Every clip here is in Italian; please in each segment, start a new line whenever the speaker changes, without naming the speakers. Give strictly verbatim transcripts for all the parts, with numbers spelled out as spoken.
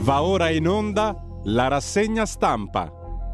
Va ora in onda la rassegna stampa.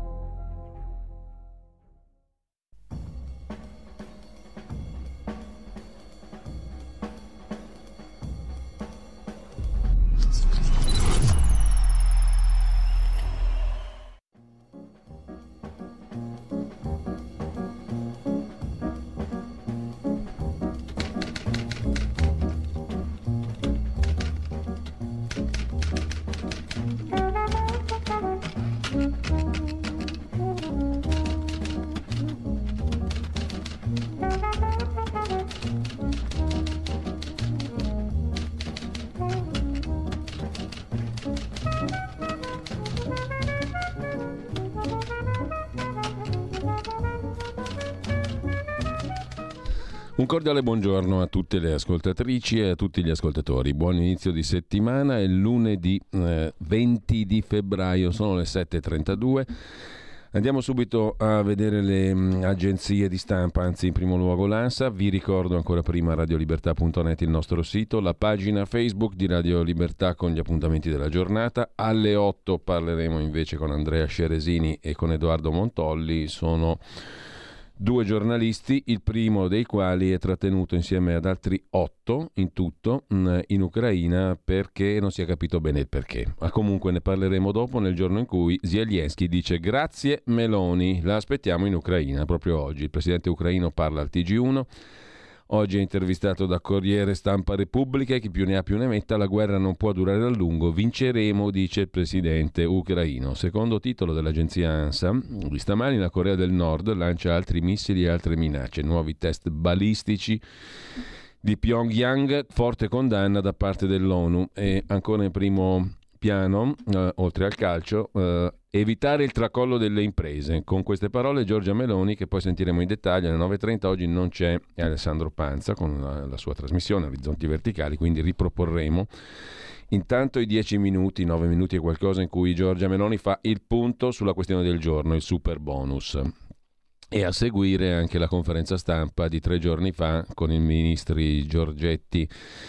Un cordiale buongiorno a tutte le ascoltatrici e a tutti gli ascoltatori. Buon inizio di settimana, è lunedì eh, venti di febbraio, sono le sette e trentadue. Andiamo subito a vedere le mh, agenzie di stampa, anzi in primo luogo l'ANSA. Vi ricordo ancora prima radiolibertà punto net, il nostro sito, la pagina Facebook di Radio Libertà con gli appuntamenti della giornata. Alle otto parleremo invece con Andrea Sceresini e con Edoardo Montolli. Sono due giornalisti, il primo dei quali è trattenuto insieme ad altri otto in tutto in Ucraina perché non si è capito bene il perché. Ma comunque ne parleremo dopo, nel giorno in cui Zelensky dice grazie Meloni, la aspettiamo in Ucraina proprio oggi. Il presidente ucraino parla al T G uno. Oggi è intervistato da Corriere Stampa Repubblica, chi più ne ha più ne metta, la guerra non può durare a lungo, vinceremo, dice il presidente ucraino. Secondo titolo dell'agenzia ANSA, di stamani la Corea del Nord lancia altri missili e altre minacce, nuovi test balistici di Pyongyang, forte condanna da parte dell'ONU. E ancora in primo piano, eh, oltre al calcio, eh, evitare il tracollo delle imprese. Con queste parole Giorgia Meloni, che poi sentiremo in dettaglio alle nove e trenta, oggi non c'è Alessandro Panza con la, la sua trasmissione Orizzonti Verticali, quindi riproporremo intanto i dieci minuti, nove minuti e qualcosa in cui Giorgia Meloni fa il punto sulla questione del giorno, il super bonus. E a seguire anche la conferenza stampa di tre giorni fa con i ministri Giorgetti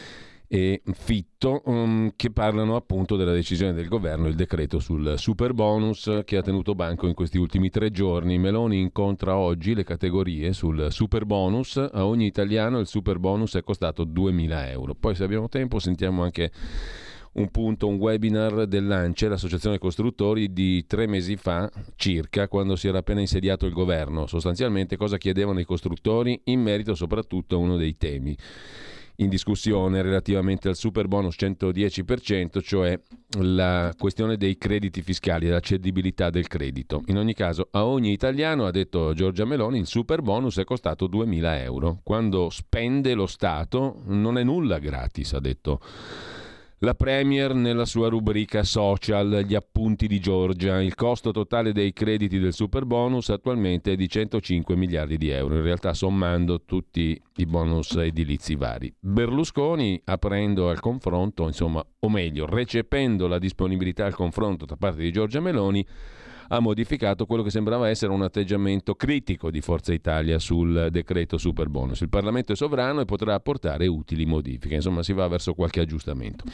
e Fitto, um, che parlano appunto della decisione del governo, il decreto sul super bonus che ha tenuto banco in questi ultimi tre giorni. Meloni incontra oggi le categorie sul super bonus. A ogni italiano il super bonus è costato duemila euro. Poi, se abbiamo tempo, sentiamo anche un punto, un webinar dell'ANCE, l'associazione costruttori, di tre mesi fa circa, quando si era appena insediato il governo. Sostanzialmente cosa chiedevano i costruttori in merito soprattutto a uno dei temi in discussione relativamente al super bonus centodieci per cento, cioè la questione dei crediti fiscali, della cedibilità del credito. In ogni caso, a ogni italiano, ha detto Giorgia Meloni, il super bonus è costato duemila euro. Quando spende lo Stato non è nulla gratis, ha detto la Premier nella sua rubrica social, gli appunti di Giorgia. Il costo totale dei crediti del super bonus attualmente è di centocinque miliardi di euro, in realtà sommando tutti i bonus edilizi vari. Berlusconi, aprendo al confronto, insomma, o meglio, recependo la disponibilità al confronto da parte di Giorgia Meloni, ha modificato quello che sembrava essere un atteggiamento critico di Forza Italia sul decreto super bonus. Il Parlamento è sovrano e potrà apportare utili modifiche, insomma si va verso qualche aggiustamento.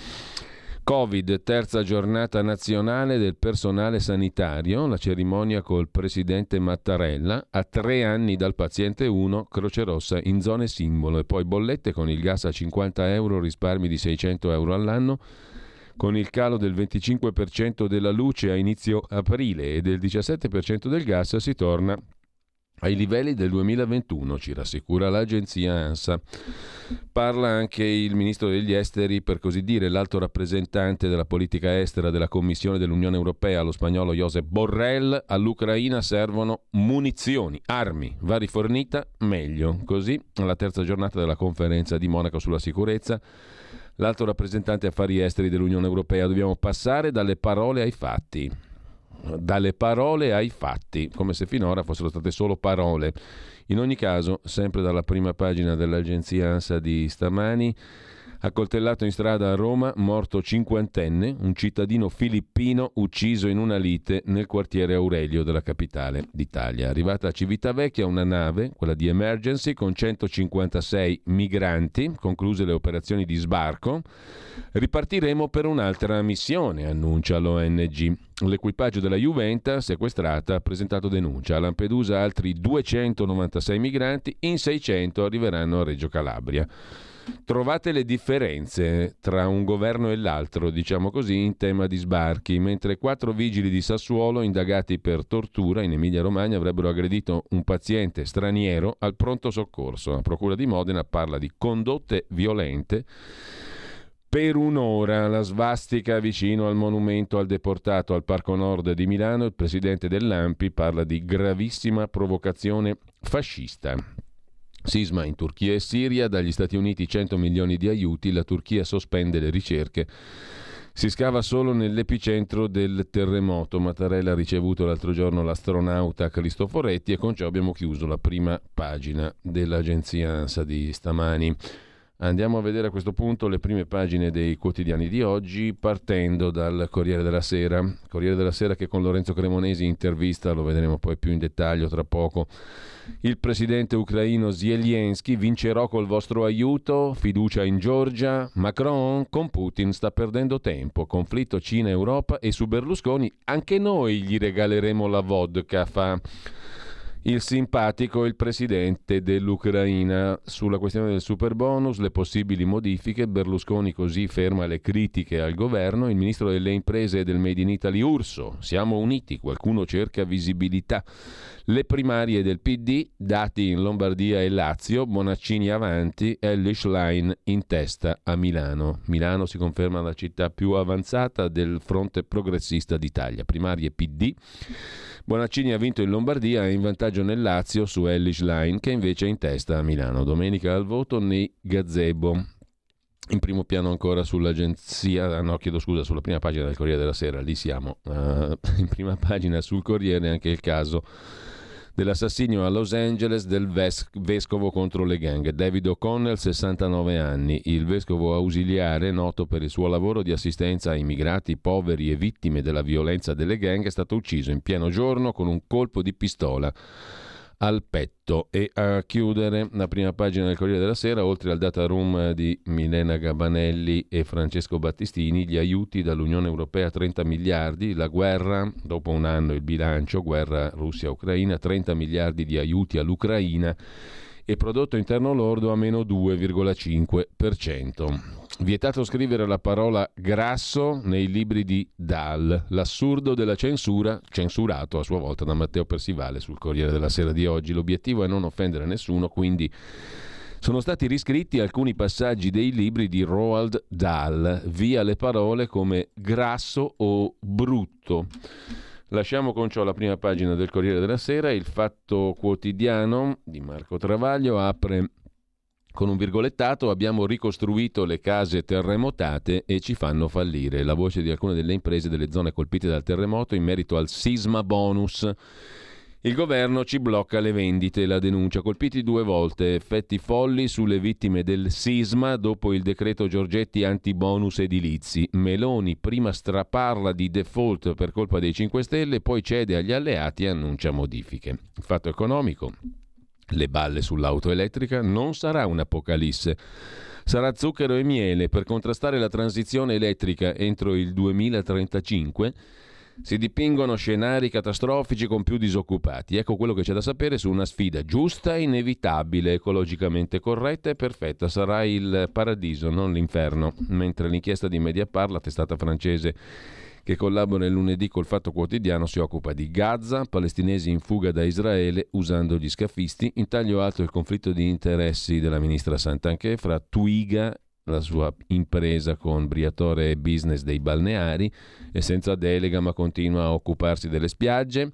Covid, terza giornata nazionale del personale sanitario, la cerimonia col presidente Mattarella, a tre anni dal paziente uno, Croce Rossa in zone simbolo, e poi bollette con il gas a cinquanta euro, risparmi di seicento euro all'anno, con il calo del venticinque per cento della luce a inizio aprile e del diciassette per cento del gas si torna ai livelli del duemilaventuno, ci rassicura l'agenzia ANSA. Parla anche il ministro degli esteri, per così dire l'alto rappresentante della politica estera della Commissione dell'Unione Europea, lo spagnolo Josep Borrell. All'Ucraina servono munizioni, armi, va rifornita meglio. Così, alla terza giornata della conferenza di Monaco sulla sicurezza, l'alto rappresentante affari esteri dell'Unione Europea: dobbiamo passare dalle parole ai fatti. Dalle parole ai fatti, come se finora fossero state solo parole. In ogni caso, sempre dalla prima pagina dell'agenzia ANSA di stamani, Accoltellato in strada a Roma, morto cinquantenne, un cittadino filippino ucciso in una lite nel quartiere Aurelio della capitale d'Italia. Arrivata a Civitavecchia una nave, quella di Emergency, con centocinquantasei migranti, concluse le operazioni di sbarco. Ripartiremo per un'altra missione, annuncia l'O N G. L'equipaggio della Juventa, sequestrata, ha presentato denuncia. A Lampedusa altri duecentonovantasei migranti, in seicento arriveranno a Reggio Calabria. Trovate le differenze tra un governo e l'altro, diciamo così, in tema di sbarchi. Mentre quattro vigili di Sassuolo, indagati per tortura in Emilia-Romagna, avrebbero aggredito un paziente straniero al pronto soccorso. La Procura di Modena parla di condotte violente. Per un'ora la svastica vicino al monumento al deportato al Parco Nord di Milano. Il presidente dell'A N P I parla di gravissima provocazione fascista. Sisma in Turchia e Siria, dagli Stati Uniti cento milioni di aiuti, la Turchia sospende le ricerche. Si scava solo nell'epicentro del terremoto. Mattarella ha ricevuto l'altro giorno l'astronauta Cristoforetti e con ciò abbiamo chiuso la prima pagina dell'agenzia ANSA di stamani. Andiamo a vedere a questo punto le prime pagine dei quotidiani di oggi, partendo dal Corriere della Sera. Corriere della Sera che con Lorenzo Cremonesi intervista, lo vedremo poi più in dettaglio tra poco, il presidente ucraino Zelensky. Vincerò col vostro aiuto, fiducia in Georgia. Macron, con Putin sta perdendo tempo, conflitto Cina-Europa e su Berlusconi anche noi gli regaleremo la vodka, fa il simpatico il presidente dell'Ucraina. Sulla questione del superbonus, le possibili modifiche, Berlusconi così ferma le critiche al governo. Il ministro delle imprese e del Made in Italy Urso: siamo uniti, qualcuno cerca visibilità. Le primarie del P D, dati in Lombardia e Lazio, Bonaccini avanti, Elly Schlein in testa a Milano. Milano si conferma la città più avanzata del fronte progressista d'Italia. Primarie P D. Bonaccini ha vinto in Lombardia e in vantaggio nel Lazio su Elly Schlein, che invece è in testa a Milano. Domenica al voto nei gazebo. In primo piano ancora sull'agenzia, no chiedo scusa, sulla prima pagina del Corriere della Sera, lì siamo. Uh, in prima pagina sul Corriere anche il caso dell'assassinio a Los Angeles del ves- vescovo contro le gang. David O'Connell, sessantanove anni, il vescovo ausiliare, noto per il suo lavoro di assistenza a immigrati, poveri e vittime della violenza delle gang, è stato ucciso in pieno giorno con un colpo di pistola al petto. E a chiudere la prima pagina del Corriere della Sera, oltre al data room di Milena Gabanelli e Francesco Battistini, gli aiuti dall'Unione Europea trenta miliardi, la guerra, dopo un anno il bilancio, guerra Russia-Ucraina, trenta miliardi di aiuti all'Ucraina e prodotto interno lordo a meno due virgola cinque per cento. Vietato scrivere la parola grasso nei libri di Dahl, l'assurdo della censura, censurato a sua volta da Matteo Persivale sul Corriere della Sera di oggi. L'obiettivo è non offendere nessuno, quindi sono stati riscritti alcuni passaggi dei libri di Roald Dahl, via le parole come grasso o brutto. Lasciamo con ciò la prima pagina del Corriere della Sera. Il Fatto Quotidiano di Marco Travaglio apre con un virgolettato: abbiamo ricostruito le case terremotate e ci fanno fallire. La voce di alcune delle imprese delle zone colpite dal terremoto in merito al sisma bonus. Il governo ci blocca le vendite, la denuncia. Colpiti due volte, effetti folli sulle vittime del sisma dopo il decreto Giorgetti anti-bonus edilizi. Meloni prima straparla di default per colpa dei cinque Stelle, poi cede agli alleati e annuncia modifiche. Il Fatto Economico: le balle sull'auto elettrica, non sarà un'apocalisse. Sarà zucchero e miele per contrastare la transizione elettrica entro il duemilatrentacinque. Si dipingono scenari catastrofici con più disoccupati. Ecco quello che c'è da sapere su una sfida giusta, inevitabile, ecologicamente corretta e perfetta. Sarà il paradiso, non l'inferno. Mentre l'inchiesta di Mediapart, la testata francese che collabora il lunedì col Fatto Quotidiano, si occupa di Gaza, palestinesi in fuga da Israele usando gli scafisti. In taglio alto il conflitto di interessi della ministra Santanchè fra Twiga, la sua impresa con Briatore e Business dei balneari, e senza delega ma continua a occuparsi delle spiagge.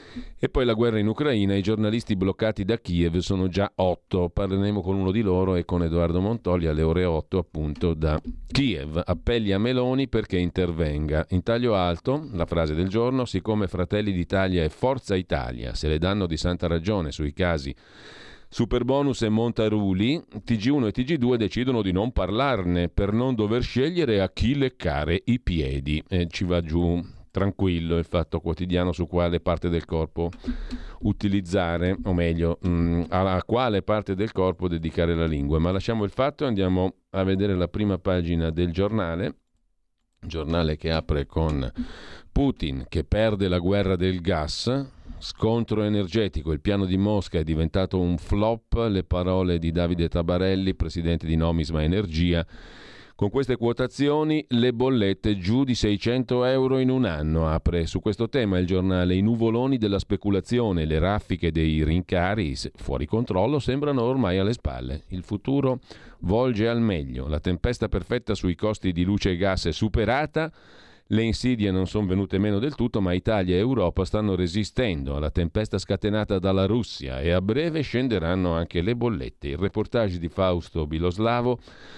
E poi la guerra in Ucraina, i giornalisti bloccati da Kiev sono già otto. Parleremo con uno di loro e con Edoardo Montolli alle ore otto appunto da Kiev. Appelli a Meloni perché intervenga. In taglio alto la frase del giorno: siccome Fratelli d'Italia e Forza Italia se le danno di santa ragione sui casi Superbonus e Montaruli, T G uno e T G due decidono di non parlarne per non dover scegliere a chi leccare i piedi. E ci va giù tranquillo il Fatto Quotidiano su quale parte del corpo utilizzare, o meglio, mh, a quale parte del corpo dedicare la lingua. Ma lasciamo il Fatto e andiamo a vedere la prima pagina del giornale, giornale che apre con Putin che perde la guerra del gas, scontro energetico, il piano di Mosca è diventato un flop, le parole di Davide Tabarelli, presidente di Nomisma Energia. Con queste quotazioni le bollette giù di seicento euro in un anno. Apre su questo tema il giornale: i nuvoloni della speculazione, le raffiche dei rincari fuori controllo sembrano ormai alle spalle. Il futuro volge al meglio, la tempesta perfetta sui costi di luce e gas è superata. Le insidie non sono venute meno del tutto, ma Italia e Europa stanno resistendo alla tempesta scatenata dalla Russia e a breve scenderanno anche le bollette. Il reportage di Fausto Biloslavo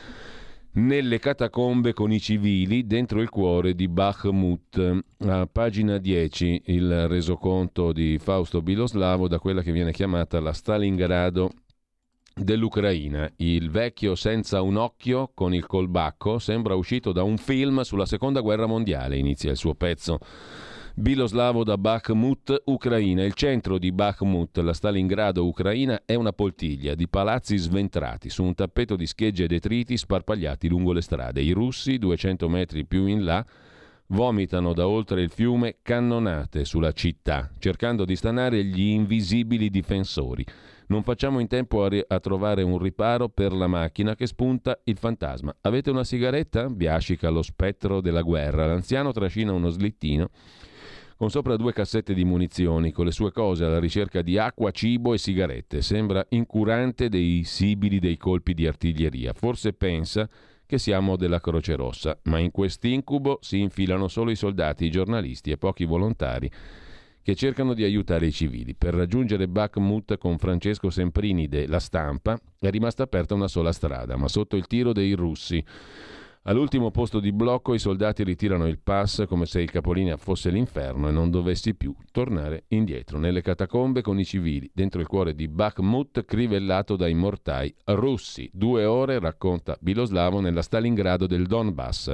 nelle catacombe con i civili dentro il cuore di Bakhmut. A pagina dieci il resoconto di Fausto Biloslavo da quella che viene chiamata la Stalingrado dell'Ucraina. Il vecchio senza un occhio con il colbacco sembra uscito da un film sulla seconda guerra mondiale, inizia il suo pezzo. Biloslavo da Bakhmut, Ucraina. Il centro di Bakhmut, la Stalingrado ucraina, è una poltiglia di palazzi sventrati su un tappeto di schegge e detriti sparpagliati lungo le strade. I russi, duecento metri più in là, vomitano da oltre il fiume cannonate sulla città, cercando di stanare gli invisibili difensori. Non facciamo in tempo a, ri- a trovare un riparo per la macchina che spunta il fantasma. Avete una sigaretta? Biascica lo spettro della guerra. L'anziano trascina uno slittino con sopra due cassette di munizioni, con le sue cose alla ricerca di acqua, cibo e sigarette. Sembra incurante dei sibili dei colpi di artiglieria. Forse pensa che siamo della Croce Rossa, ma in quest'incubo si infilano solo i soldati, i giornalisti e pochi volontari che cercano di aiutare i civili. Per raggiungere Bakhmut con Francesco Semprini de La Stampa è rimasta aperta una sola strada, ma sotto il tiro dei russi. All'ultimo posto di blocco i soldati ritirano il pass come se il capolinea fosse l'inferno e non dovessi più tornare indietro. Nelle catacombe con i civili, dentro il cuore di Bakhmut, crivellato dai mortai russi. Due ore, racconta Biloslavo, nella Stalingrado del Donbass.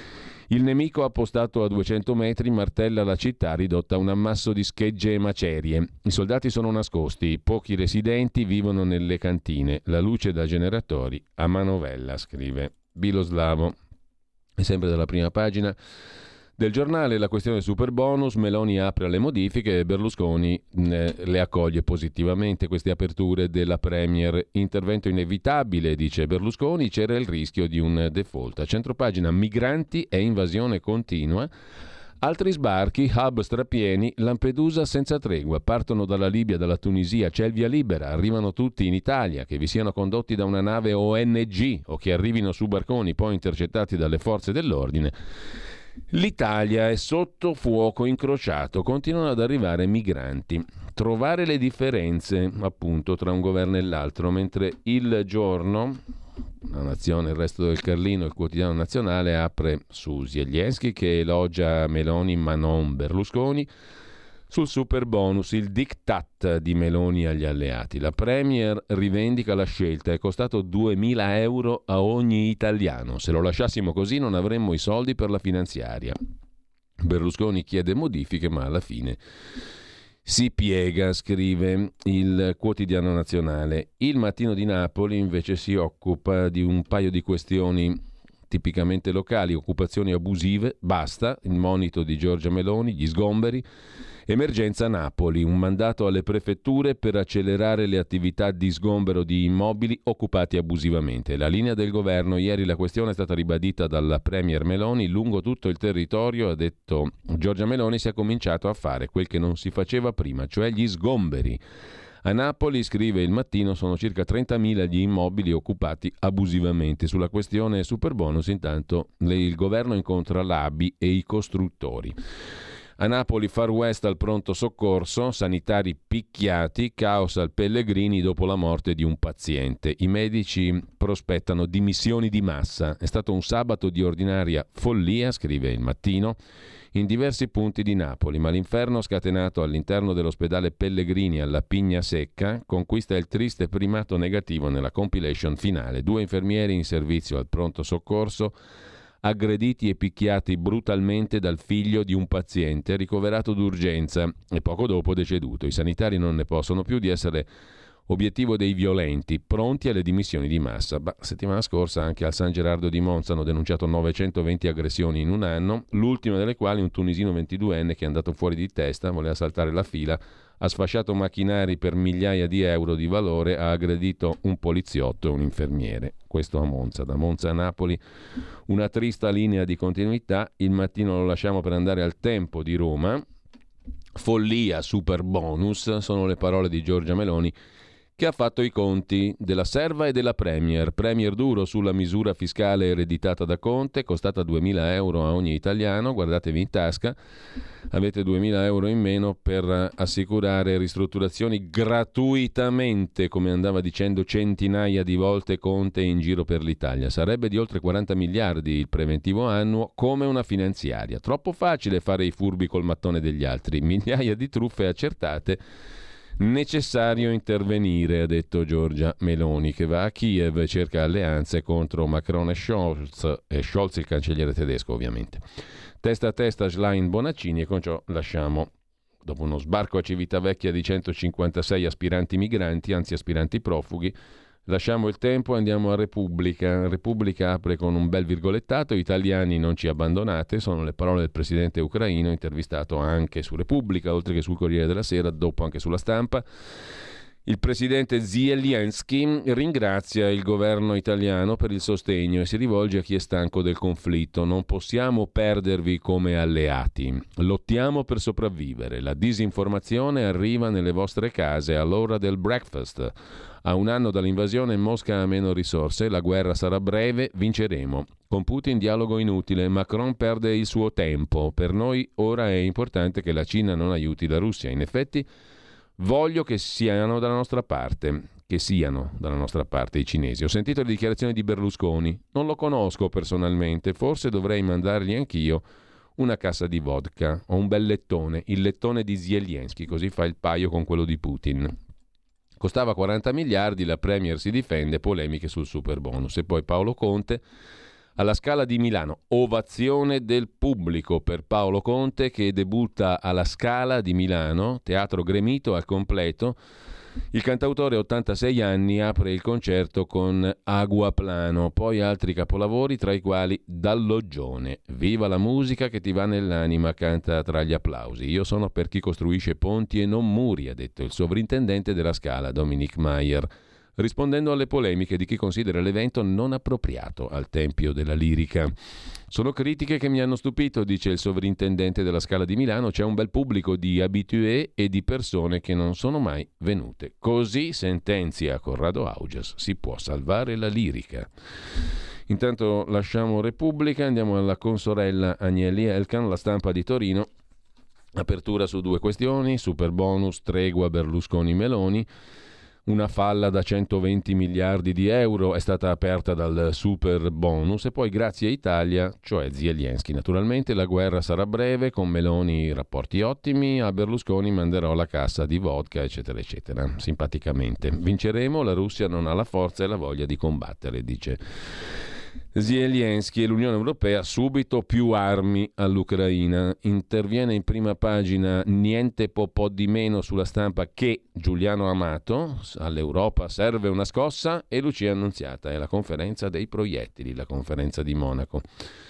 Il nemico, appostato a duecento metri, martella la città ridotta a un ammasso di schegge e macerie. I soldati sono nascosti, pochi residenti vivono nelle cantine. La luce da generatori a manovella, scrive Biloslavo. E sempre dalla prima pagina del giornale la questione superbonus. Meloni apre alle modifiche e Berlusconi eh, le accoglie positivamente queste aperture della Premier. Intervento inevitabile, dice Berlusconi, c'era il rischio di un default. A centropagina migranti e invasione continua. Altri sbarchi, hub strapieni, Lampedusa senza tregua, partono dalla Libia, dalla Tunisia, c'è il via libera, arrivano tutti in Italia, che vi siano condotti da una nave O N G o che arrivino su barconi poi intercettati dalle forze dell'ordine. L'Italia è sotto fuoco incrociato, continuano ad arrivare migranti. Trovare le differenze, appunto, tra un governo e l'altro, mentre Il Giorno, La Nazione, il Resto del Carlino, il quotidiano nazionale, apre su Zelensky che elogia Meloni ma non Berlusconi. Sul super bonus, il diktat di Meloni agli alleati. La Premier rivendica la scelta, è costato duemila euro a ogni italiano. Se lo lasciassimo così non avremmo i soldi per la finanziaria. Berlusconi chiede modifiche, ma alla fine si piega, scrive il quotidiano nazionale. Il Mattino di Napoli invece si occupa di un paio di questioni tipicamente locali: occupazioni abusive, basta, il monito di Giorgia Meloni, gli sgomberi. Emergenza Napoli, un mandato alle prefetture per accelerare le attività di sgombero di immobili occupati abusivamente. La linea del governo: ieri la questione è stata ribadita dalla Premier Meloni, lungo tutto il territorio, ha detto Giorgia Meloni, si è cominciato a fare quel che non si faceva prima, cioè gli sgomberi. A Napoli, scrive il Mattino, sono circa trentamila gli immobili occupati abusivamente. Sulla questione superbonus, intanto, il governo incontra l'A B I e i costruttori. A Napoli Far West al pronto soccorso, sanitari picchiati, caos al Pellegrini dopo la morte di un paziente. I medici prospettano dimissioni di massa. È stato un sabato di ordinaria follia, scrive Il Mattino, in diversi punti di Napoli, ma l'inferno scatenato all'interno dell'ospedale Pellegrini alla Pigna Secca conquista il triste primato negativo nella compilation finale. Due infermieri in servizio al pronto soccorso aggrediti e picchiati brutalmente dal figlio di un paziente ricoverato d'urgenza e poco dopo deceduto. I sanitari non ne possono più di essere obiettivo dei violenti, pronti alle dimissioni di massa. Bah, settimana scorsa anche al San Gerardo di Monza hanno denunciato novecentoventi aggressioni in un anno, l'ultima delle quali un tunisino ventiduenne che è andato fuori di testa, voleva saltare la fila, ha sfasciato macchinari per migliaia di euro di valore, ha aggredito un poliziotto e un infermiere. Questo a Monza. Da Monza a Napoli una trista linea di continuità. Il Mattino lo lasciamo per andare al Tempo di Roma. Follia, super bonus, sono le parole di Giorgia Meloni, che ha fatto i conti della serva e della Premier. Premier duro sulla misura fiscale ereditata da Conte, costata duemila euro a ogni italiano, guardatevi in tasca, avete duemila euro in meno per assicurare ristrutturazioni gratuitamente, come andava dicendo centinaia di volte Conte in giro per l'Italia. Sarebbe di oltre quaranta miliardi il preventivo annuo, come una finanziaria. Troppo facile fare i furbi col mattone degli altri, migliaia di truffe accertate. Necessario intervenire, ha detto Giorgia Meloni, che va a Kiev e cerca alleanze contro Macron e Scholz, e Scholz il cancelliere tedesco ovviamente. Testa a testa Schlein Bonaccini, e con ciò lasciamo, dopo uno sbarco a Civitavecchia di centocinquantasei aspiranti migranti, anzi aspiranti profughi, lasciamo il Tempo e andiamo a Repubblica. Repubblica apre con un bel virgolettato: italiani non ci abbandonate, sono le parole del presidente ucraino, intervistato anche su Repubblica, oltre che sul Corriere della Sera, dopo anche sulla Stampa. Il presidente Zelensky ringrazia il governo italiano per il sostegno e si rivolge a chi è stanco del conflitto. Non possiamo perdervi come alleati. Lottiamo per sopravvivere. La disinformazione arriva nelle vostre case all'ora del breakfast. A un anno dall'invasione Mosca ha meno risorse, la guerra sarà breve, vinceremo. Con Putin dialogo inutile, Macron perde il suo tempo. Per noi ora è importante che la Cina non aiuti la Russia. In effetti voglio che siano dalla nostra parte, che siano dalla nostra parte i cinesi. Ho sentito le dichiarazioni di Berlusconi, non lo conosco personalmente, forse dovrei mandargli anch'io una cassa di vodka o un bel lettone, il lettone di Zelensky, così fa il paio con quello di Putin. Costava quaranta miliardi, la Premier si difende, polemiche sul super bonus. E poi Paolo Conte alla Scala di Milano, ovazione del pubblico per Paolo Conte che debutta alla Scala di Milano, teatro gremito al completo. Il cantautore, ottantasei anni, apre il concerto con Aguaplano, poi altri capolavori tra i quali Dalloggione. Viva la musica che ti va nell'anima, canta tra gli applausi. Io sono per chi costruisce ponti e non muri, ha detto il sovrintendente della Scala, Dominic Mayer, rispondendo alle polemiche di chi considera l'evento non appropriato al Tempio della Lirica. Sono critiche che mi hanno stupito, dice il sovrintendente della Scala di Milano. C'è un bel pubblico di habitué e di persone che non sono mai venute. Così, sentenzia Corrado Augias, si può salvare la lirica. Intanto lasciamo Repubblica, andiamo alla consorella Agnelli Elkan, La Stampa di Torino. Apertura su due questioni: super bonus, tregua Berlusconi-Meloni. Una falla da centoventi miliardi di euro è stata aperta dal super bonus e poi grazie a Italia, cioè Zelensky. Naturalmente la guerra sarà breve, con Meloni rapporti ottimi, a Berlusconi manderò la cassa di vodka, eccetera, eccetera, simpaticamente. Vinceremo, la Russia non ha la forza e la voglia di combattere, dice Zelensky. E l'Unione Europea subito più armi all'Ucraina. Interviene in prima pagina niente po' po' di meno sulla Stampa che Giuliano Amato: all'Europa serve una scossa, e Lucia Annunziata, è la conferenza dei proiettili, la conferenza di Monaco.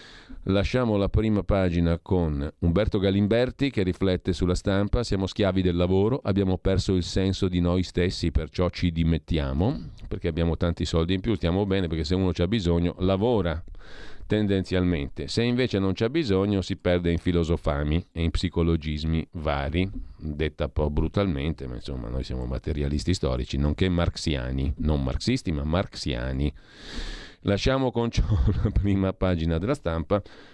Lasciamo la prima pagina con Umberto Galimberti che riflette sulla Stampa: siamo schiavi del lavoro, abbiamo perso il senso di noi stessi, perciò ci dimettiamo, perché abbiamo tanti soldi in più, stiamo bene, perché se uno c'ha bisogno lavora tendenzialmente, se invece non c'ha bisogno si perde in filosofami e in psicologismi vari, detta un po' brutalmente, ma insomma noi siamo materialisti storici, nonché marxiani, non marxisti ma marxiani. Lasciamo con ciò la prima pagina della Stampa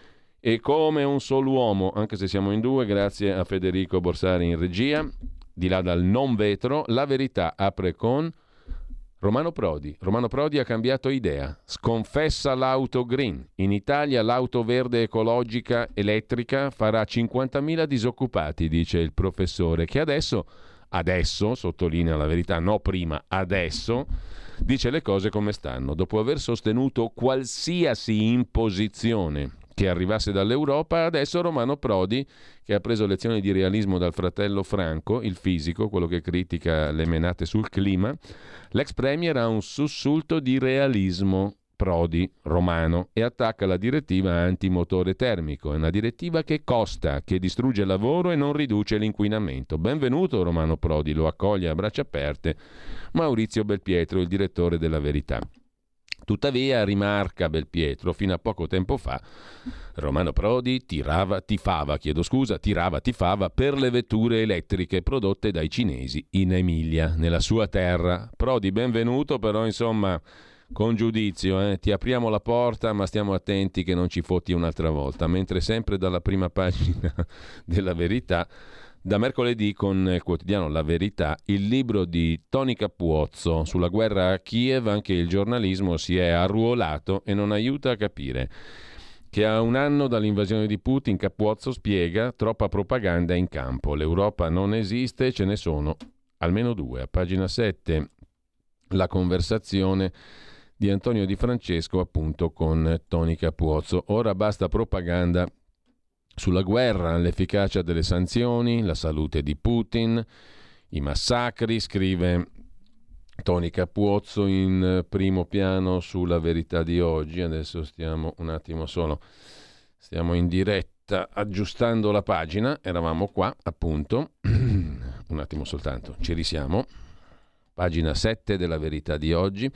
E come un solo uomo, anche se siamo in due, grazie a Federico Borsari in regia, di là dal non vetro, La Verità apre con Romano Prodi. Romano Prodi ha cambiato idea, sconfessa l'auto green. In Italia l'auto verde ecologica elettrica farà cinquantamila disoccupati, dice il professore, che adesso, adesso, sottolinea La Verità, no prima, adesso, dice le cose come stanno. Dopo aver sostenuto qualsiasi imposizione che arrivasse dall'Europa, adesso Romano Prodi, che ha preso lezioni di realismo dal fratello Franco, il fisico, quello che critica le menate sul clima, l'ex premier ha un sussulto di realismo, Prodi, romano, e attacca la direttiva antimotore termico. È una direttiva che costa, che distrugge il lavoro e non riduce l'inquinamento. Benvenuto Romano Prodi, lo accoglie a braccia aperte Maurizio Belpietro, il direttore della Verità. Tuttavia, rimarca Belpietro, fino a poco tempo fa Romano Prodi tirava, tifava, chiedo scusa, tirava, tifava per le vetture elettriche prodotte dai cinesi in Emilia, nella sua terra. Prodi, benvenuto, però insomma, con giudizio, eh? Ti apriamo la porta, ma stiamo attenti che non ci fotti un'altra volta. Mentre sempre dalla prima pagina della Verità, da mercoledì con il quotidiano La Verità, il libro di Toni Cappuozzo sulla guerra a Kiev. Anche il giornalismo si è arruolato e non aiuta a capire che a un anno dall'invasione di Putin, Cappuozzo spiega, troppa propaganda in campo. L'Europa non esiste, ce ne sono almeno due. A pagina sette la conversazione di Antonio Di Francesco appunto con Toni Cappuozzo. Ora basta propaganda sulla guerra, l'efficacia delle sanzioni, la salute di Putin, i massacri, scrive Toni Cappuozzo in primo piano sulla Verità di oggi. Adesso stiamo un attimo solo, stiamo in diretta aggiustando la pagina, eravamo qua appunto, un attimo soltanto, ci risiamo, pagina sette della Verità di oggi.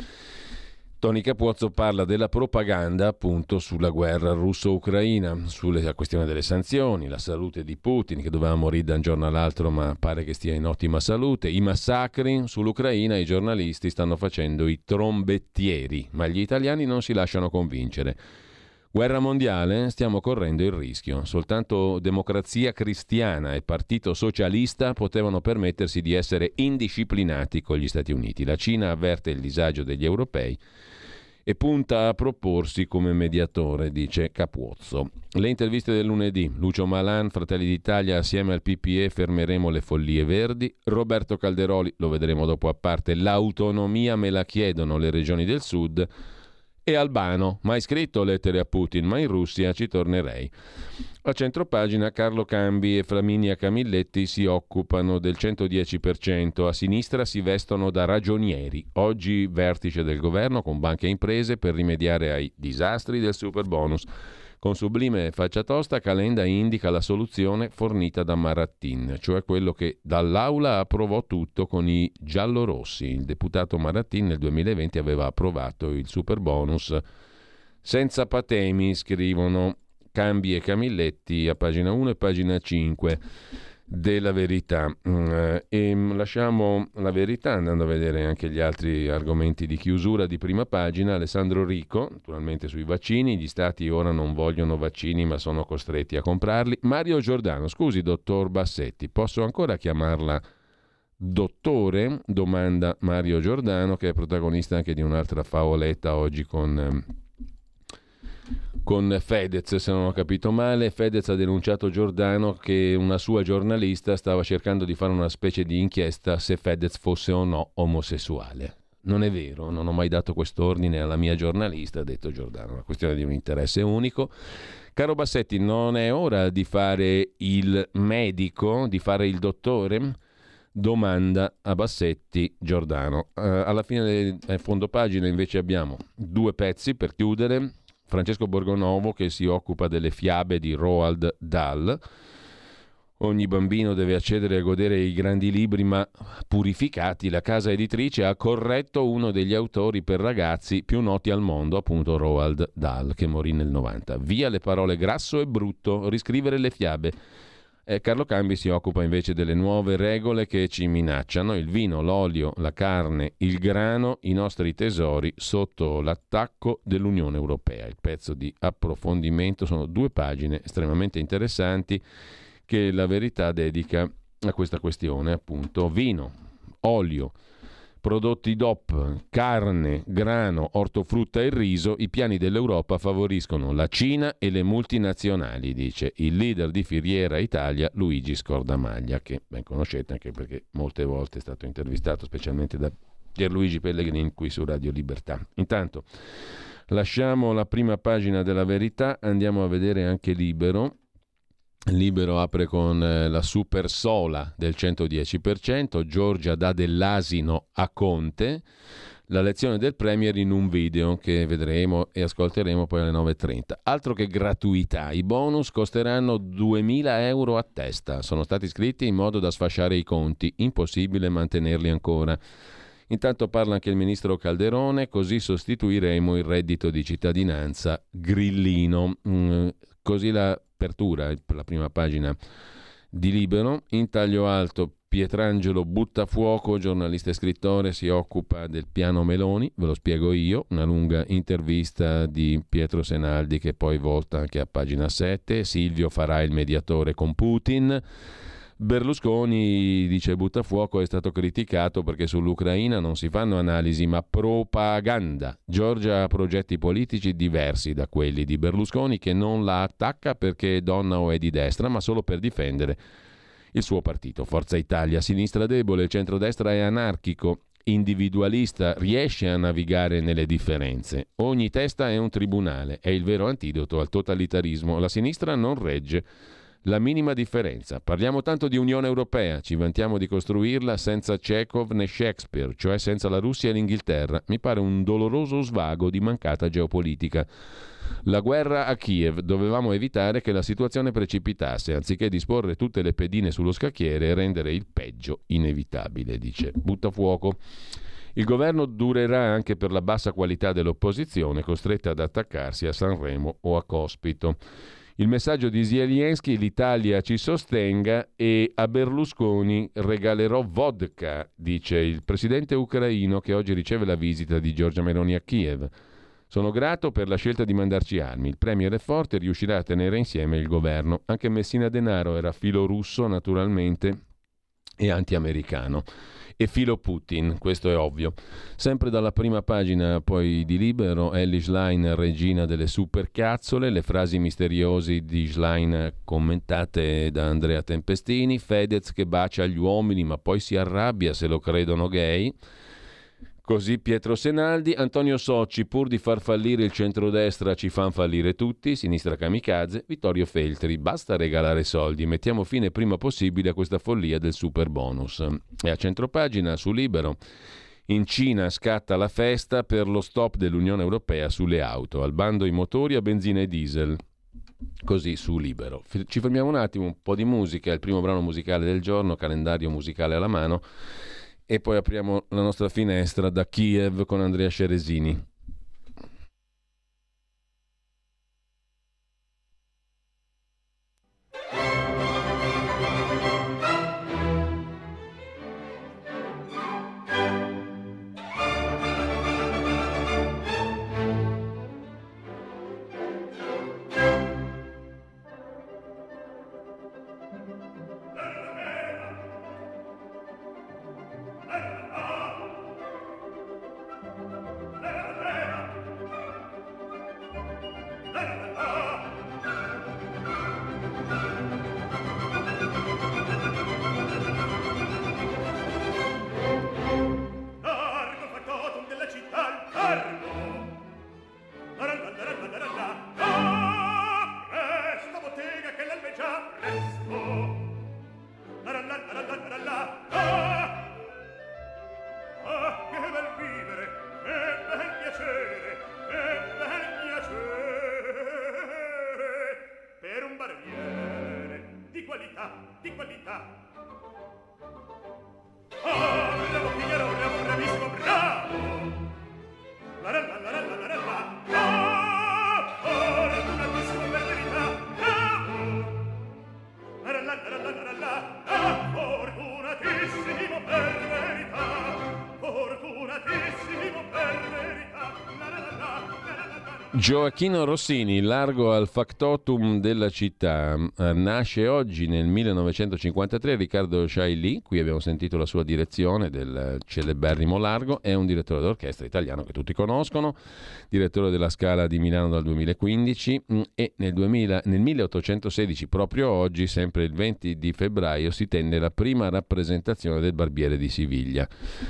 Toni Cappuozzo parla della propaganda appunto sulla guerra russo-ucraina, sulla questione delle sanzioni, la salute di Putin che doveva morire da un giorno all'altro ma pare che stia in ottima salute, i massacri sull'Ucraina. I giornalisti stanno facendo i trombettieri, ma gli italiani non si lasciano convincere. Guerra mondiale? Stiamo correndo il rischio. Soltanto Democrazia Cristiana e Partito Socialista potevano permettersi di essere indisciplinati con gli Stati Uniti. La Cina avverte il disagio degli europei e punta a proporsi come mediatore, dice Cappuozzo. Le interviste del lunedì. Lucio Malan, Fratelli d'Italia, assieme al P P E fermeremo le follie verdi. Roberto Calderoli, lo vedremo dopo a parte, l'autonomia me la chiedono le regioni del sud. E Albano, mai scritto lettere a Putin, ma in Russia ci tornerei. A centropagina Carlo Cambi e Flaminia Camilletti si occupano del centodieci per cento, a sinistra si vestono da ragionieri. Oggi vertice del governo con banche e imprese per rimediare ai disastri del superbonus. Con sublime faccia tosta Calenda indica la soluzione fornita da Marattin, cioè quello che dall'aula approvò tutto con i giallorossi. Il deputato Marattin nel duemilaventi aveva approvato il superbonus senza patemi, scrivono Cambi e Camilletti a pagina uno e pagina cinque della Verità. E lasciamo La Verità andando a vedere anche gli altri argomenti di chiusura di prima pagina. Alessandro Rico, naturalmente sui vaccini, gli stati ora non vogliono vaccini ma sono costretti a comprarli. Mario Giordano, scusi dottor Bassetti, posso ancora chiamarla dottore? Domanda Mario Giordano, che è protagonista anche di un'altra favoletta oggi con con Fedez, se non ho capito male. Fedez ha denunciato Giordano che una sua giornalista stava cercando di fare una specie di inchiesta se Fedez fosse o no omosessuale. Non è vero, non ho mai dato quest'ordine alla mia giornalista, ha detto Giordano, è una questione di un interesse unico. Caro Bassetti, non è ora di fare il medico, di fare il dottore? Domanda a Bassetti Giordano. Uh, alla fine del eh, fondo pagina invece abbiamo due pezzi per chiudere. Francesco Borgonovo che si occupa delle fiabe di Roald Dahl. Ogni bambino deve accedere a godere i grandi libri ma purificati. La casa editrice ha corretto uno degli autori per ragazzi più noti al mondo, appunto Roald Dahl, che morì nel novanta. Via le parole grasso e brutto, riscrivere le fiabe. Eh, Carlo Cambi si occupa invece delle nuove regole che ci minacciano: il vino, l'olio, la carne, il grano, i nostri tesori sotto l'attacco dell'Unione Europea. Il pezzo di approfondimento sono due pagine estremamente interessanti che La Verità dedica a questa questione, appunto. Vino, olio, prodotti D O P, carne, grano, ortofrutta e riso, i piani dell'Europa favoriscono la Cina e le multinazionali, dice il leader di Filiera Italia Luigi Scordamaglia, che ben conoscete anche perché molte volte è stato intervistato, specialmente da Pierluigi Pellegrini qui su Radio Libertà. Intanto lasciamo la prima pagina della Verità, andiamo a vedere anche Libero. Libero apre con la super sola del centodieci per cento, Giorgia dà dell'asino a Conte, la lezione del Premier in un video che vedremo e ascolteremo poi alle nove e trenta. Altro che gratuità, i bonus costeranno duemila euro a testa, sono stati scritti in modo da sfasciare i conti, impossibile mantenerli ancora. Intanto parla anche il ministro Calderone, così sostituiremo il reddito di cittadinanza grillino. Mm, così la apertura, la prima pagina di Libero. In taglio alto Pietrangelo Buttafuoco, giornalista e scrittore, si occupa del piano Meloni, ve lo spiego io, una lunga intervista di Pietro Senaldi che poi volta anche a pagina sette. Silvio farà il mediatore con Putin. Berlusconi, dice Buttafuoco, è stato criticato perché sull'Ucraina non si fanno analisi ma propaganda. Giorgia ha progetti politici diversi da quelli di Berlusconi, che non la attacca perché è donna o è di destra, ma solo per difendere il suo partito. Forza Italia, sinistra debole, il centrodestra è anarchico, individualista, riesce a navigare nelle differenze. Ogni testa è un tribunale, è il vero antidoto al totalitarismo. La sinistra non regge la minima differenza. Parliamo tanto di Unione Europea, ci vantiamo di costruirla senza Chekhov né Shakespeare, cioè senza la Russia e l'Inghilterra. Mi pare un doloroso svago di mancata geopolitica. La guerra a Kiev, dovevamo evitare che la situazione precipitasse, anziché disporre tutte le pedine sullo scacchiere e rendere il peggio inevitabile, dice Buttafuoco. Il governo durerà anche per la bassa qualità dell'opposizione, costretta ad attaccarsi a Sanremo o a Cospito. Il messaggio di Zelensky: l'Italia ci sostenga e a Berlusconi regalerò vodka, dice il presidente ucraino che oggi riceve la visita di Giorgia Meloni a Kiev. Sono grato per la scelta di mandarci armi. Il premier è forte e riuscirà a tenere insieme il governo. Anche Messina Denaro era filo russo, naturalmente, e anti-americano. E filo Putin, questo è ovvio. Sempre dalla prima pagina poi di Libero, Elly Schlein, regina delle supercazzole, le frasi misteriose di Schlein commentate da Andrea Tempestini, Fedez che bacia gli uomini ma poi si arrabbia se lo credono gay. Così Pietro Senaldi, Antonio Socci, pur di far fallire il centrodestra ci fan fallire tutti, sinistra kamikaze, Vittorio Feltri, basta regalare soldi, mettiamo fine prima possibile a questa follia del super bonus. E a centropagina su Libero, in Cina scatta la festa per lo stop dell'Unione Europea sulle auto, al bando i motori a benzina e diesel. Così su Libero. Ci fermiamo un attimo, un po' di musica, il primo brano musicale del giorno, calendario musicale alla mano. E poi apriamo la nostra finestra da Kiev con Andrea Ceresini.
La Fortunatissimo per verità, fortunatissimo per verità. La la la la, la la la.
Gioacchino Rossini, largo al factotum della città, nasce oggi nel millenovecentocinquantatré. Riccardo Chailly, qui abbiamo sentito la sua direzione del celeberrimo largo, è un direttore d'orchestra italiano che tutti conoscono, direttore della Scala di Milano dal duemilaquindici, e nel, duemila, nel milleottocentosedici, proprio oggi, sempre il venti di febbraio, si tenne la prima rappresentazione del Barbiere di Siviglia.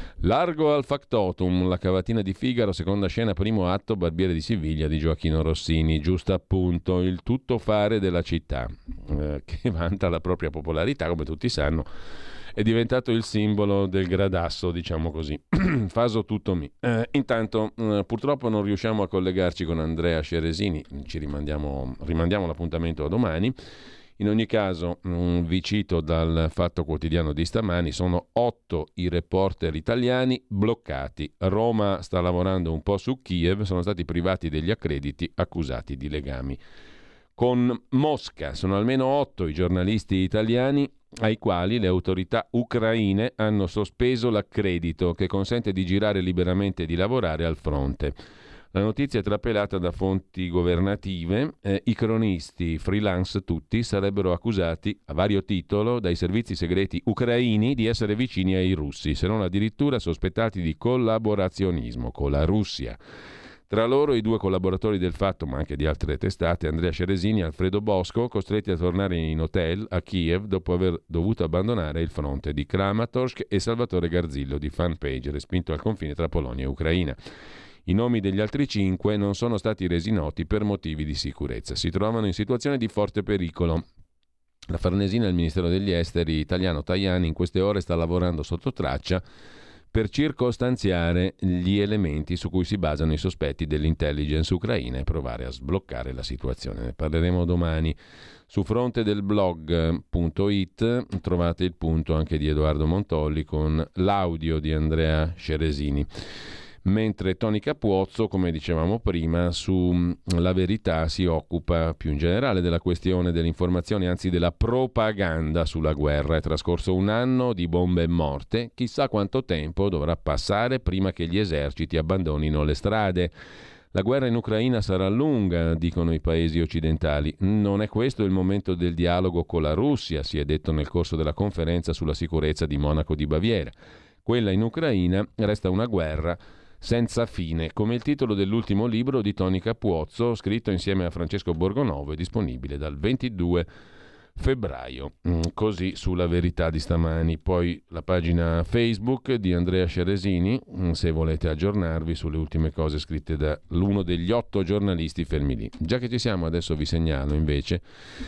Largo al factotum, la cavatina di Figaro, seconda scena, primo atto, Barbiere di Siviglia di Gioacchino Rossini, giusto appunto il tuttofare della città, eh, che vanta la propria popolarità, come tutti sanno, è diventato il simbolo del gradasso, diciamo così. Faso tutto mi. Eh, intanto eh, purtroppo non riusciamo a collegarci con Andrea Ceresini, ci rimandiamo, rimandiamo l'appuntamento a domani. In ogni caso, mh, vi cito dal Fatto Quotidiano di stamani, sono otto i reporter italiani bloccati. Roma sta lavorando un po' su Kiev, sono stati privati degli accrediti accusati di legami con Mosca. Sono almeno otto i giornalisti italiani ai quali le autorità ucraine hanno sospeso l'accredito che consente di girare liberamente e di lavorare al fronte. La notizia è trapelata da fonti governative. Eh, I cronisti freelance tutti sarebbero accusati a vario titolo dai servizi segreti ucraini di essere vicini ai russi, se non addirittura sospettati di collaborazionismo con la Russia. Tra loro i due collaboratori del Fatto, ma anche di altre testate, Andrea Ceresini e Alfredo Bosco, costretti a tornare in hotel a Kiev dopo aver dovuto abbandonare il fronte di Kramatorsk, e Salvatore Garzillo di Fanpage, respinto al confine tra Polonia e Ucraina. I nomi degli altri cinque non sono stati resi noti per motivi di sicurezza. Si trovano in situazione di forte pericolo. La Farnesina del Ministero degli Esteri italiano Tajani in queste ore sta lavorando sotto traccia per circostanziare gli elementi su cui si basano i sospetti dell'intelligence ucraina e provare a sbloccare la situazione. Ne parleremo domani. Su fronte del blog punto it trovate il punto anche di Edoardo Montolli con l'audio di Andrea Ceresini. Mentre Toni Capuozzo, come dicevamo prima, su La Verità si occupa più in generale della questione dell'informazione, anzi della propaganda sulla guerra. È trascorso un anno di bombe e morte, chissà quanto tempo dovrà passare prima che gli eserciti abbandonino le strade. La guerra in Ucraina sarà lunga, dicono i paesi occidentali. Non è questo il momento del dialogo con la Russia, si è detto nel corso della conferenza sulla sicurezza di Monaco di Baviera. Quella in Ucraina resta una guerra senza fine, come il titolo dell'ultimo libro di Toni Capuozzo, scritto insieme a Francesco Borgonovo e disponibile dal ventidue febbraio. Così sulla Verità di stamani. Poi la pagina Facebook di Andrea Ceresini, se volete aggiornarvi sulle ultime cose scritte da uno degli otto giornalisti fermi lì. Già che ci siamo, adesso vi segnalo invece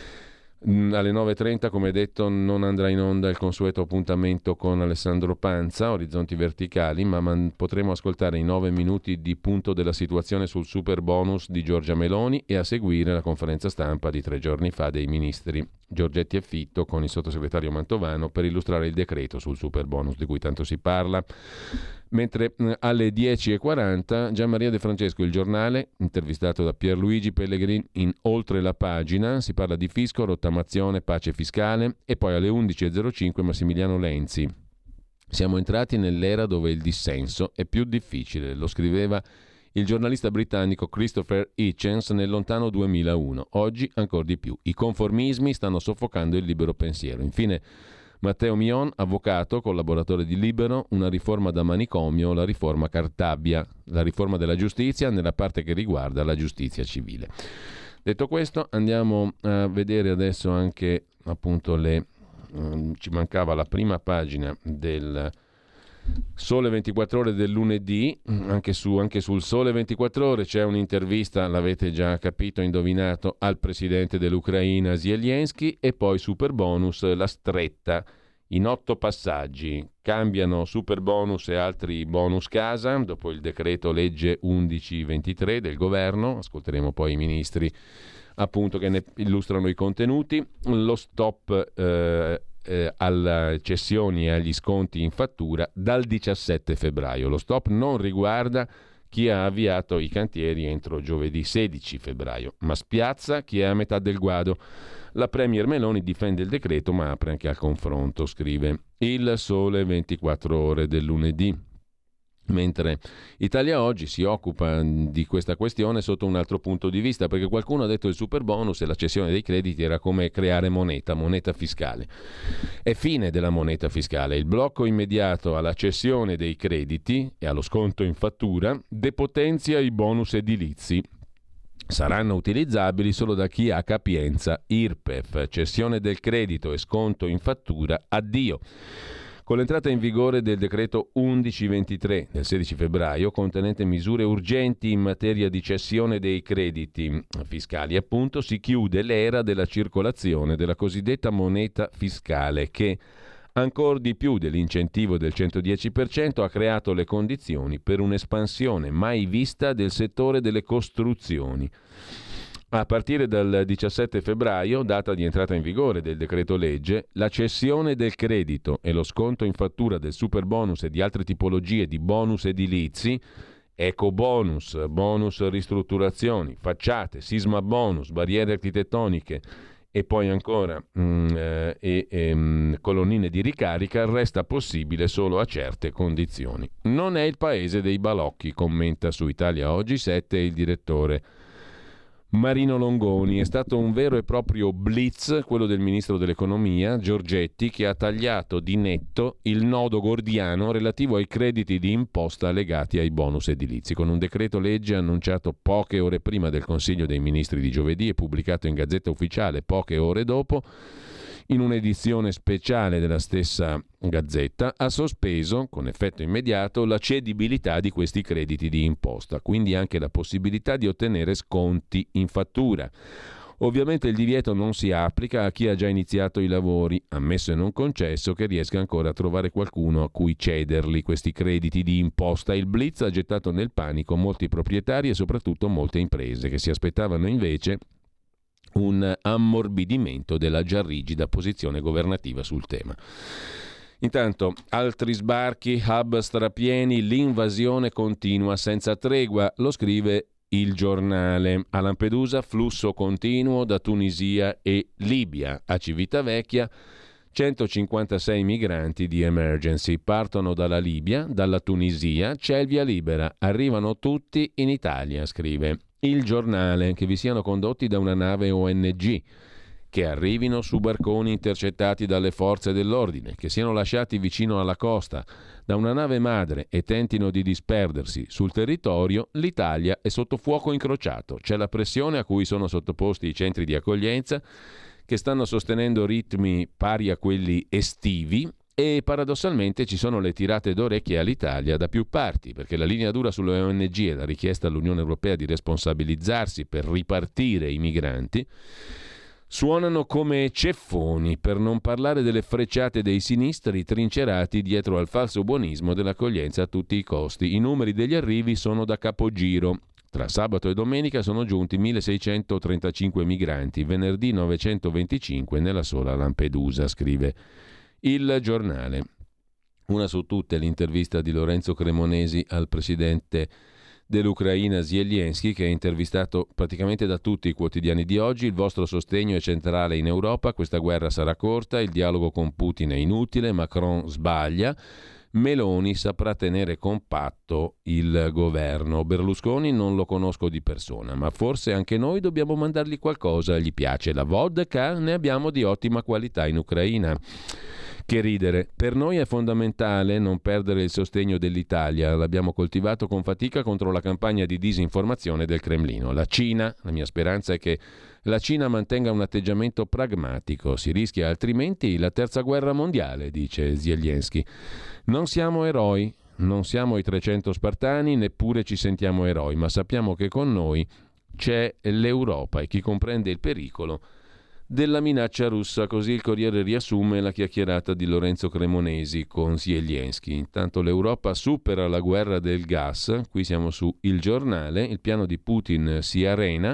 alle nove e trenta, come detto, non andrà in onda il consueto appuntamento con Alessandro Panza, Orizzonti Verticali, ma man- potremo ascoltare i nove minuti di punto della situazione sul super bonus di Giorgia Meloni e a seguire la conferenza stampa di tre giorni fa dei ministri Giorgetti e Fitto con il sottosegretario Mantovano per illustrare il decreto sul super bonus di cui tanto si parla. Mentre alle dieci e quaranta Gianmaria De Francesco, Il Giornale, intervistato da Pierluigi Pellegrini in Oltre la pagina, si parla di fisco, rottamazione, pace fiscale. E poi alle undici e zero cinque Massimiliano Lenzi. Siamo entrati nell'era dove il dissenso è più difficile, lo scriveva il giornalista britannico Christopher Hitchens nel lontano duemilauno. Oggi ancora di più. I conformismi stanno soffocando il libero pensiero. Infine Matteo Mion, avvocato, collaboratore di Libero, una riforma da manicomio, la riforma Cartabia, la riforma della giustizia nella parte che riguarda la giustizia civile. Detto questo, andiamo a vedere adesso anche appunto le... Um, ci mancava la prima pagina del Sole ventiquattro Ore del lunedì. Anche, su, anche sul Sole ventiquattro Ore c'è un'intervista, l'avete già capito, indovinato, al presidente dell'Ucraina Zelensky. E poi super bonus, la stretta in otto passaggi. Cambiano super bonus e altri bonus casa dopo il decreto legge undici ventitré del governo. Ascolteremo poi i ministri appunto che ne illustrano i contenuti. Lo stop eh, eh, alle cessioni e agli sconti in fattura dal diciassette febbraio. Lo stop non riguarda chi ha avviato i cantieri entro giovedì sedici febbraio, ma spiazza chi è a metà del guado. La premier Meloni difende il decreto ma apre anche al confronto, scrive Il Sole ventiquattro Ore del lunedì. Mentre Italia Oggi si occupa di questa questione sotto un altro punto di vista, perché qualcuno ha detto il super bonus e la cessione dei crediti era come creare moneta, moneta fiscale. È fine della moneta fiscale. Il blocco immediato alla cessione dei crediti e allo sconto in fattura depotenzia i bonus edilizi. Saranno utilizzabili solo da chi ha capienza I R P E F, cessione del credito e sconto in fattura, addio. Con l'entrata in vigore del decreto undici ventitré del sedici febbraio, contenente misure urgenti in materia di cessione dei crediti fiscali, appunto, si chiude l'era della circolazione della cosiddetta moneta fiscale che, ancor di più dell'incentivo del centodieci per cento, ha creato le condizioni per un'espansione mai vista del settore delle costruzioni. A partire dal diciassette febbraio, data di entrata in vigore del decreto legge, la cessione del credito e lo sconto in fattura del super bonus e di altre tipologie di bonus edilizi, eco bonus, bonus ristrutturazioni, facciate, sisma bonus, barriere architettoniche e poi ancora mm, eh, e, e, mm, colonnine di ricarica, resta possibile solo a certe condizioni. Non è il paese dei balocchi, commenta su Italia Oggi sette il direttore Marino Longoni. È stato un vero e proprio blitz quello del ministro dell'economia Giorgetti, che ha tagliato di netto il nodo gordiano relativo ai crediti di imposta legati ai bonus edilizi, con un decreto legge annunciato poche ore prima del Consiglio dei Ministri di giovedì e pubblicato in Gazzetta Ufficiale poche ore dopo. In un'edizione speciale della stessa Gazzetta, ha sospeso, con effetto immediato, la cedibilità di questi crediti di imposta, quindi anche la possibilità di ottenere sconti in fattura. Ovviamente il divieto non si applica a chi ha già iniziato i lavori, ammesso e non concesso che riesca ancora a trovare qualcuno a cui cederli questi crediti di imposta. Il blitz ha gettato nel panico molti proprietari e soprattutto molte imprese che si aspettavano invece un ammorbidimento della già rigida posizione governativa sul tema. Intanto, altri sbarchi, hub strapieni, l'invasione continua senza tregua, lo scrive Il Giornale. A Lampedusa flusso continuo da Tunisia e Libia. A Civitavecchia centocinquantasei migranti di emergency partono dalla Libia, dalla Tunisia, c'è il via libera, arrivano tutti in Italia, scrive Il Giornale. Che vi siano condotti da una nave O N G, che arrivino su barconi intercettati dalle forze dell'ordine, che siano lasciati vicino alla costa da una nave madre e tentino di disperdersi sul territorio, l'Italia è sotto fuoco incrociato. C'è la pressione a cui sono sottoposti i centri di accoglienza, che stanno sostenendo ritmi pari a quelli estivi, e paradossalmente ci sono le tirate d'orecchie all'Italia da più parti, perché la linea dura sulle O N G e la richiesta all'Unione Europea di responsabilizzarsi per ripartire i migranti suonano come ceffoni, per non parlare delle frecciate dei sinistri trincerati dietro al falso buonismo dell'accoglienza a tutti i costi. I numeri degli arrivi sono da capogiro. Tra sabato e domenica sono giunti milleseicentotrentacinque migranti, venerdì novecentoventicinque nella sola Lampedusa, scrive Il Giornale. Una su tutte l'intervista di Lorenzo Cremonesi al presidente dell'Ucraina Zelensky, che è intervistato praticamente da tutti i quotidiani di oggi. Il vostro sostegno è centrale in Europa, questa guerra sarà corta, il dialogo con Putin è inutile, Macron sbaglia, Meloni saprà tenere compatto il governo. Berlusconi non lo conosco di persona, ma forse anche noi dobbiamo mandargli qualcosa. Gli piace la vodka? Ne abbiamo di ottima qualità in Ucraina. Che ridere. Per noi è fondamentale non perdere il sostegno dell'Italia. L'abbiamo coltivato con fatica contro la campagna di disinformazione del Cremlino. La Cina, la mia speranza è che la Cina mantenga un atteggiamento pragmatico. Si rischia altrimenti la terza guerra mondiale, dice Zelensky. Non siamo eroi, non siamo i trecento spartani, neppure ci sentiamo eroi, ma sappiamo che con noi c'è l'Europa e chi comprende il pericolo della minaccia russa. Così il Corriere riassume la chiacchierata di Lorenzo Cremonesi con Zelensky. Intanto l'Europa supera la guerra del gas, qui siamo su Il Giornale, il piano di Putin si arena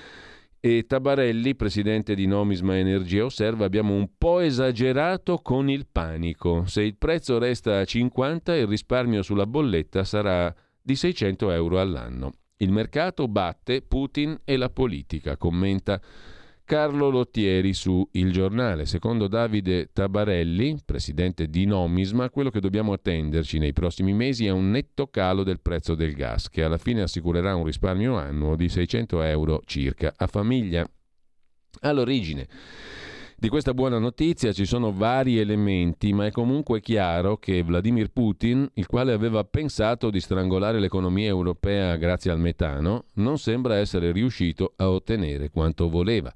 e Tabarelli, presidente di Nomisma Energia, osserva: abbiamo un po' esagerato con il panico, se il prezzo resta a cinquanta il risparmio sulla bolletta sarà di seicento euro all'anno. Il mercato batte Putin e la politica, commenta Carlo Lottieri su Il Giornale. Secondo Davide Tabarelli, presidente di Nomisma, quello che dobbiamo attenderci nei prossimi mesi è un netto calo del prezzo del gas, che alla fine assicurerà un risparmio annuo di seicento euro circa a famiglia. All'origine di questa buona notizia ci sono vari elementi, ma è comunque chiaro che Vladimir Putin, il quale aveva pensato di strangolare l'economia europea grazie al metano, non sembra essere riuscito a ottenere quanto voleva.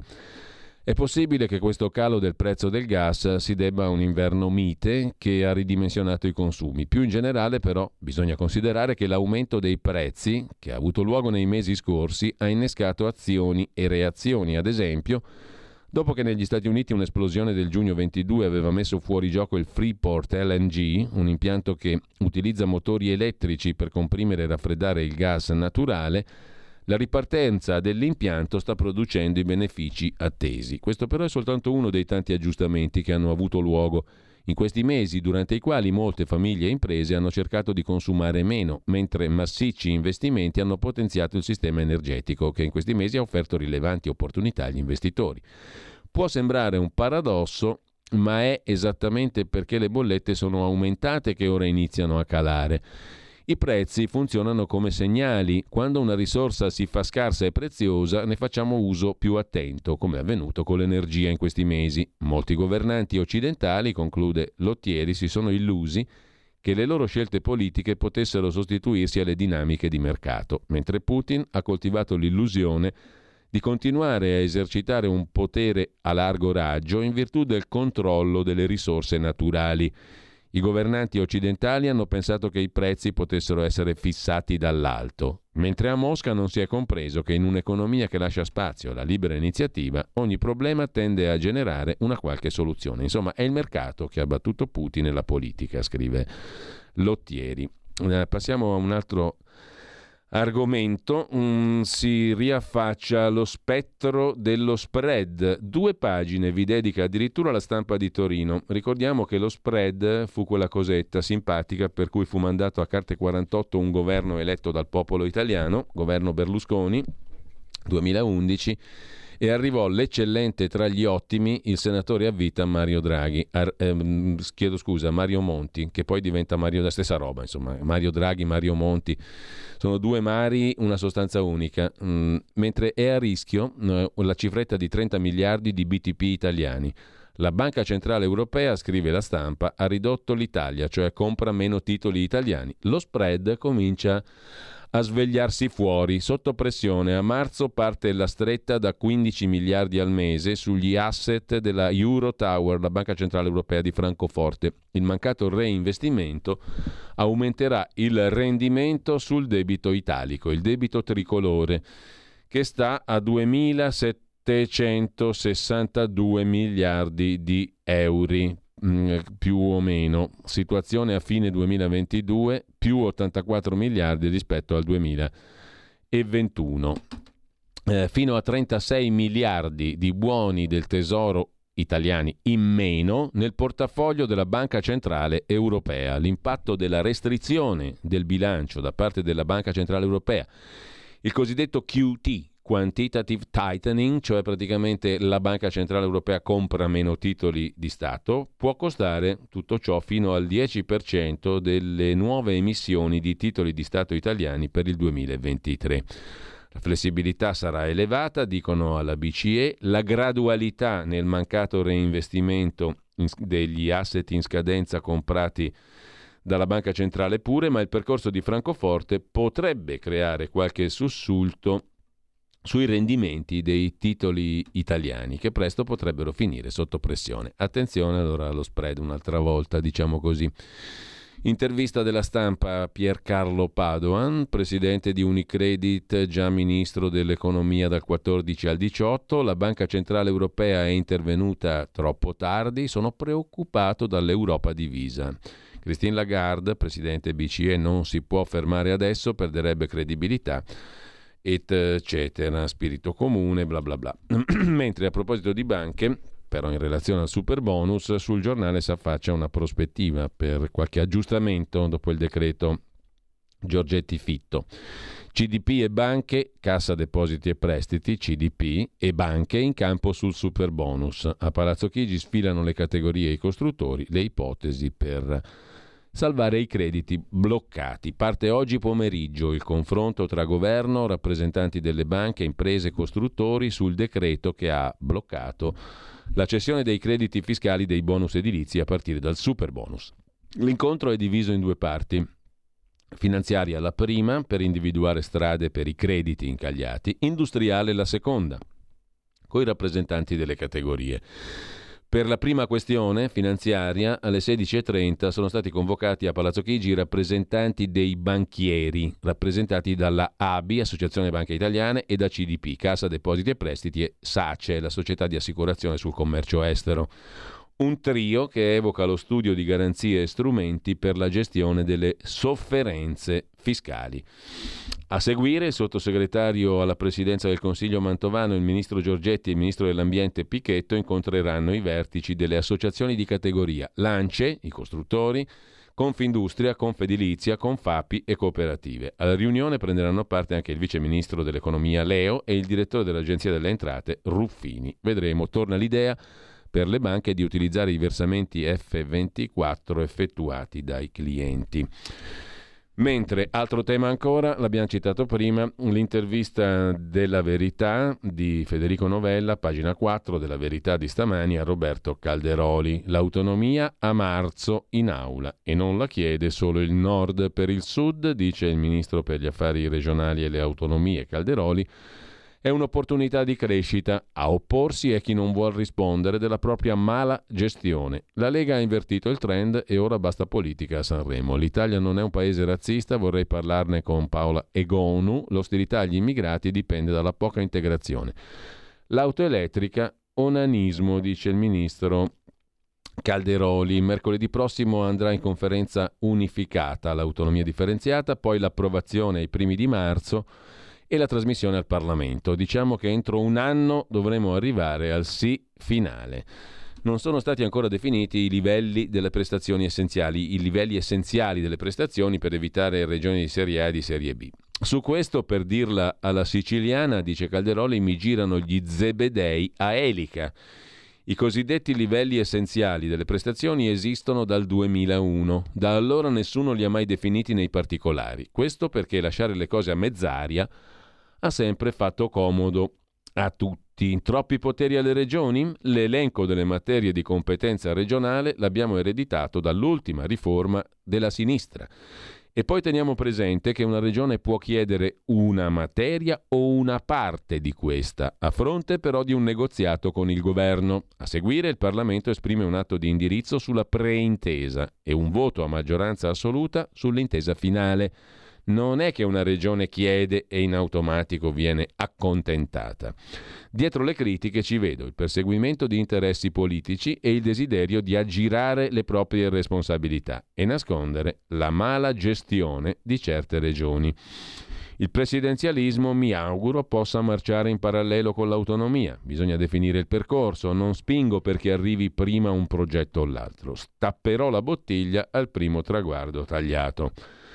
È possibile che questo calo del prezzo del gas si debba a un inverno mite che ha ridimensionato i consumi. Più in generale, però, bisogna considerare che l'aumento dei prezzi, che ha avuto luogo nei mesi scorsi, ha innescato azioni e reazioni. Ad esempio, dopo che negli Stati Uniti un'esplosione del giugno ventidue aveva messo fuori gioco il Freeport L N G, un impianto che utilizza motori elettrici per comprimere e raffreddare il gas naturale, la ripartenza dell'impianto sta producendo i benefici attesi. Questo però è soltanto uno dei tanti aggiustamenti che hanno avuto luogo in questi mesi, durante i quali molte famiglie e imprese hanno cercato di consumare meno, mentre massicci investimenti hanno potenziato il sistema energetico, che in questi mesi ha offerto rilevanti opportunità agli investitori. Può sembrare un paradosso, ma è esattamente perché le bollette sono aumentate che ora iniziano a calare. I prezzi funzionano come segnali. Quando una risorsa si fa scarsa e preziosa, ne facciamo uso più attento, come è avvenuto con l'energia in questi mesi. Molti governanti occidentali, conclude Lottieri, si sono illusi che le loro scelte politiche potessero sostituirsi alle dinamiche di mercato, mentre Putin ha coltivato l'illusione di continuare a esercitare un potere a largo raggio in virtù del controllo delle risorse naturali. I governanti occidentali hanno pensato che i prezzi potessero essere fissati dall'alto, mentre a Mosca non si è compreso che in un'economia che lascia spazio alla libera iniziativa, ogni problema tende a generare una qualche soluzione. Insomma, è il mercato che ha battuto Putin e la politica, scrive Lottieri. Eh, passiamo a un altro argomento. Mm, si riaffaccia allo spettro dello spread. Due pagine vi dedica addirittura La Stampa di Torino. Ricordiamo che lo spread fu quella cosetta simpatica per cui fu mandato a carte quarantotto un governo eletto dal popolo italiano, governo Berlusconi, duemilaundici, e arrivò l'eccellente tra gli ottimi il senatore a vita Mario Draghi, ar, ehm, chiedo scusa, Mario Monti, che poi diventa Mario, la stessa roba, insomma, Mario Draghi, Mario Monti, sono due mari, una sostanza unica, mm, mentre è a rischio eh, la cifretta di trenta miliardi di B T P italiani. La Banca Centrale Europea, scrive La Stampa, ha ridotto l'Italia, cioè compra meno titoli italiani. Lo spread comincia a svegliarsi fuori, sotto pressione. A marzo parte la stretta da quindici miliardi al mese sugli asset della Eurotower, la Banca Centrale Europea di Francoforte. Il mancato reinvestimento aumenterà il rendimento sul debito italico, il debito tricolore, che sta a duemilasettecentosessantadue miliardi di euro. Più o meno, situazione a fine duemilaventidue, più ottantaquattro miliardi rispetto al duemilaventuno, eh, fino a trentasei miliardi di buoni del tesoro italiani in meno nel portafoglio della Banca Centrale Europea. L'impatto della restrizione del bilancio da parte della Banca Centrale Europea, il cosiddetto Q T, Quantitative Tightening, cioè praticamente la Banca Centrale Europea compra meno titoli di Stato, può costare tutto ciò fino al dieci per cento delle nuove emissioni di titoli di Stato italiani per il duemilaventitré. La flessibilità sarà elevata, dicono alla B C E, la gradualità nel mancato reinvestimento degli asset in scadenza comprati dalla Banca Centrale pure, ma il percorso di Francoforte potrebbe creare qualche sussulto sui rendimenti dei titoli italiani, che presto potrebbero finire sotto pressione. Attenzione allora allo spread un'altra volta, diciamo così. Intervista della Stampa a Piercarlo Padoan, presidente di Unicredit, già ministro dell'economia dal quattordici al diciotto. La Banca Centrale Europea è intervenuta troppo tardi, sono preoccupato dall'Europa divisa. Christine Lagarde, presidente B C E, non si può fermare adesso, perderebbe credibilità, eccetera, spirito comune, bla bla bla. Mentre a proposito di banche, però in relazione al super bonus, sul giornale si affaccia una prospettiva per qualche aggiustamento dopo il decreto Giorgetti Fitto. C D P e banche, Cassa Depositi e Prestiti, C D P, e banche in campo sul superbonus. A Palazzo Chigi sfilano le categorie e i costruttori, le ipotesi per salvare i crediti bloccati. Parte oggi pomeriggio il confronto tra governo, rappresentanti delle banche, imprese e costruttori sul decreto che ha bloccato la cessione dei crediti fiscali dei bonus edilizi a partire dal superbonus. L'incontro è diviso in due parti. Finanziaria la prima, per individuare strade per i crediti incagliati, industriale la seconda, coi rappresentanti delle categorie. Per la prima questione, finanziaria, alle sedici e trenta sono stati convocati a Palazzo Chigi i rappresentanti dei banchieri, rappresentati dalla A B I, Associazione Banche Italiane, e da C D P, Cassa Depositi e Prestiti, e SACE, la Società di Assicurazione sul Commercio Estero. Un trio che evoca lo studio di garanzie e strumenti per la gestione delle sofferenze fiscali. A seguire il sottosegretario alla presidenza del Consiglio Mantovano, il ministro Giorgetti e il ministro dell'Ambiente Pichetto incontreranno i vertici delle associazioni di categoria, l'ANCE, i costruttori, Confindustria, Confedilizia, Confapi e cooperative. Alla riunione prenderanno parte anche il vice ministro dell'Economia Leo e il direttore dell'Agenzia delle Entrate Ruffini. Vedremo, torna l'idea per le banche di utilizzare i versamenti F ventiquattro effettuati dai clienti. Mentre, altro tema ancora, l'abbiamo citato prima, l'intervista della Verità di Federico Novella, pagina quattro della Verità di stamani, a Roberto Calderoli. L'autonomia a marzo in aula e non la chiede solo il Nord per il Sud, dice il ministro per gli affari regionali e le autonomie Calderoli. È un'opportunità di crescita. A opporsi è chi non vuol rispondere della propria mala gestione. La Lega ha invertito il trend e ora basta politica a Sanremo. L'Italia non è un paese razzista, vorrei parlarne con Paola Egonu. L'ostilità agli immigrati dipende dalla poca integrazione. L'auto elettrica, onanismo, dice il ministro Calderoli. Mercoledì prossimo andrà in conferenza unificata l'autonomia differenziata, poi l'approvazione ai primi di marzo e la trasmissione al Parlamento. Diciamo che entro un anno dovremo arrivare al sì finale. Non sono stati ancora definiti i livelli delle prestazioni essenziali, i livelli essenziali delle prestazioni per evitare regioni di serie A e di serie B. Su questo, per dirla alla siciliana, dice Calderoli, mi girano gli zebedei a elica. I cosiddetti livelli essenziali delle prestazioni esistono dal duemilauno. Da allora nessuno li ha mai definiti nei particolari. Questo perché lasciare le cose a mezz'aria ha sempre fatto comodo a tutti. Troppi poteri alle regioni? L'elenco delle materie di competenza regionale l'abbiamo ereditato dall'ultima riforma della sinistra. E poi teniamo presente che una regione può chiedere una materia o una parte di questa, a fronte però di un negoziato con il governo. A seguire il Parlamento esprime un atto di indirizzo sulla preintesa e un voto a maggioranza assoluta sull'intesa finale. Non è che una regione chiede e in automatico viene accontentata. Dietro le critiche ci vedo il perseguimento di interessi politici e il desiderio di aggirare le proprie responsabilità e nascondere la mala gestione di certe regioni. Il presidenzialismo, mi auguro, possa marciare in parallelo con l'autonomia. Bisogna definire il percorso, non spingo perché arrivi prima un progetto o l'altro. Stapperò la bottiglia al primo traguardo tagliato.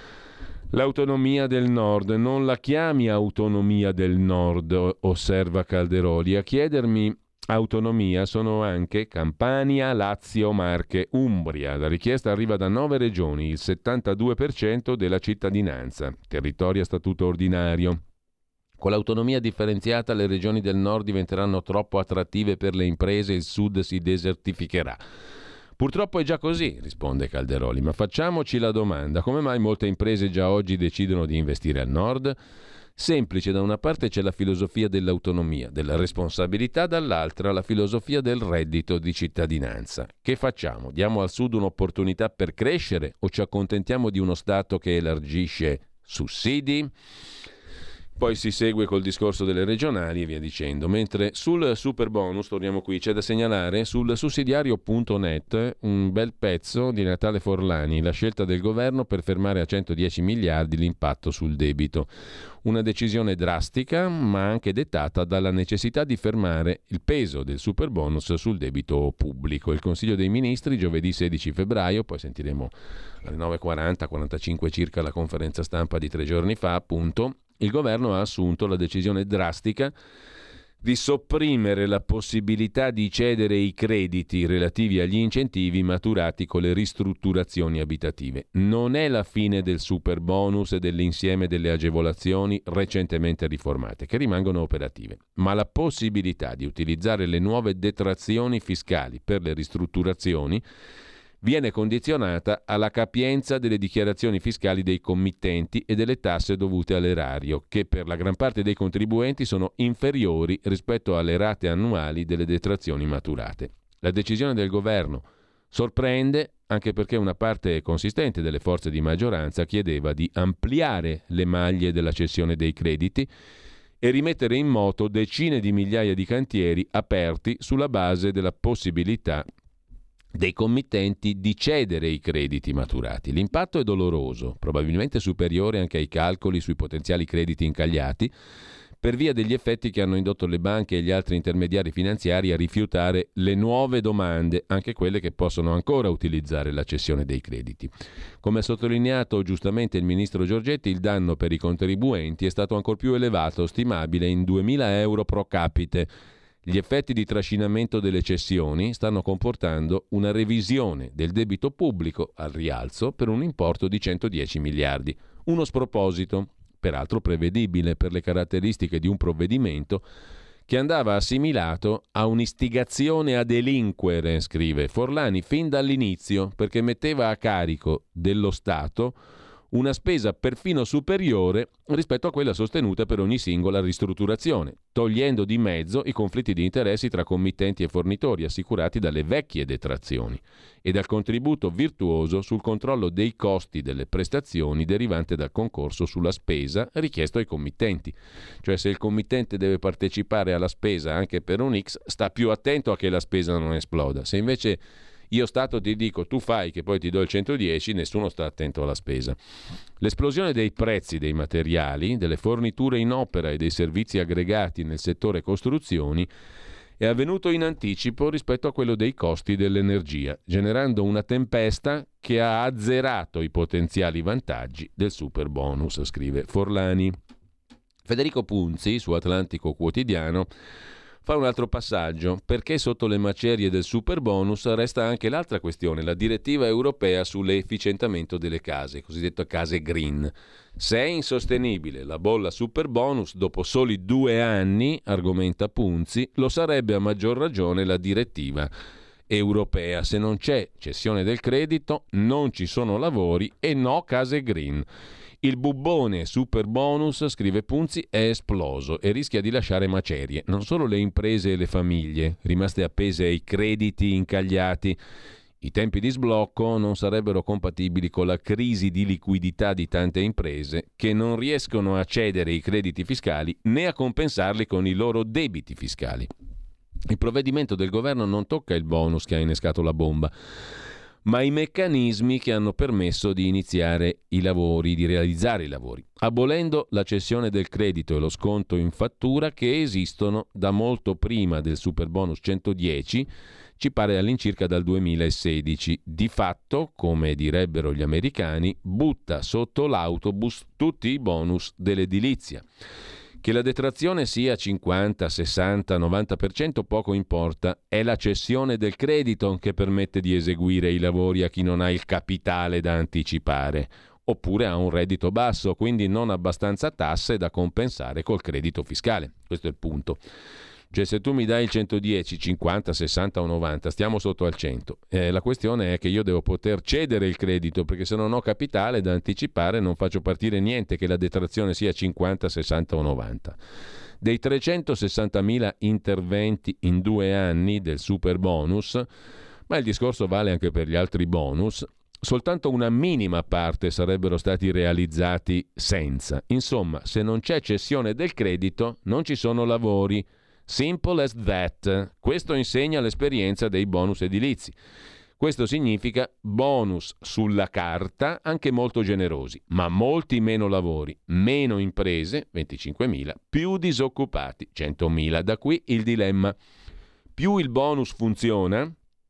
L'autonomia del Nord, non la chiami autonomia del Nord, osserva Calderoli. A chiedermi autonomia sono anche Campania, Lazio, Marche, Umbria. La richiesta arriva da nove regioni, il settantadue per cento della cittadinanza, territori a statuto ordinario. Con l'autonomia differenziata le regioni del Nord diventeranno troppo attrattive per le imprese e il Sud si desertificherà. Purtroppo è già così, risponde Calderoli, ma facciamoci la domanda: come mai molte imprese già oggi decidono di investire al Nord? Semplice, da una parte c'è la filosofia dell'autonomia, della responsabilità, dall'altra la filosofia del reddito di cittadinanza. Che facciamo? Diamo al Sud un'opportunità per crescere o ci accontentiamo di uno Stato che elargisce sussidi? poi si segue col discorso delle regionali e via dicendo. Mentre sul super bonus, torniamo qui, c'è da segnalare sul sussidiario punto net un bel pezzo di Natale Forlani, la scelta del governo per fermare a centodieci miliardi l'impatto sul debito. Una decisione drastica, ma anche dettata dalla necessità di fermare il peso del super bonus sul debito pubblico. Il Consiglio dei Ministri giovedì sedici febbraio, poi sentiremo alle nove e quaranta, quarantacinque circa la conferenza stampa di tre giorni fa, appunto, il governo ha assunto la decisione drastica di sopprimere la possibilità di cedere i crediti relativi agli incentivi maturati con le ristrutturazioni abitative. Non è la fine del super bonus e dell'insieme delle agevolazioni recentemente riformate, che rimangono operative, ma la possibilità di utilizzare le nuove detrazioni fiscali per le ristrutturazioni viene condizionata alla capienza delle dichiarazioni fiscali dei committenti e delle tasse dovute all'erario, che per la gran parte dei contribuenti sono inferiori rispetto alle rate annuali delle detrazioni maturate. La decisione del governo sorprende anche perché una parte consistente delle forze di maggioranza chiedeva di ampliare le maglie della cessione dei crediti e rimettere in moto decine di migliaia di cantieri aperti sulla base della possibilità dei committenti di cedere i crediti maturati. L'impatto è doloroso, probabilmente superiore anche ai calcoli sui potenziali crediti incagliati, per via degli effetti che hanno indotto le banche e gli altri intermediari finanziari a rifiutare le nuove domande, anche quelle che possono ancora utilizzare la cessione dei crediti. Come ha sottolineato giustamente il ministro Giorgetti, il danno per i contribuenti è stato ancor più elevato, stimabile in duemila euro pro capite. Gli effetti di trascinamento delle cessioni stanno comportando una revisione del debito pubblico al rialzo per un importo di centodieci miliardi. Uno sproposito, peraltro prevedibile per le caratteristiche di un provvedimento che andava assimilato a un'istigazione a delinquere, scrive Forlani, fin dall'inizio, perché metteva a carico dello Stato una spesa perfino superiore rispetto a quella sostenuta per ogni singola ristrutturazione, togliendo di mezzo i conflitti di interessi tra committenti e fornitori assicurati dalle vecchie detrazioni e dal contributo virtuoso sul controllo dei costi delle prestazioni derivante dal concorso sulla spesa richiesto ai committenti. Cioè, se il committente deve partecipare alla spesa anche per un X, sta più attento a che la spesa non esploda. Se invece io Stato ti dico tu fai che poi ti do il centodieci, nessuno sta attento alla spesa. L'esplosione dei prezzi dei materiali, delle forniture in opera e dei servizi aggregati nel settore costruzioni è avvenuto in anticipo rispetto a quello dei costi dell'energia, generando una tempesta che ha azzerato i potenziali vantaggi del super bonus, scrive Forlani. Federico Punzi, su Atlantico Quotidiano, fa un altro passaggio, perché sotto le macerie del super bonus resta anche l'altra questione, la direttiva europea sull'efficientamento delle case, cosiddetta case green. Se è insostenibile la bolla super bonus, dopo soli due anni, argomenta Punzi, lo sarebbe a maggior ragione la direttiva europea. Se non c'è cessione del credito, non ci sono lavori e no case green. Il bubbone super bonus, scrive Punzi, è esploso e rischia di lasciare macerie. Non solo le imprese e le famiglie, rimaste appese ai crediti incagliati. I tempi di sblocco non sarebbero compatibili con la crisi di liquidità di tante imprese che non riescono a cedere i crediti fiscali né a compensarli con i loro debiti fiscali. Il provvedimento del governo non tocca il bonus che ha innescato la bomba, ma i meccanismi che hanno permesso di iniziare i lavori, di realizzare i lavori, abolendo la cessione del credito e lo sconto in fattura che esistono da molto prima del superbonus centodieci, ci pare all'incirca dal duemilasedici. Di fatto, come direbbero gli americani, butta sotto l'autobus tutti i bonus dell'edilizia. Che la detrazione sia cinquanta, sessanta, novanta per cento poco importa, è la cessione del credito che permette di eseguire i lavori a chi non ha il capitale da anticipare, oppure ha un reddito basso, quindi non abbastanza tasse da compensare col credito fiscale. Questo è il punto. Cioè, se tu mi dai il centodieci, cinquanta, sessanta o novanta, stiamo sotto al cento. Eh, la questione è che io devo poter cedere il credito, perché se non ho capitale da anticipare non faccio partire niente, che la detrazione sia cinquanta, sessanta o novanta. Dei trecentosessantamila interventi in due anni del super bonus, ma il discorso vale anche per gli altri bonus, soltanto una minima parte sarebbero stati realizzati senza. Insomma, se non c'è cessione del credito, non ci sono lavori. Simple as that. Questo insegna l'esperienza dei bonus edilizi. Questo significa bonus sulla carta, anche molto generosi, ma molti meno lavori, meno imprese, venticinquemila, più disoccupati, centomila. Da qui il dilemma. Più il bonus funziona,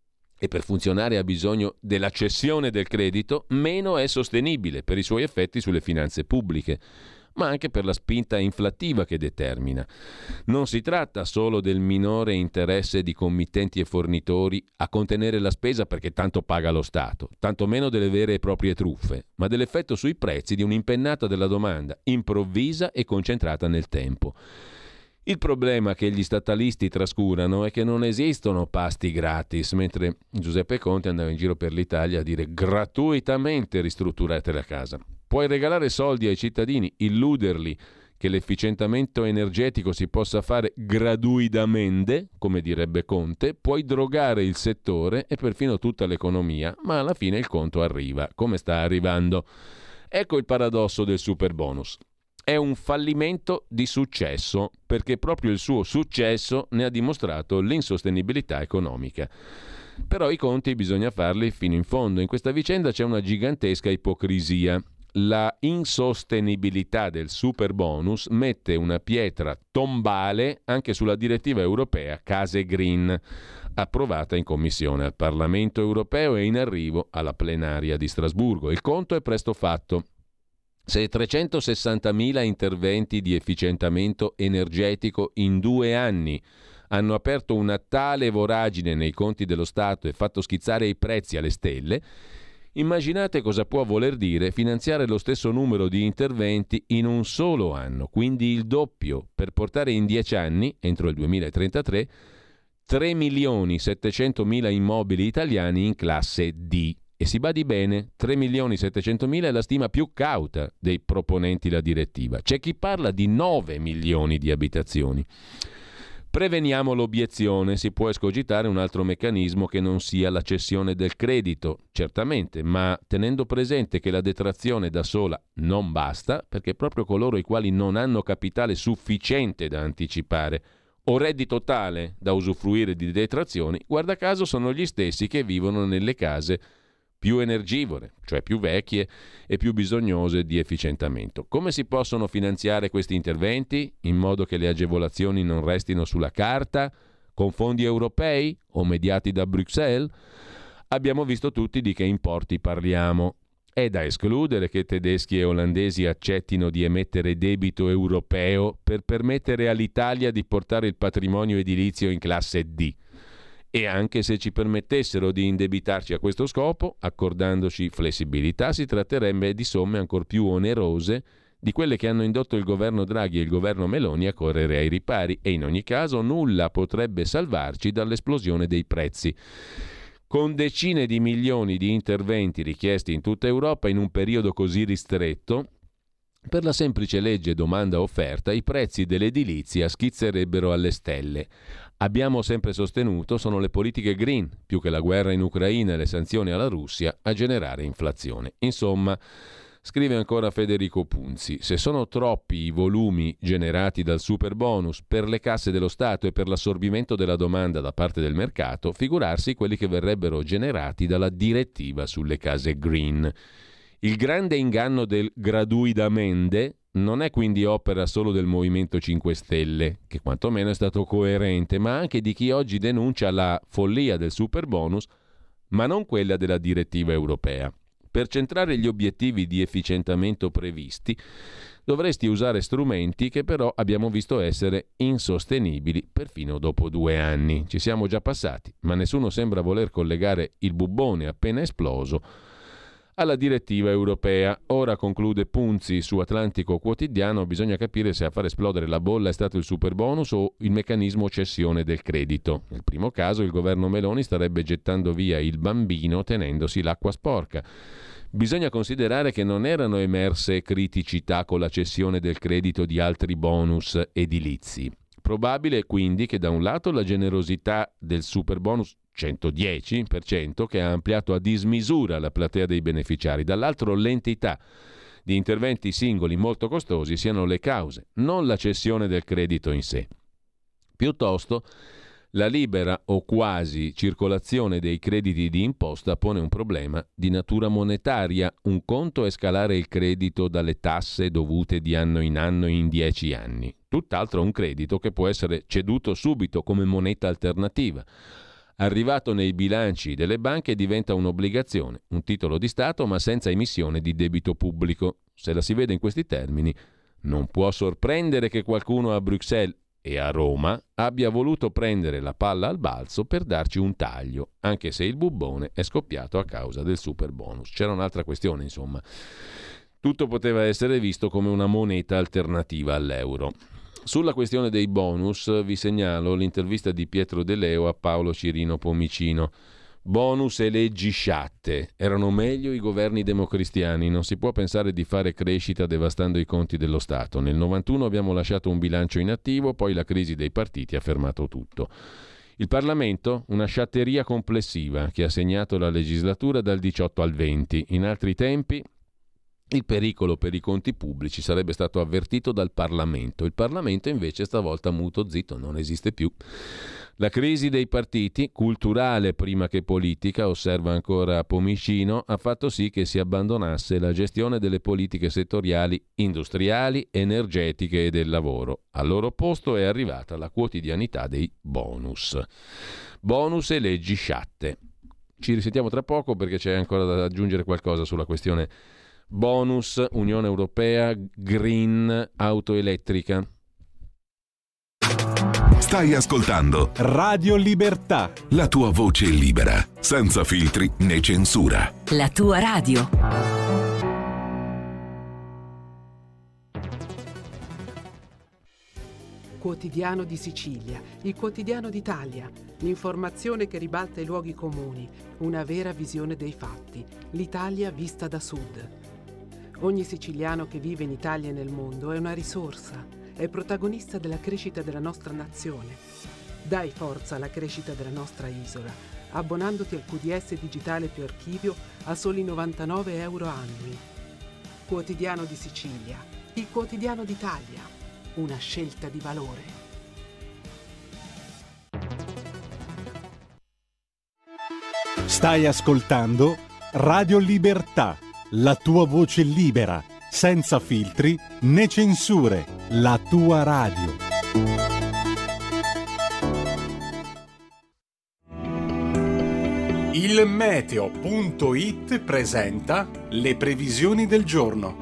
e per funzionare ha bisogno della cessione del credito, meno è sostenibile per i suoi effetti sulle finanze pubbliche, ma anche per la spinta inflattiva che determina. Non si tratta solo del minore interesse di committenti e fornitori a contenere la spesa perché tanto paga lo Stato, tanto meno delle vere e proprie truffe, ma dell'effetto sui prezzi di un'impennata della domanda improvvisa e concentrata nel tempo. Il problema che gli statalisti trascurano è che non esistono pasti gratis, mentre Giuseppe Conte andava in giro per l'Italia a dire gratuitamente ristrutturate la casa. Puoi regalare soldi ai cittadini, illuderli che l'efficientamento energetico si possa fare gratuitamente, come direbbe Conte, puoi drogare il settore e perfino tutta l'economia, ma alla fine il conto arriva, come sta arrivando. Ecco il paradosso del superbonus. È un fallimento di successo, perché proprio il suo successo ne ha dimostrato l'insostenibilità economica. Però i conti bisogna farli fino in fondo. In questa vicenda c'è una gigantesca ipocrisia. La insostenibilità del superbonus mette una pietra tombale anche sulla direttiva europea Case Green, approvata in commissione al Parlamento europeo e in arrivo alla plenaria di Strasburgo. Il conto è presto fatto. Se trecentosessantamila interventi di efficientamento energetico in due anni hanno aperto una tale voragine nei conti dello Stato e fatto schizzare i prezzi alle stelle, immaginate cosa può voler dire finanziare lo stesso numero di interventi in un solo anno, quindi il doppio, per portare in dieci anni, entro il duemilatrentatré, tre milioni settecentomila immobili italiani in classe D. E si badi bene, tre milioni settecentomila è la stima più cauta dei proponenti la direttiva. C'è chi parla di nove milioni di abitazioni. Preveniamo l'obiezione, si può escogitare un altro meccanismo che non sia la cessione del credito, certamente, ma tenendo presente che la detrazione da sola non basta, perché proprio coloro i quali non hanno capitale sufficiente da anticipare o reddito tale da usufruire di detrazioni, guarda caso sono gli stessi che vivono nelle case più energivore, cioè più vecchie e più bisognose di efficientamento. Come si possono finanziare questi interventi in modo che le agevolazioni non restino sulla carta, con fondi europei o mediati da Bruxelles? Abbiamo visto tutti di che importi parliamo. È da escludere che tedeschi e olandesi accettino di emettere debito europeo per permettere all'Italia di portare il patrimonio edilizio in classe D. E anche se ci permettessero di indebitarci a questo scopo, accordandoci flessibilità, si tratterebbe di somme ancor più onerose di quelle che hanno indotto il governo Draghi e il governo Meloni a correre ai ripari, e in ogni caso nulla potrebbe salvarci dall'esplosione dei prezzi. Con decine di milioni di interventi richiesti in tutta Europa in un periodo così ristretto, per la semplice legge domanda-offerta, i prezzi dell'edilizia schizzerebbero alle stelle. Abbiamo sempre sostenuto sono le politiche green, più che la guerra in Ucraina e le sanzioni alla Russia, a generare inflazione. Insomma, scrive ancora Federico Punzi, se sono troppi i volumi generati dal superbonus per le casse dello Stato e per l'assorbimento della domanda da parte del mercato, figurarsi quelli che verrebbero generati dalla direttiva sulle case green. Il grande inganno del gratuitamente non è quindi opera solo del Movimento cinque Stelle, che quantomeno è stato coerente, ma anche di chi oggi denuncia la follia del superbonus, ma non quella della direttiva europea. Per centrare gli obiettivi di efficientamento previsti, dovresti usare strumenti che però abbiamo visto essere insostenibili perfino dopo due anni. Ci siamo già passati, ma nessuno sembra voler collegare il bubbone appena esploso alla direttiva europea. Ora, conclude Punzi su Atlantico Quotidiano, bisogna capire se a far esplodere la bolla è stato il superbonus o il meccanismo cessione del credito. Nel primo caso il governo Meloni starebbe gettando via il bambino tenendosi l'acqua sporca. Bisogna considerare che non erano emerse criticità con la cessione del credito di altri bonus edilizi. Probabile quindi che da un lato la generosità del superbonus centodieci per cento, che ha ampliato a dismisura la platea dei beneficiari. Dall'altro l'entità di interventi singoli molto costosi siano le cause, non la cessione del credito in sé. Piuttosto, la libera o quasi circolazione dei crediti di imposta pone un problema di natura monetaria. Un conto è scalare il credito dalle tasse dovute di anno in anno in dieci anni. Tutt'altro un credito che può essere ceduto subito come moneta alternativa. Arrivato nei bilanci delle banche diventa un'obbligazione, un titolo di Stato ma senza emissione di debito pubblico. Se la si vede in questi termini, non può sorprendere che qualcuno a Bruxelles e a Roma abbia voluto prendere la palla al balzo per darci un taglio, anche se il bubbone è scoppiato a causa del super bonus. C'era un'altra questione, insomma. Tutto poteva essere visto come una moneta alternativa all'euro. Sulla questione dei bonus vi segnalo l'intervista di Pietro De Leo a Paolo Cirino Pomicino. Bonus e leggi sciatte. Erano meglio i governi democristiani. Non si può pensare di fare crescita devastando i conti dello Stato. Nel novantuno abbiamo lasciato un bilancio inattivo, poi la crisi dei partiti ha fermato tutto. Il Parlamento? Una sciatteria complessiva che ha segnato la legislatura dal diciotto al venti. In altri tempi il pericolo per i conti pubblici sarebbe stato avvertito dal Parlamento. Il Parlamento invece stavolta muto, zitto, non esiste più. La crisi dei partiti, culturale prima che politica, osserva ancora Pomicino, ha fatto sì che si abbandonasse la gestione delle politiche settoriali industriali, energetiche e del lavoro. Al loro posto è arrivata la quotidianità dei bonus. Bonus e leggi sciatte. Ci risentiamo tra poco perché c'è ancora da aggiungere qualcosa sulla questione bonus, Unione Europea, green, auto elettrica.
Stai ascoltando
Radio Libertà.
la tua voce libera, senza filtri né censura.
La tua radio.
Quotidiano di Sicilia, il quotidiano d'Italia, l'informazione che ribalta i luoghi comuni, una vera visione dei fatti, l'Italia vista da sud. Ogni siciliano che vive in Italia e nel mondo è una risorsa, è protagonista della crescita della nostra nazione. Dai forza alla crescita della nostra isola, abbonandoti al Q D S digitale più archivio a soli novantanove euro annui. Quotidiano di Sicilia, il quotidiano d'Italia, una scelta di valore.
Stai ascoltando Radio Libertà, la tua voce libera, senza filtri né censure, la tua radio. Il meteo punto it presenta le previsioni del giorno.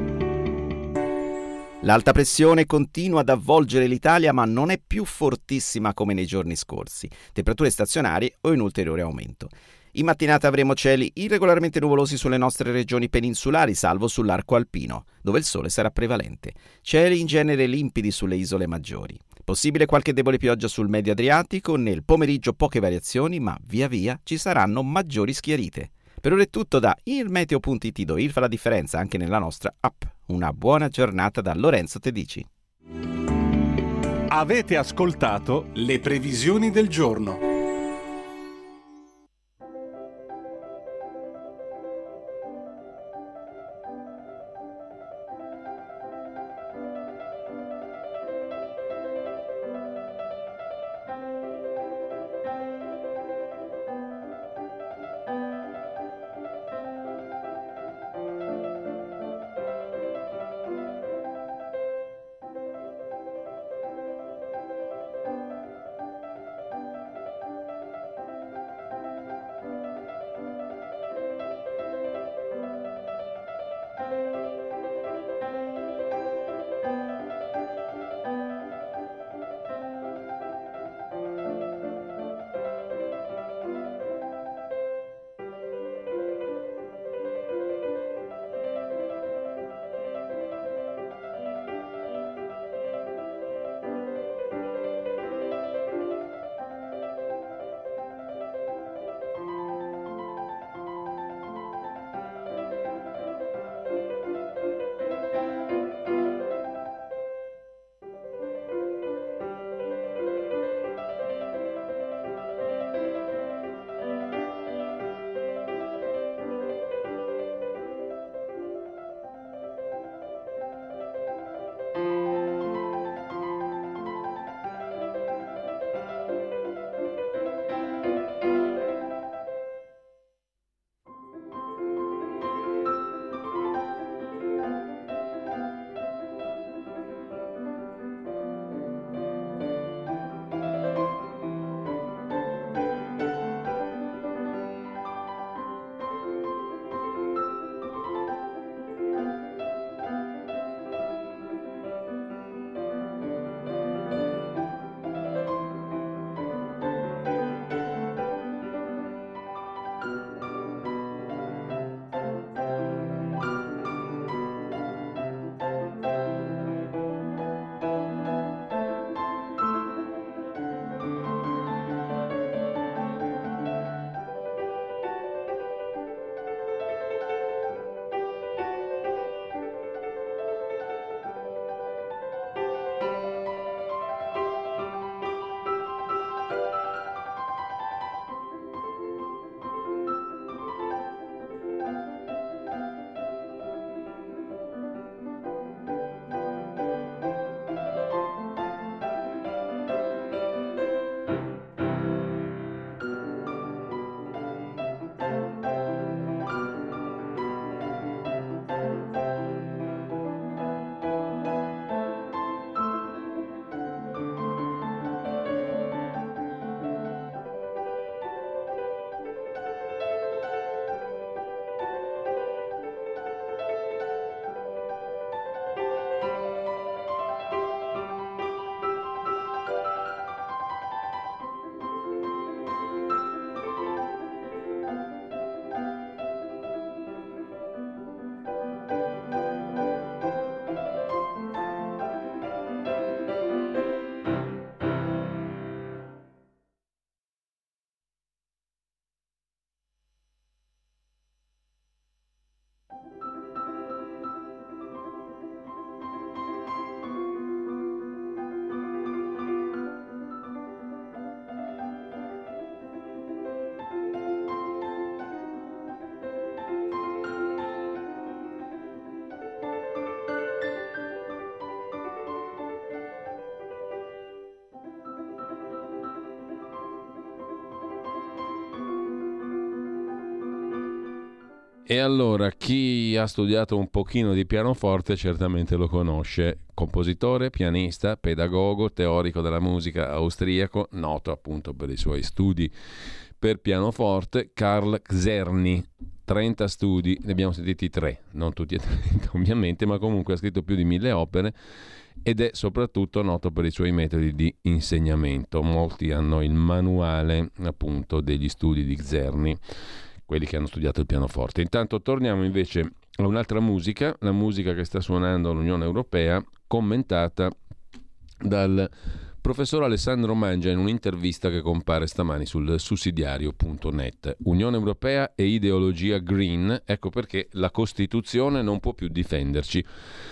L'alta pressione continua ad avvolgere l'Italia, ma non è più fortissima come nei giorni scorsi. Temperature stazionarie o in ulteriore aumento. In mattinata avremo cieli irregolarmente nuvolosi sulle nostre regioni peninsulari, salvo sull'arco alpino, dove il sole sarà prevalente. Cieli in genere limpidi sulle isole maggiori. Possibile qualche debole pioggia sul medio Adriatico, nel pomeriggio poche variazioni, ma via via ci saranno maggiori schiarite. Per ora è tutto da ilmeteo punto it, dove il fa la differenza anche nella nostra app. Una buona giornata da Lorenzo Tedici.
Avete ascoltato le previsioni del giorno.
E allora, chi ha studiato un pochino di pianoforte certamente lo conosce. Compositore, pianista, pedagogo, teorico della musica austriaco, noto appunto per i suoi studi per pianoforte, Carl Czerny. trenta studi, ne abbiamo sentiti tre, non tutti e trenta ovviamente, ma comunque ha scritto più di mille opere ed è soprattutto noto per i suoi metodi di insegnamento. Molti hanno il manuale appunto degli studi di Czerny, quelli che hanno studiato il pianoforte. Intanto torniamo invece a un'altra musica, la musica che sta suonando l'Unione Europea, commentata dal professor Alessandro Mangia in un'intervista che compare stamani sul sussidiario punto net. Unione Europea e ideologia green, ecco perché la Costituzione non può più difenderci.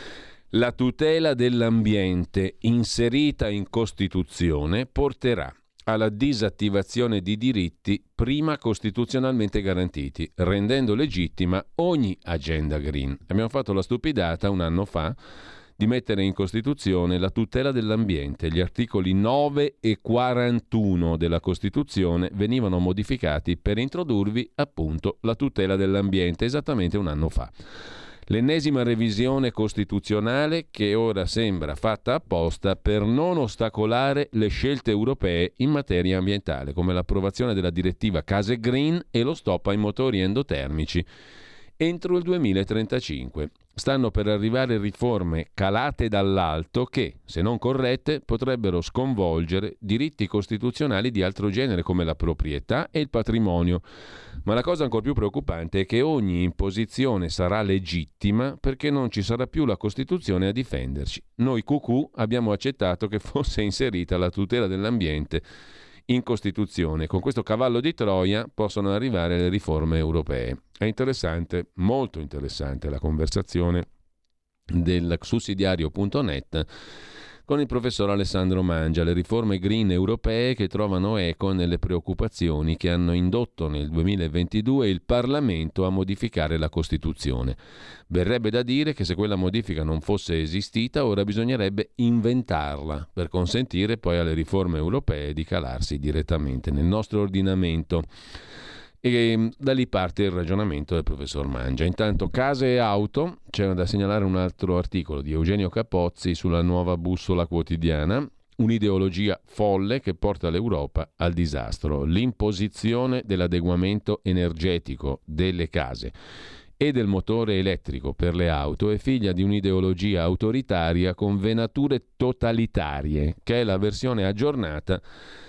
La tutela dell'ambiente inserita in Costituzione porterà alla disattivazione di diritti prima costituzionalmente garantiti, rendendo legittima ogni agenda green. Abbiamo fatto la stupidata un anno fa di mettere in Costituzione la tutela dell'ambiente. Gli articoli nove e quarantuno della Costituzione venivano modificati per introdurvi appunto la tutela dell'ambiente esattamente un anno fa. L'ennesima revisione costituzionale che ora sembra fatta apposta per non ostacolare le scelte europee in materia ambientale, come l'approvazione della direttiva Case Green e lo stop ai motori endotermici entro il duemilatrentacinque. Stanno per arrivare riforme calate dall'alto che, se non corrette, potrebbero sconvolgere diritti costituzionali di altro genere come la proprietà e il patrimonio. Ma la cosa ancora più preoccupante è che ogni imposizione sarà legittima perché non ci sarà più la Costituzione a difenderci. Noi Q Q abbiamo accettato che fosse inserita la tutela dell'ambiente in Costituzione. Con questo cavallo di Troia possono arrivare le riforme europee. È interessante, molto interessante la conversazione del sussidiario punto net con il professor Alessandro Mangia, le riforme green europee che trovano eco nelle preoccupazioni che hanno indotto nel duemilaventidue il Parlamento a modificare la Costituzione. Verrebbe da dire che se quella modifica non fosse esistita, ora bisognerebbe inventarla per consentire poi alle riforme europee di calarsi direttamente nel nostro ordinamento. E da lì parte il ragionamento del professor Mangia. Intanto case e auto, c'è da segnalare un altro articolo di Eugenio Capozzi sulla Nuova Bussola Quotidiana, un'ideologia folle che porta l'Europa al disastro, l'imposizione dell'adeguamento energetico delle case e del motore elettrico per le auto è figlia di un'ideologia autoritaria con venature totalitarie, che è la versione aggiornata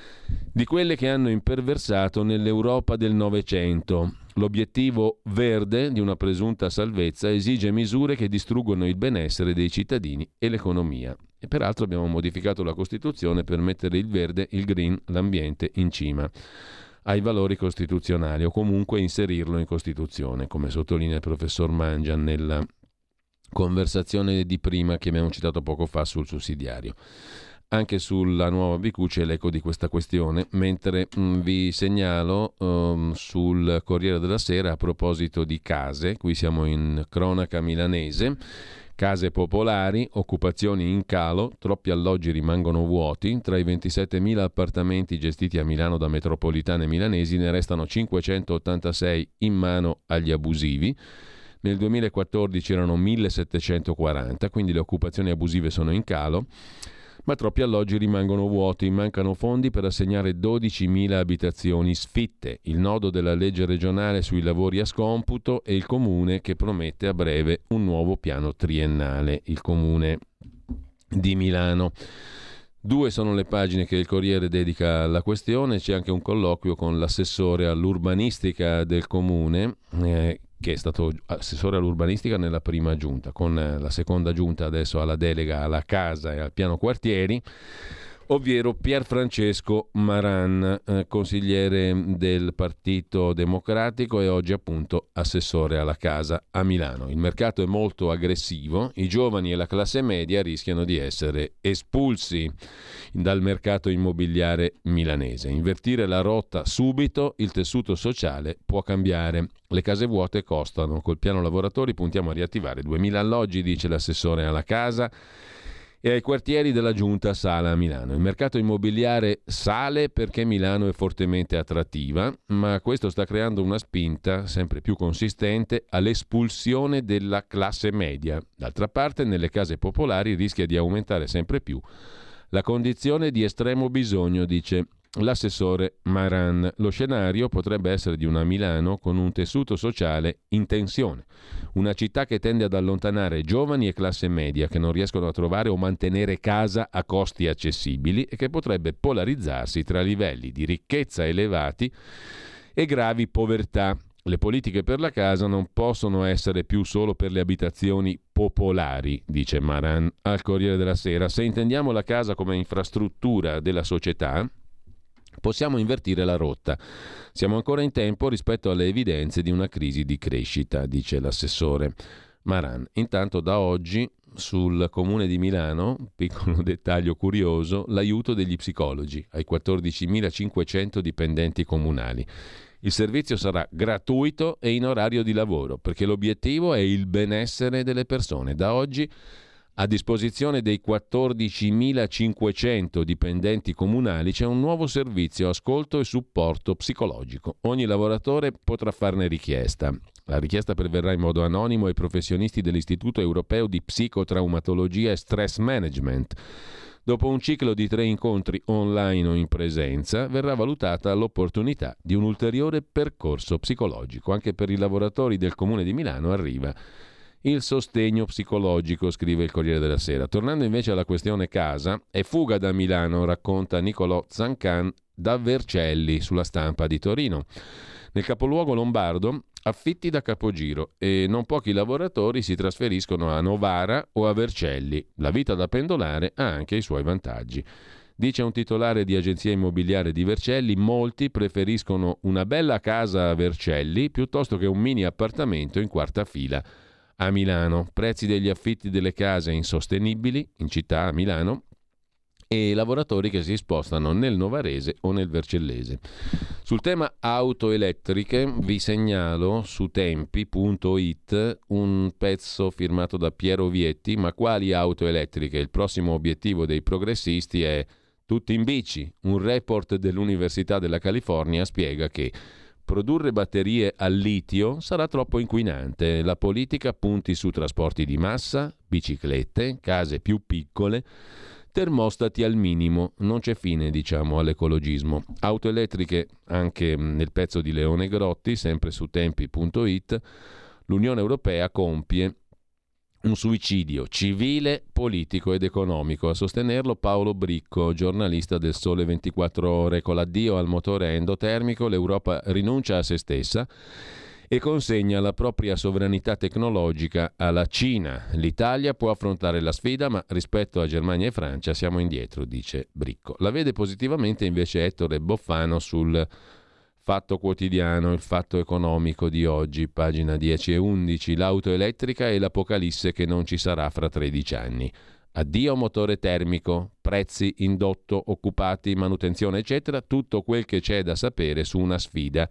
di quelle che hanno imperversato nell'Europa del Novecento. L'obiettivo verde di una presunta salvezza esige misure che distruggono il benessere dei cittadini e l'economia. E peraltro abbiamo modificato la Costituzione per mettere il verde, il green, l'ambiente in cima ai valori costituzionali, o comunque inserirlo in Costituzione, come sottolinea il professor Mangia nella conversazione di prima che abbiamo citato poco fa sul sussidiario. Anche sulla Nuova B Q c'è l'eco di questa questione, mentre mh, vi segnalo um, sul Corriere della Sera a proposito di case, qui siamo in cronaca milanese, case popolari, occupazioni in calo, troppi alloggi rimangono vuoti, tra i ventisettemila appartamenti gestiti a Milano da metropolitane milanesi ne restano cinquecentottantasei in mano agli abusivi. Nel duemilaquattordici erano millesettecentoquaranta, quindi le occupazioni abusive sono in calo. Ma troppi alloggi rimangono vuoti, mancano fondi per assegnare dodicimila abitazioni sfitte, il nodo della legge regionale sui lavori a scomputo e il comune che promette a breve un nuovo piano triennale, il comune di Milano. Due sono le pagine che il Corriere dedica alla questione, c'è anche un colloquio con l'assessore all'urbanistica del comune, eh, che è stato assessore all'urbanistica nella prima giunta, con la seconda giunta adesso alla delega alla casa e al piano quartieri, ovvero Pierfrancesco Maran, eh, consigliere del Partito Democratico e oggi appunto assessore alla casa a Milano. Il mercato è molto aggressivo, i giovani e la classe media rischiano di essere espulsi dal mercato immobiliare milanese. Invertire la rotta subito, il tessuto sociale può cambiare. Le case vuote costano, col piano lavoratori puntiamo a riattivare duemila alloggi, dice l'assessore alla casa, e ai quartieri della Giunta Sala a Milano. Il mercato immobiliare sale perché Milano è fortemente attrattiva, ma questo sta creando una spinta sempre più consistente all'espulsione della classe media. D'altra parte, nelle case popolari rischia di aumentare sempre più la condizione di estremo bisogno, dice l'assessore Maran. Lo scenario potrebbe essere di una Milano con un tessuto sociale in tensione, una città che tende ad allontanare giovani e classe media che non riescono a trovare o mantenere casa a costi accessibili e che potrebbe polarizzarsi tra livelli di ricchezza elevati e gravi povertà. Le politiche per la casa non possono essere più solo per le abitazioni popolari, dice Maran al Corriere della Sera. Se intendiamo la casa come infrastruttura della società, possiamo invertire la rotta. Siamo ancora in tempo rispetto alle evidenze di una crisi di crescita, dice l'assessore Maran. Intanto da oggi sul Comune di Milano, piccolo dettaglio curioso, l'aiuto degli psicologi ai quattordicimilacinquecento dipendenti comunali. Il servizio sarà gratuito e in orario di lavoro, perché l'obiettivo è il benessere delle persone. Da oggi a disposizione dei quattordicimilacinquecento dipendenti comunali c'è un nuovo servizio, ascolto e supporto psicologico. Ogni lavoratore potrà farne richiesta. La richiesta perverrà in modo anonimo ai professionisti dell'Istituto Europeo di Psicotraumatologia e Stress Management. Dopo un ciclo di tre incontri online o in presenza, verrà valutata l'opportunità di un ulteriore percorso psicologico. Anche per i lavoratori del Comune di Milano arriva il sostegno psicologico, scrive il Corriere della Sera. Tornando invece alla questione casa, è fuga da Milano, racconta Nicolò Zancan da Vercelli sulla Stampa di Torino. Nel capoluogo lombardo affitti da capogiro e non pochi lavoratori si trasferiscono a Novara o a Vercelli. La vita da pendolare ha anche i suoi vantaggi. Dice un titolare di agenzia immobiliare di Vercelli, molti preferiscono una bella casa a Vercelli piuttosto che un mini appartamento in quarta fila a Milano. Prezzi degli affitti delle case insostenibili in città a Milano e lavoratori che si spostano nel novarese o nel vercellese. Sul tema auto elettriche vi segnalo su tempi punto it un pezzo firmato da Piero Vietti. Ma quali auto elettriche? Il prossimo obiettivo dei progressisti è tutti in bici. Un report dell'Università della California spiega che produrre batterie al litio sarà troppo inquinante. La politica punti su trasporti di massa, biciclette, case più piccole, termostati al minimo. Non c'è fine, diciamo, all'ecologismo. Auto elettriche anche nel pezzo di Leone Grotti, sempre su tempi punto it. L'Unione Europea compie un suicidio civile, politico ed economico. A sostenerlo Paolo Bricco, giornalista del Sole ventiquattro Ore. Con l'addio al motore endotermico l'Europa rinuncia a se stessa e consegna la propria sovranità tecnologica alla Cina. L'Italia può affrontare la sfida, ma rispetto a Germania e Francia siamo indietro, dice Bricco. La vede positivamente invece Ettore Boffano sul Fatto Quotidiano, il Fatto Economico di oggi, pagina dieci e undici. L'auto elettrica e l'apocalisse che non ci sarà fra tredici anni. Addio motore termico, prezzi, indotto, occupati, manutenzione eccetera, tutto quel che c'è da sapere su una sfida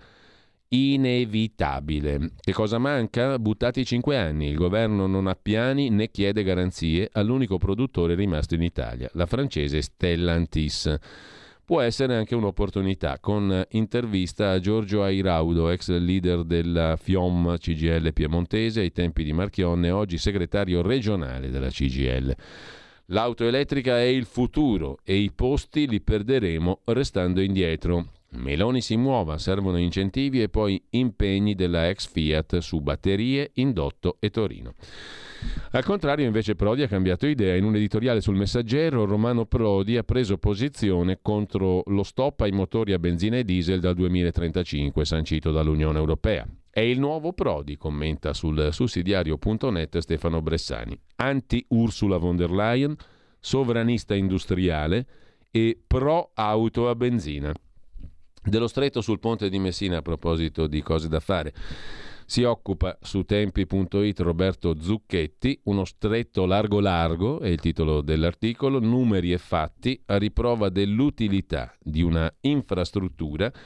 inevitabile. Che cosa manca? Buttati cinque anni. Il governo non ha piani né chiede garanzie all'unico produttore rimasto in Italia, la francese Stellantis. Può essere anche un'opportunità, con intervista a Giorgio Airaudo, ex leader della FIOM C G I L piemontese ai tempi di Marchionne, oggi segretario regionale della C G I L. L'auto elettrica è il futuro e i posti li perderemo restando indietro. Meloni si muova, servono incentivi e poi impegni della ex Fiat su batterie, indotto e Torino. Al contrario, invece, Prodi ha cambiato idea. In un editoriale sul Messaggero, Romano Prodi ha preso posizione contro lo stop ai motori a benzina e diesel dal duemilatrentacinque, sancito dall'Unione Europea. È il nuovo Prodi, commenta sul sussidiario punto net Stefano Bressani. Anti-Ursula von der Leyen, sovranista industriale e pro-auto a benzina. Dello stretto sul ponte di Messina, a proposito di cose da fare, si occupa su tempi punto it Roberto Zucchetti. Uno stretto largo largo è il titolo dell'articolo, numeri e fatti a riprova dell'utilità di una infrastruttura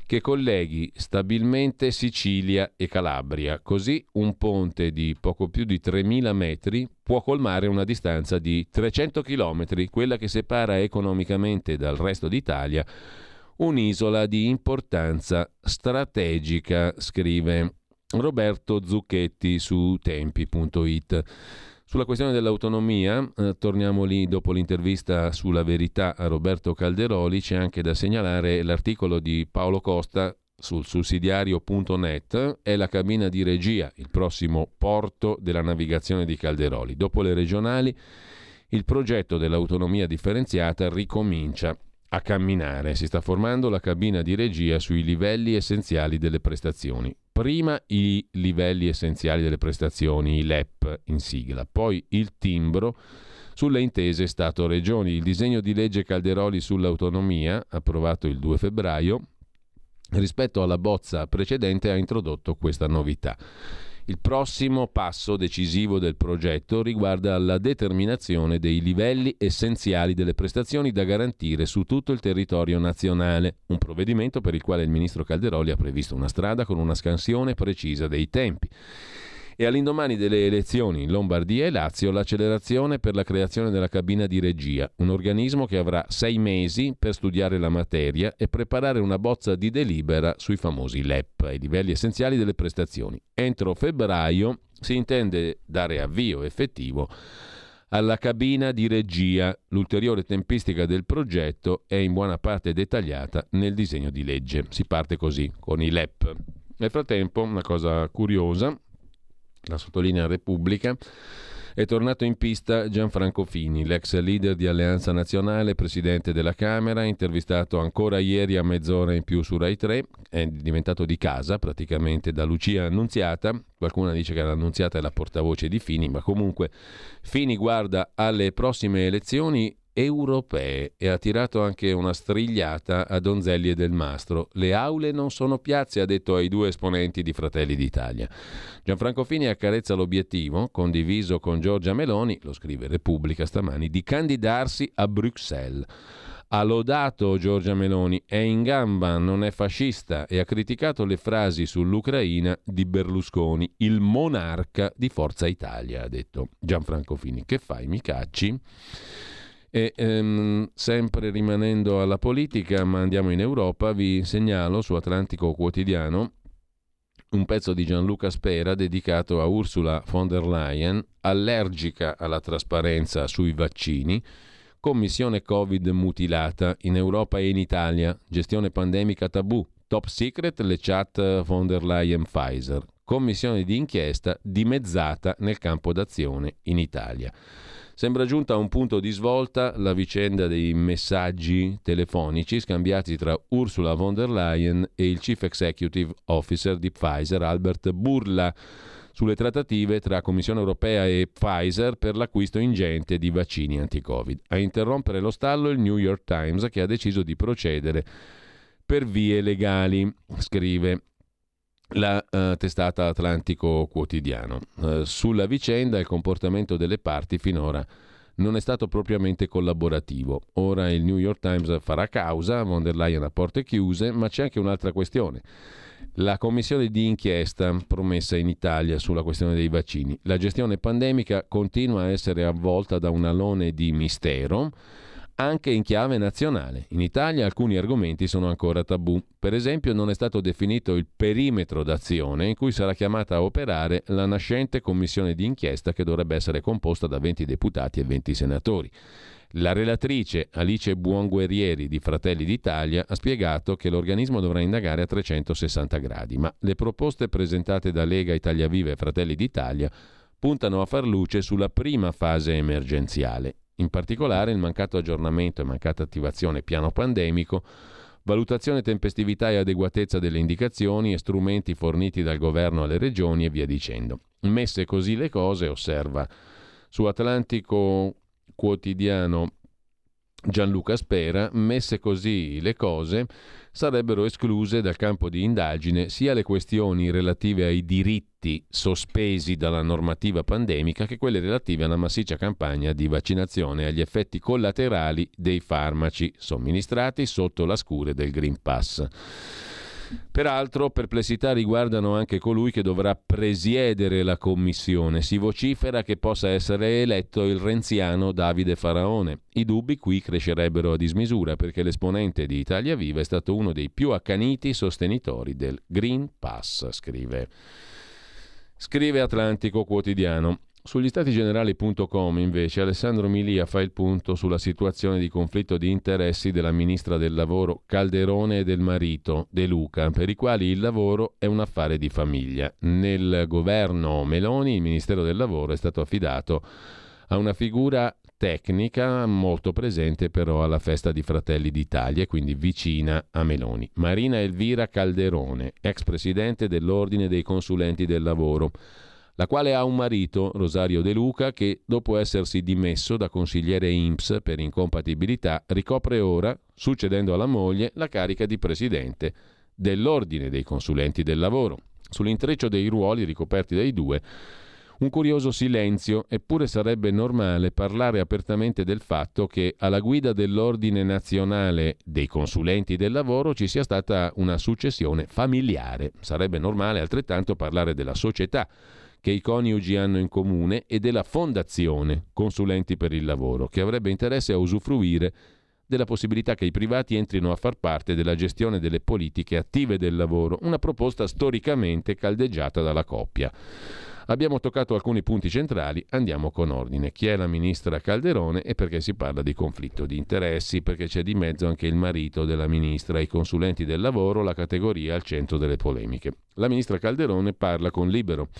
che colleghi stabilmente Sicilia e Calabria. Così un ponte di poco più di tremila metri può colmare una distanza di trecento chilometri, quella che separa economicamente dal resto d'Italia un'isola di importanza strategica, scrive Roberto Zucchetti su tempi punto it. Sulla questione dell'autonomia, eh, torniamo lì dopo l'intervista sulla Verità a Roberto Calderoli. C'è anche da segnalare l'articolo di Paolo Costa sul sussidiario punto net. È la cabina di regia, il prossimo porto della navigazione di Calderoli. Dopo le regionali, il progetto dell'autonomia differenziata ricomincia a camminare. Si sta formando la cabina di regia sui livelli essenziali delle prestazioni. Prima i livelli essenziali delle prestazioni, i L E P in sigla, poi il timbro sulle intese Stato-Regioni. Il disegno di legge Calderoli sull'autonomia, approvato il due febbraio, rispetto alla bozza precedente ha introdotto questa novità. Il prossimo passo decisivo del progetto riguarda la determinazione dei livelli essenziali delle prestazioni da garantire su tutto il territorio nazionale, un provvedimento per il quale il ministro Calderoli ha previsto una strada con una scansione precisa dei tempi. E all'indomani delle elezioni in Lombardia e Lazio l'accelerazione per la creazione della cabina di regia, un organismo che avrà sei mesi per studiare la materia e preparare una bozza di delibera sui famosi L E P, i livelli essenziali delle prestazioni. Entro febbraio si intende dare avvio effettivo alla cabina di regia. L'ulteriore tempistica del progetto è in buona parte dettagliata nel disegno di legge. Si parte così con i L E P. Nel frattempo, una cosa curiosa, la sottolinea Repubblica, è tornato in pista Gianfranco Fini, l'ex leader di Alleanza Nazionale, presidente della Camera, intervistato ancora ieri a mezz'ora in più su Rai tre, è diventato di casa praticamente da Lucia Annunziata. Qualcuno dice che l'Annunziata è la portavoce di Fini, ma comunque Fini guarda alle prossime elezioni europee e ha tirato anche una strigliata a Donzelli e Del Mastro. Le aule non sono piazze, ha detto ai due esponenti di Fratelli d'Italia. Gianfranco Fini accarezza l'obiettivo, condiviso con Giorgia Meloni, lo scrive Repubblica stamani, di candidarsi a Bruxelles. Ha lodato Giorgia Meloni, è in gamba, non è fascista, e ha criticato le frasi sull'Ucraina di Berlusconi, il monarca di Forza Italia, ha detto Gianfranco Fini. Che fai, mi cacci? E ehm, sempre rimanendo alla politica, ma andiamo in Europa, vi segnalo su Atlantico Quotidiano un pezzo di Gianluca Spera dedicato a Ursula von der Leyen, allergica alla trasparenza sui vaccini, commissione Covid mutilata in Europa e in Italia, gestione pandemica tabù, top secret le chat von der Leyen Pfizer, commissione di inchiesta dimezzata nel campo d'azione in Italia. Sembra giunta a un punto di svolta la vicenda dei messaggi telefonici scambiati tra Ursula von der Leyen e il Chief Executive Officer di Pfizer, Albert Bourla, sulle trattative tra Commissione Europea e Pfizer per l'acquisto ingente di vaccini anti-Covid. A interrompere lo stallo il New York Times, che ha deciso di procedere per vie legali, scrive la uh, testata Atlantico Quotidiano. Uh, sulla vicenda il comportamento delle parti finora non è stato propriamente collaborativo. Ora il New York Times farà causa, von der Leyen a porte chiuse, ma c'è anche un'altra questione. La commissione di inchiesta promessa in Italia sulla questione dei vaccini. La gestione pandemica continua a essere avvolta da un alone di mistero, anche in chiave nazionale. In Italia alcuni argomenti sono ancora tabù. Per esempio non è stato definito il perimetro d'azione in cui sarà chiamata a operare la nascente commissione di inchiesta, che dovrebbe essere composta da venti deputati e venti senatori. La relatrice Alice Buonguerrieri di Fratelli d'Italia ha spiegato che l'organismo dovrà indagare a trecentosessanta gradi, ma le proposte presentate da Lega, Italia Viva e Fratelli d'Italia puntano a far luce sulla prima fase emergenziale. In particolare il mancato aggiornamento e mancata attivazione piano pandemico, valutazione, tempestività e adeguatezza delle indicazioni e strumenti forniti dal governo alle regioni e via dicendo. Messe così le cose, osserva su Atlantico Quotidiano Gianluca Spera, messe così le cose sarebbero escluse dal campo di indagine sia le questioni relative ai diritti sospesi dalla normativa pandemica che quelle relative alla massiccia campagna di vaccinazione e agli effetti collaterali dei farmaci somministrati sotto la scure del Green Pass. Peraltro, perplessità riguardano anche colui che dovrà presiedere la commissione. Si vocifera che possa essere eletto il renziano Davide Faraone. I dubbi qui crescerebbero a dismisura perché l'esponente di Italia Viva è stato uno dei più accaniti sostenitori del Green Pass, scrive. Scrive Atlantico Quotidiano. Sugli stati generali punto com invece Alessandro Milia fa il punto sulla situazione di conflitto di interessi della ministra del lavoro Calderone e del marito De Luca, per i quali il lavoro è un affare di famiglia. Nel governo Meloni il Ministero del Lavoro è stato affidato a una figura tecnica molto presente però alla festa di Fratelli d'Italia e quindi vicina a Meloni. Marina Elvira Calderone, ex presidente dell'Ordine dei Consulenti del Lavoro, la quale ha un marito, Rosario De Luca, che dopo essersi dimesso da consigliere I N P S per incompatibilità, ricopre ora, succedendo alla moglie, la carica di presidente dell'Ordine dei Consulenti del Lavoro. Sull'intreccio dei ruoli ricoperti dai due, un curioso silenzio, eppure sarebbe normale parlare apertamente del fatto che alla guida dell'Ordine Nazionale dei Consulenti del Lavoro ci sia stata una successione familiare. Sarebbe normale altrettanto parlare della società che i coniugi hanno in comune e della fondazione Consulenti per il Lavoro, che avrebbe interesse a usufruire della possibilità che i privati entrino a far parte della gestione delle politiche attive del lavoro, una proposta storicamente caldeggiata dalla coppia. Abbiamo toccato alcuni punti centrali, andiamo con ordine. Chi è la ministra Calderone e perché si parla di conflitto di interessi? Perché c'è di mezzo anche il marito della ministra, i consulenti del lavoro, la categoria al centro delle polemiche. La ministra Calderone parla con Libero.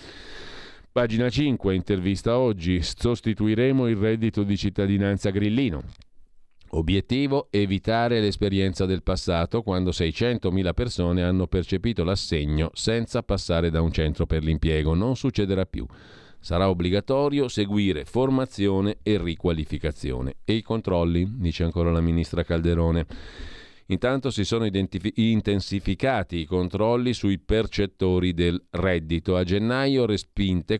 Pagina cinque, intervista oggi, sostituiremo il reddito di cittadinanza grillino. Obiettivo: evitare l'esperienza del passato quando seicentomila persone hanno percepito l'assegno senza passare da un centro per l'impiego. Non succederà più. Sarà obbligatorio seguire formazione e riqualificazione. E i controlli, dice ancora la ministra Calderone. Intanto si sono identif- intensificati i controlli sui percettori del reddito. A gennaio respinte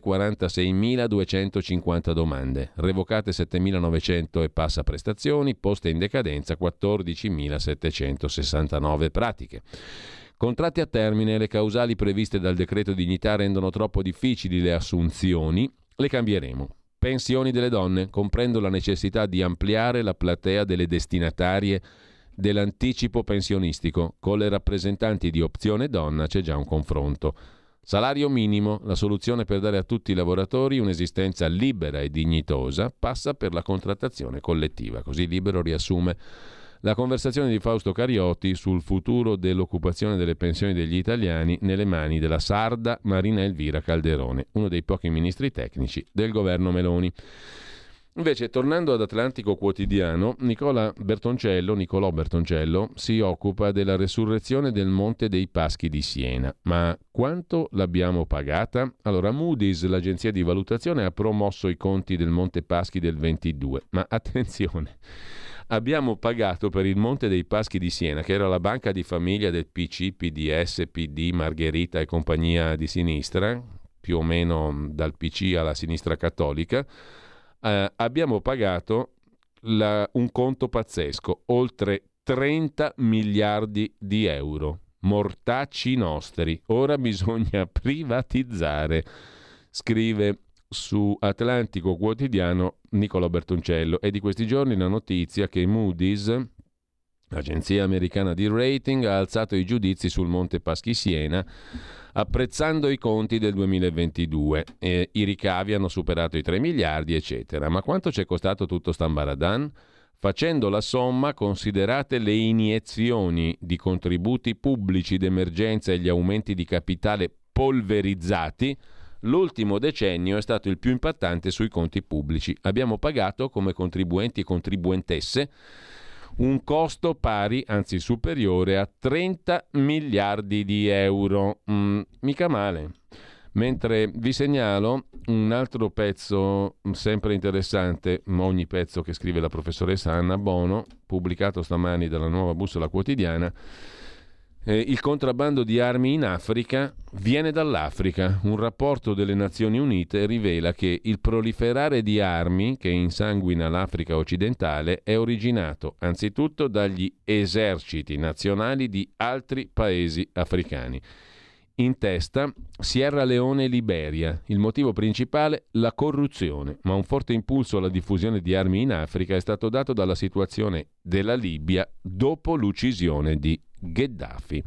quarantaseimiladuecentocinquanta domande, revocate settemilanovecento e passa prestazioni, poste in decadenza quattordicimilasettecentosessantanove pratiche. Contratti a termine, le causali previste dal decreto dignità rendono troppo difficili le assunzioni, le cambieremo. Pensioni delle donne, comprendo la necessità di ampliare la platea delle destinatarie dell'anticipo pensionistico. Con le rappresentanti di Opzione Donna c'è già un confronto. Salario minimo, la soluzione per dare a tutti i lavoratori un'esistenza libera e dignitosa passa per la contrattazione collettiva. Così Libero riassume la conversazione di Fausto Carioti sul futuro dell'occupazione delle pensioni degli italiani nelle mani della sarda Marina Elvira Calderone, uno dei pochi ministri tecnici del governo Meloni. Invece, tornando ad Atlantico Quotidiano, Nicola Bertoncello, Nicolò Bertoncello si occupa della resurrezione del Monte dei Paschi di Siena. Ma quanto l'abbiamo pagata? Allora, Moody's, l'agenzia di valutazione, ha promosso i conti del Monte Paschi del ventidue. Ma attenzione, abbiamo pagato per il Monte dei Paschi di Siena, che era la banca di famiglia del P C, P D S, P D, Margherita e compagnia di sinistra, più o meno dal P C alla sinistra cattolica. Uh, abbiamo pagato la, un conto pazzesco, oltre trenta miliardi di euro, mortacci nostri, ora bisogna privatizzare, scrive su Atlantico Quotidiano Nicolò Bertoncello. È di questi giorni la notizia che Moody's, l'agenzia americana di rating, ha alzato i giudizi sul Monte Paschi Siena apprezzando i conti del duemilaventidue. E i ricavi hanno superato i tre miliardi, eccetera. Ma quanto ci è costato tutto st'ambaradan? Facendo la somma, considerate le iniezioni di contributi pubblici d'emergenza e gli aumenti di capitale polverizzati, l'ultimo decennio è stato il più impattante sui conti pubblici. Abbiamo pagato come contribuenti e contribuentesse un costo pari, anzi superiore a trenta miliardi di euro. Mm, mica male. Mentre vi segnalo un altro pezzo sempre interessante, ogni pezzo che scrive la professoressa Anna Bono, pubblicato stamani dalla Nuova Bussola Quotidiana, Eh, il contrabbando di armi in Africa viene dall'Africa. Un rapporto delle Nazioni Unite rivela che il proliferare di armi che insanguina l'Africa occidentale è originato anzitutto dagli eserciti nazionali di altri paesi africani. In testa Sierra Leone e Liberia. Il motivo principale, la corruzione, ma un forte impulso alla diffusione di armi in Africa è stato dato dalla situazione della Libia dopo l'uccisione di Gheddafi.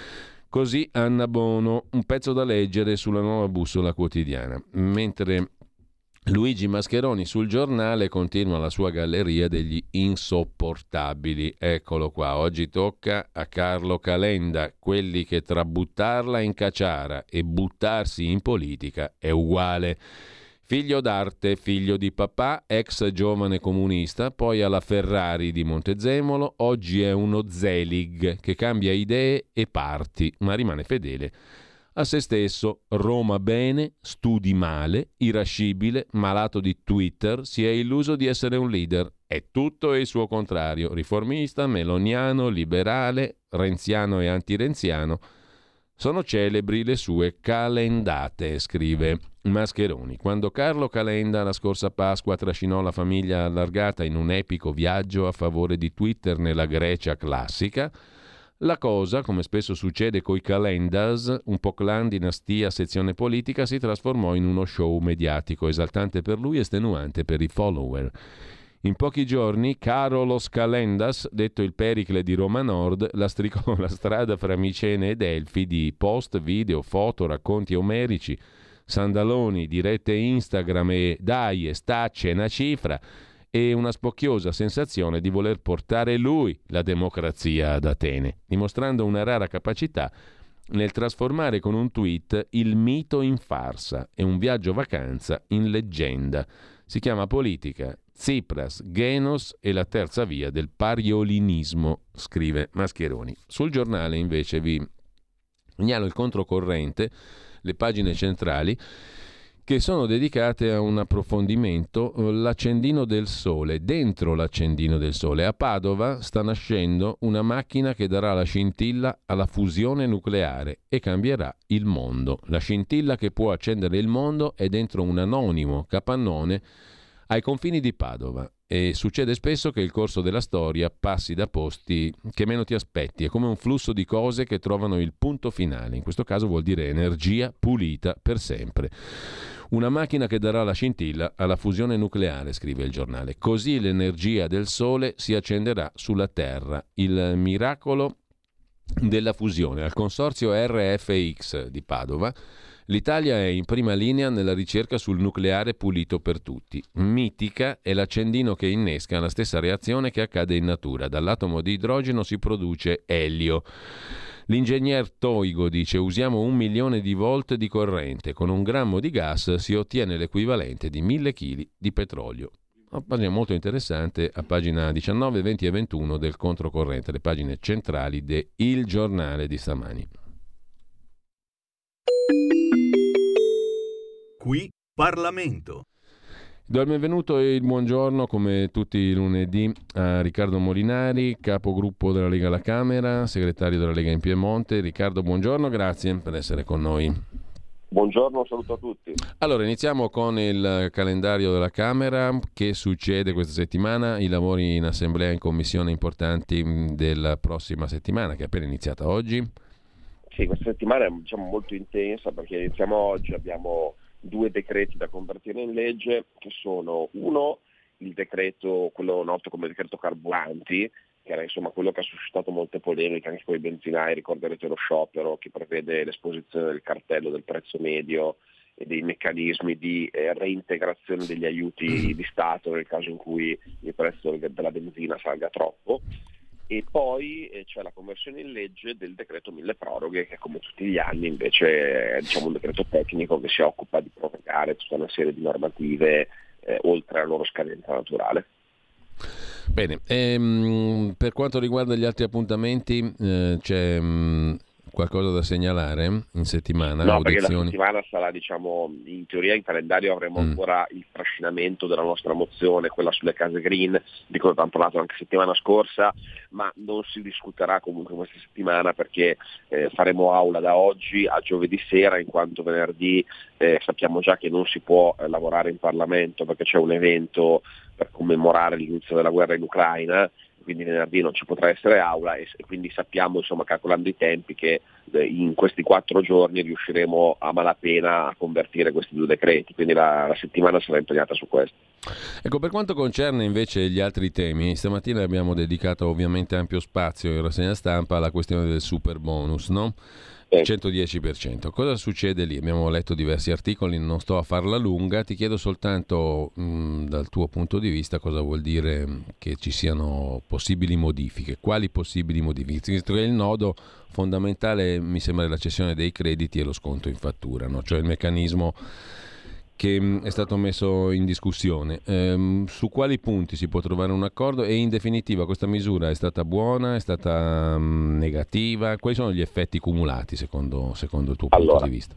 Così Anna Bono, un pezzo da leggere sulla Nuova Bussola Quotidiana. Mentre Luigi Mascheroni sul Giornale continua la sua galleria degli insopportabili. Eccolo qua, oggi tocca a Carlo Calenda, quelli che tra buttarla in caciara e buttarsi in politica è uguale. Figlio d'arte, figlio di papà, ex giovane comunista, poi alla Ferrari di Montezemolo, oggi è uno Zelig che cambia idee e parti, ma rimane fedele a se stesso. Roma bene, studi male, irascibile, malato di Twitter, si è illuso di essere un leader. È tutto e il suo contrario, riformista, meloniano, liberale, renziano e antirenziano. Sono celebri le sue calendate, scrive Mascheroni. Quando Carlo Calenda la scorsa Pasqua trascinò la famiglia allargata in un epico viaggio a favore di Twitter nella Grecia classica, la cosa, come spesso succede coi Calendas, un po' clan, dinastia, sezione politica, si trasformò in uno show mediatico, esaltante per lui e estenuante per i follower. In pochi giorni Carolos Calendas, detto il Pericle di Roma Nord, lastricò la strada fra Micene e Delfi di post, video, foto, racconti omerici, sandaloni, dirette Instagram e dai e stacce una cifra, e una spocchiosa sensazione di voler portare lui la democrazia ad Atene, dimostrando una rara capacità nel trasformare con un tweet il mito in farsa e un viaggio vacanza in leggenda. Si chiama politica, Tsipras, Genos e la terza via del pariolinismo, scrive Mascheroni. Sul Giornale invece vi segnalo il controcorrente, le pagine centrali, che sono dedicate a un approfondimento, l'accendino del sole. Dentro l'accendino del sole a Padova sta nascendo una macchina che darà la scintilla alla fusione nucleare e cambierà il mondo. La scintilla che può accendere il mondo è dentro un anonimo capannone ai confini di Padova, e succede spesso che il corso della storia passi da posti che meno ti aspetti. È come un flusso di cose che trovano il punto finale. In questo caso vuol dire energia pulita per sempre. Una macchina che darà la scintilla alla fusione nucleare, scrive il Giornale. Così l'energia del sole si accenderà sulla Terra. Il miracolo della fusione. Al consorzio R F X di Padova, l'Italia è in prima linea nella ricerca sul nucleare pulito per tutti. Mitica è l'accendino che innesca la stessa reazione che accade in natura. Dall'atomo di idrogeno si produce elio. L'ingegner Toigo dice: usiamo un milione di volt di corrente, con un grammo di gas si ottiene l'equivalente di mille chili di petrolio. Una pagina molto interessante a pagina diciannove, venti e ventuno del controcorrente, le pagine centrali de Il Giornale di stamani.
Qui Parlamento.
Do il benvenuto e il buongiorno, come tutti i lunedì, a Riccardo Molinari, capogruppo della Lega alla Camera, segretario della Lega in Piemonte. Riccardo, buongiorno, grazie per essere con noi.
Buongiorno, saluto a tutti.
Allora, iniziamo con il calendario della Camera. Che succede questa settimana? I lavori in assemblea e in commissione importanti della prossima settimana, che è appena iniziata oggi.
Sì, questa settimana è, diciamo, molto intensa, perché iniziamo oggi, abbiamo due decreti da convertire in legge, che sono uno, il decreto, quello noto come decreto carburanti, che era insomma quello che ha suscitato molte polemiche anche con i benzinai. Ricorderete lo sciopero che prevede l'esposizione del cartello del prezzo medio e dei meccanismi di eh, reintegrazione degli aiuti di Stato nel caso in cui il prezzo della benzina salga troppo. E poi eh, c'è la conversione in legge del decreto mille proroghe, che come tutti gli anni invece è, diciamo, un decreto tecnico che si occupa di prorogare tutta una serie di normative eh, oltre la loro scadenza naturale.
Bene, ehm, per quanto riguarda gli altri appuntamenti, eh, c'è mh, qualcosa da segnalare in settimana?
No, perché
audizioni?
la settimana sarà, diciamo, in teoria in calendario avremo mm. ancora il trascinamento della nostra mozione, quella sulle case green, di cui abbiamo parlato anche settimana scorsa, ma non si discuterà comunque questa settimana perché eh, faremo aula da oggi a giovedì sera, in quanto venerdì eh, sappiamo già che non si può eh, lavorare in Parlamento perché c'è un evento per commemorare l'inizio della guerra in Ucraina, quindi venerdì non ci potrà essere aula e quindi sappiamo, insomma, calcolando i tempi, che in questi quattro giorni riusciremo a malapena a convertire questi due decreti, quindi la, la settimana sarà impegnata su questo.
Ecco, per quanto concerne invece gli altri temi, stamattina abbiamo dedicato ovviamente ampio spazio in rassegna stampa alla questione del super bonus, no? centodieci per cento. Cosa succede lì? Abbiamo letto diversi articoli, non sto a farla lunga, ti chiedo soltanto mh, dal tuo punto di vista cosa vuol dire che ci siano possibili modifiche, quali possibili modifiche, visto che il nodo fondamentale mi sembra la cessione dei crediti e lo sconto in fattura, no? Cioè il meccanismo che è stato messo in discussione. Ehm, su quali punti si può trovare un accordo e in definitiva questa misura è stata buona, è stata um, negativa? Quali sono gli effetti cumulati secondo, secondo il tuo
allora,
punto di vista?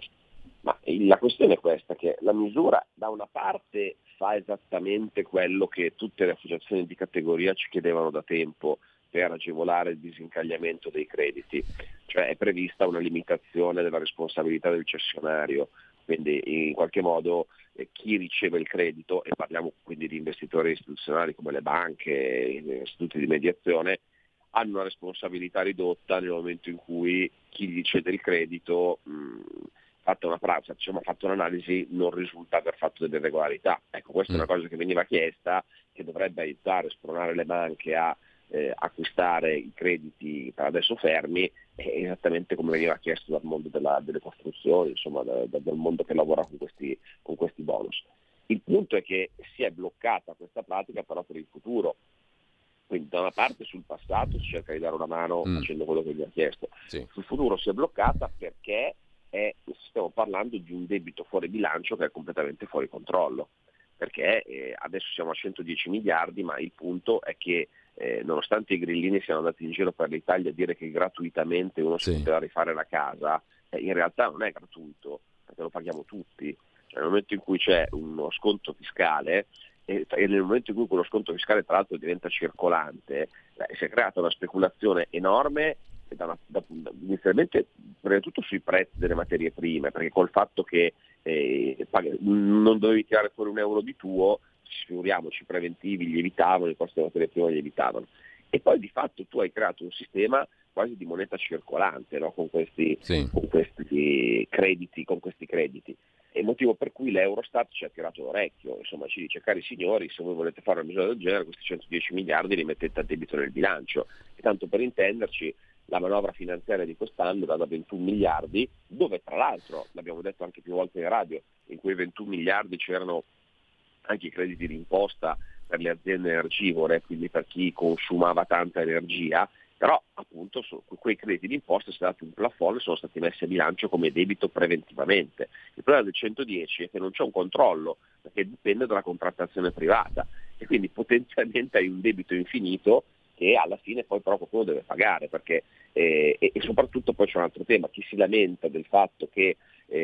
Ma la questione è questa, che la misura da una parte fa esattamente quello che tutte le associazioni di categoria ci chiedevano da tempo per agevolare il disincagliamento dei crediti, cioè è prevista una limitazione della responsabilità del cessionario. Quindi in qualche modo eh, chi riceve il credito, e parliamo quindi di investitori istituzionali come le banche, gli istituti di mediazione, hanno una responsabilità ridotta nel momento in cui chi gli cede il credito, mh, fatta una pratica, diciamo, fatta un'analisi, non risulta aver fatto delle irregolarità. Ecco, questa mm. è una cosa che veniva chiesta, che dovrebbe aiutare a spronare le banche a Eh, acquistare i crediti per adesso fermi, eh, esattamente come veniva chiesto dal mondo della, delle costruzioni, insomma da, da, dal mondo che lavora con questi, con questi bonus. Il punto è che si è bloccata questa pratica però per il futuro, quindi da una parte sul passato si cerca di dare una mano mm. facendo quello che vi ha chiesto, sì. Sul futuro si è bloccata perché è, stiamo parlando di un debito fuori bilancio che è completamente fuori controllo, perché eh, adesso siamo a centodieci miliardi, ma il punto è che Eh, nonostante i grillini siano andati in giro per l'Italia a dire che gratuitamente uno si sì. poteva rifare la casa, eh, in realtà non è gratuito, perché lo paghiamo tutti. Cioè, nel momento in cui c'è uno sconto fiscale e, e nel momento in cui quello sconto fiscale tra l'altro diventa circolante, eh, si è creata una speculazione enorme da una, da, da, inizialmente prima di tutto sui prezzi delle materie prime, perché col fatto che eh, pag- non dovevi tirare fuori un euro di tuo, figuriamoci, preventivi lievitavano, i costi della materia prima lievitavano, e poi di fatto tu hai creato un sistema quasi di moneta circolante, no? con, questi, sì. con questi crediti, con questi crediti. È il motivo per cui l'Eurostat ci ha tirato l'orecchio, insomma ci dice: cari signori, se voi volete fare una misura del genere, questi centodieci miliardi li mettete a debito nel bilancio. E tanto per intenderci, la manovra finanziaria di quest'anno va da ventuno miliardi, dove tra l'altro, l'abbiamo detto anche più volte in radio, in quei ventuno miliardi c'erano anche i crediti d'imposta per le aziende energivore, quindi per chi consumava tanta energia, però appunto su quei crediti d'imposta è stato un plafond e sono stati messi a bilancio come debito preventivamente. Il problema del centodieci è che non c'è un controllo, perché dipende dalla contrattazione privata e quindi potenzialmente hai un debito infinito che alla fine poi però qualcuno deve pagare, perché eh, e, e soprattutto poi c'è un altro tema: chi si lamenta del fatto che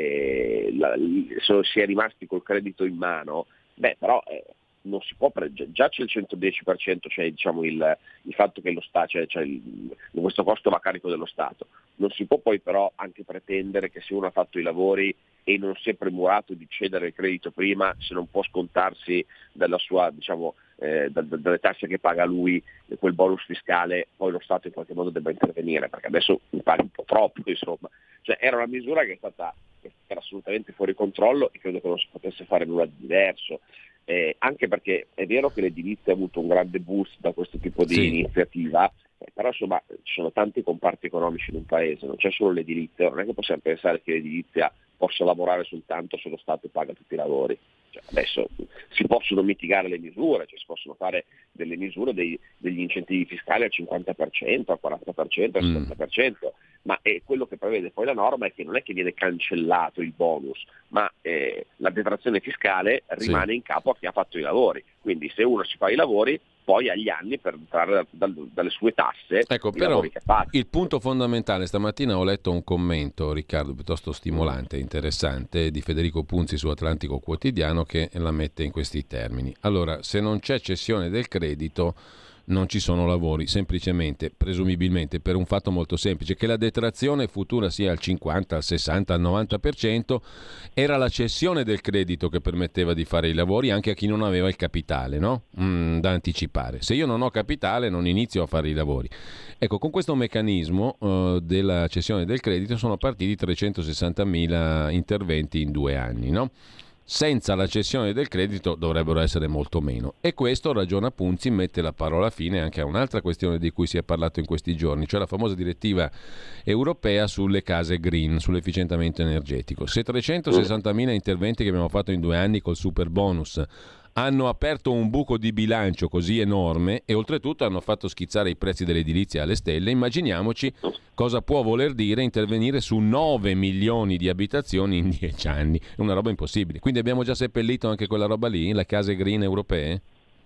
eh, la, sono, si è rimasti col credito in mano, beh però eh, non si può pre- già c'è il centodieci per cento, cioè diciamo il, il fatto che lo Stato, cioè, cioè il, questo costo va a carico dello Stato, non si può poi però anche pretendere che se uno ha fatto i lavori e non si è premurato di cedere il credito prima, se non può scontarsi dalla sua, diciamo, eh, da, da, dalle tasse che paga lui, quel bonus fiscale, poi lo Stato in qualche modo debba intervenire, perché adesso mi pare un po' troppo, insomma. Cioè era una misura che è stata che era assolutamente fuori controllo e credo che non si potesse fare nulla di diverso. Eh, anche perché è vero che l'edilizia ha avuto un grande boost da questo tipo di sì. iniziativa, eh, però insomma ci sono tanti comparti economici in un paese, non c'è solo l'edilizia, non è che possiamo pensare che l'edilizia possa lavorare soltanto se lo Stato paga tutti i lavori. Cioè, adesso si possono mitigare le misure, cioè si possono fare delle misure, dei, degli incentivi fiscali al cinquanta per cento, al quaranta per cento, al sessanta per cento, mm. ma è quello che prevede poi la norma è che non è che viene cancellato il bonus, ma eh, la detrazione fiscale rimane sì. in capo a chi ha fatto i lavori. Quindi se uno si fa i lavori poi agli anni per entrare da, da, dalle sue tasse.
Ecco, però il punto fondamentale, stamattina ho letto un commento, Riccardo, piuttosto stimolante e interessante, di Federico Punzi su Atlantico Quotidiano, che la mette in questi termini. Allora, se non c'è cessione del credito non ci sono lavori, semplicemente, presumibilmente, per un fatto molto semplice, che la detrazione futura sia al cinquanta, al sessanta, al novanta per cento, era la cessione del credito che permetteva di fare i lavori anche a chi non aveva il capitale, no? Mm, da anticipare. Se io non ho capitale non inizio a fare i lavori. Ecco, con questo meccanismo uh, della cessione del credito sono partiti trecentosessantamila interventi in due anni, no? Senza la cessione del credito dovrebbero essere molto meno. E questo, ragiona Punzi, mette la parola fine anche a un'altra questione di cui si è parlato in questi giorni, cioè la famosa direttiva europea sulle case green, sull'efficientamento energetico. Se trecentosessantamila interventi che abbiamo fatto in due anni col super bonus hanno aperto un buco di bilancio così enorme e oltretutto hanno fatto schizzare i prezzi dell'edilizia alle stelle, immaginiamoci cosa può voler dire intervenire su nove milioni di abitazioni in dieci anni. È una roba impossibile. Quindi abbiamo già seppellito anche quella roba lì, le case green europee?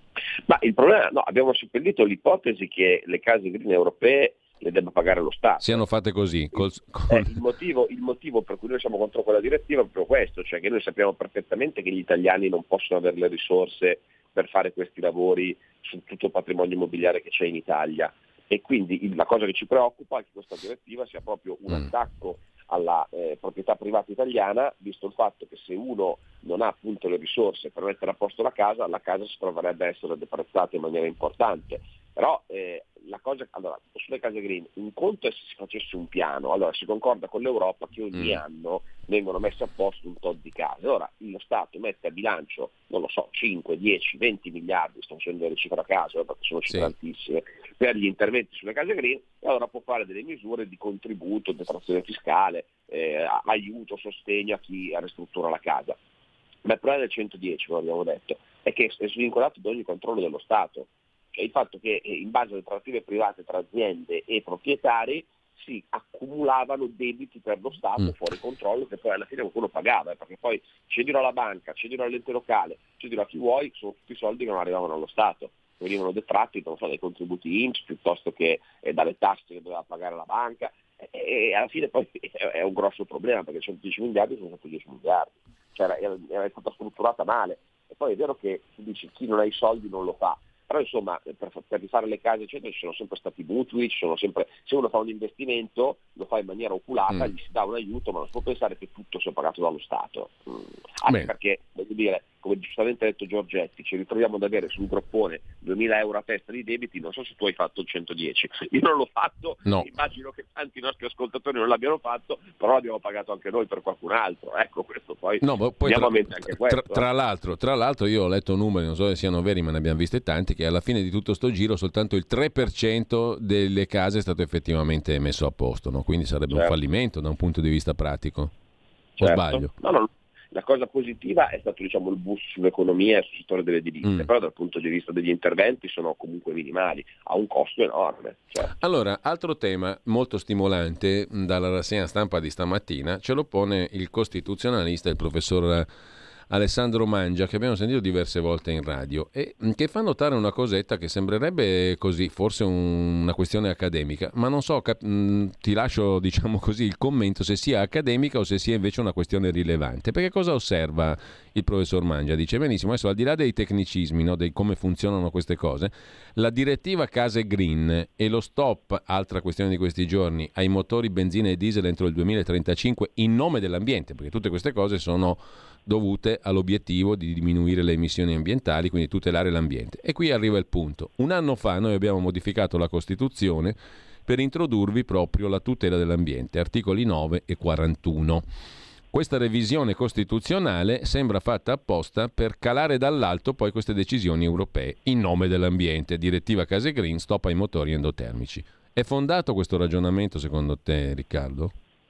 Ma il problema, no, abbiamo seppellito l'ipotesi che le case green europee le debba pagare lo Stato.
Siano fatte così. Col,
col... Eh, il, motivo, il motivo per cui noi siamo contro quella direttiva è proprio questo, cioè che noi sappiamo perfettamente che gli italiani non possono avere le risorse per fare questi lavori su tutto il patrimonio immobiliare che c'è in Italia, e quindi il, la cosa che ci preoccupa è che questa direttiva sia proprio un
mm.
attacco alla eh, proprietà privata italiana, visto il fatto che se uno non ha appunto le risorse per mettere a posto la casa, la casa si troverebbe a essere deprezzata in maniera importante. Però eh, la cosa, allora, sulle case green, un conto è se si facesse un piano, allora si concorda con l'Europa che ogni mm. anno vengono messe a posto un tot di case. Ora lo Stato mette a bilancio, non lo so, cinque, dieci, venti miliardi, sto facendo le cifre a caso eh, perché sono cifre sì. altissime, per gli interventi sulle case green, e allora può fare delle misure di contributo, detrazione fiscale, eh, aiuto, sostegno a chi ristruttura la casa. Ma il problema del centodieci, come abbiamo detto, è che è svincolato da ogni controllo dello Stato. Cioè il fatto che in base alle trattative private tra aziende e proprietari si accumulavano debiti per lo Stato mm. fuori controllo, che poi alla fine qualcuno pagava, eh, perché poi cedilo alla banca, cedilo all'ente locale, cedilo a chi vuoi, sono tutti soldi che non arrivavano allo Stato, venivano detratti non so, dai contributi I N P S piuttosto che eh, dalle tasse che doveva pagare la banca, e, e alla fine poi è, è un grosso problema, perché centodieci miliardi sono centodieci miliardi, cioè era, era stata strutturata male. E poi è vero che tu dici chi non ha i soldi non lo fa, però insomma per, per rifare le case eccetera ci sono sempre stati mutui, ci sono sempre, se uno fa un investimento lo fa in maniera oculata, mm. gli si dà un aiuto, ma non si può pensare che tutto sia pagato dallo Stato, mm. anche Beh. perché voglio dire, come giustamente ha detto Giorgetti, ci ritroviamo ad avere sul groppone duemila euro a testa di debiti. Non so se tu hai fatto il centodieci, io non l'ho fatto,
no.
Immagino che tanti nostri ascoltatori non l'abbiano fatto, però l'abbiamo pagato anche noi per qualcun altro, ecco, questo poi,
no, poi tra,
anche questo,
tra, tra,
eh.
l'altro, tra l'altro io ho letto numeri, non so se siano veri ma ne abbiamo viste tanti, che alla fine di tutto sto giro soltanto il tre per cento delle case è stato effettivamente messo a posto, no? Quindi sarebbe certo. un fallimento da un punto di vista pratico,
certo.
o sbaglio?
No, no. La cosa positiva è stato diciamo il boost sull'economia e sul settore dell'edilizia, mm. però dal punto di vista degli interventi sono comunque minimali, a un costo enorme. Certo.
Allora, altro tema molto stimolante dalla rassegna stampa di stamattina ce lo pone il costituzionalista, il professor Alessandro Mangia, che abbiamo sentito diverse volte in radio e che fa notare una cosetta che sembrerebbe così, forse un, una questione accademica, ma non so, cap- mh, ti lascio diciamo così il commento se sia accademica o se sia invece una questione rilevante. Perché cosa osserva il professor Mangia? Dice benissimo, adesso al di là dei tecnicismi, no, di come funzionano queste cose, la direttiva case green e lo stop, altra questione di questi giorni, ai motori benzina e diesel entro il duemilatrentacinque in nome dell'ambiente, perché tutte queste cose sono dovute all'obiettivo di diminuire le emissioni ambientali, quindi tutelare l'ambiente. E qui arriva il punto. Un anno fa noi abbiamo modificato la Costituzione per introdurvi proprio la tutela dell'ambiente, articoli nove e quarantuno. Questa revisione costituzionale sembra fatta apposta per calare dall'alto poi queste decisioni europee in nome dell'ambiente, direttiva case green, stop ai motori endotermici. È fondato questo ragionamento secondo te, Riccardo?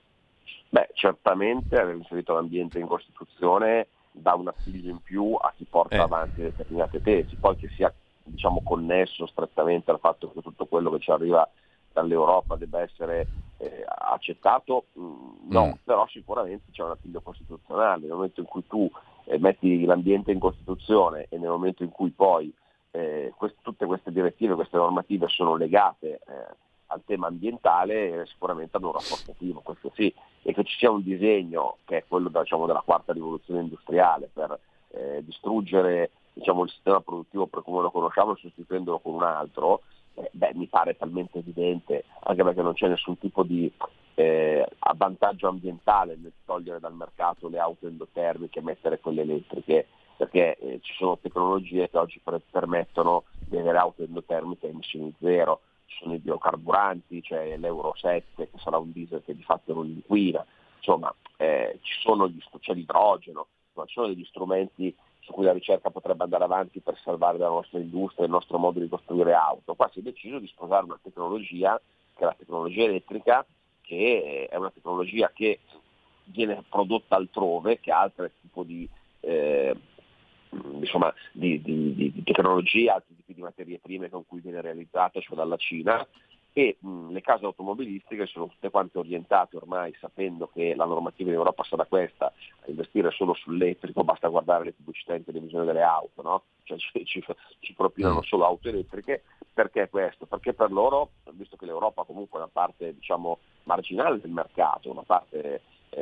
Beh, certamente aver inserito l'ambiente in Costituzione dà un appiglio in più a chi porta
eh.
avanti determinate tesi, poi che sia diciamo connesso strettamente al fatto che tutto quello che ci arriva dall'Europa debba essere eh, accettato, mh, no, mm. però sicuramente c'è un appiglio costituzionale. Nel momento in cui tu eh, metti l'ambiente in Costituzione e nel momento in cui poi eh, quest- tutte queste direttive, queste normative sono legate eh, al tema ambientale, eh, sicuramente hanno un rapporto attivo, questo sì, e che ci sia un disegno che è quello diciamo, della quarta rivoluzione industriale per eh, distruggere diciamo, il sistema produttivo per come lo conosciamo e sostituendolo con un altro, eh, beh, mi pare talmente evidente, anche perché non c'è nessun tipo di eh, avvantaggio ambientale nel togliere dal mercato le auto endotermiche e mettere quelle elettriche, perché eh, ci sono tecnologie che oggi per- permettono di avere auto endotermiche a emissioni zero. Ci sono i biocarburanti, c'è l'Euro sette che sarà un diesel che di fatto non inquina, insomma eh, ci sono gli, c'è l'idrogeno, insomma, ci sono degli strumenti su cui la ricerca potrebbe andare avanti per salvare la nostra industria, il nostro modo di costruire auto. Qua si è deciso di sposare una tecnologia che è la tecnologia elettrica, che è una tecnologia che viene prodotta altrove, che ha altro tipo di eh, insomma di, di, di, di tecnologia, altri tipi di materie prime con cui viene realizzata, cioè dalla Cina, e mh, le case automobilistiche sono tutte quante orientate ormai, sapendo che la normativa in Europa sarà questa, a investire solo sull'elettrico, basta guardare le pubblicità in televisione delle auto, no? Cioè ci, ci, ci propinano solo auto elettriche. Perché questo? Perché per loro, visto che l'Europa comunque è una parte diciamo marginale del mercato, una parte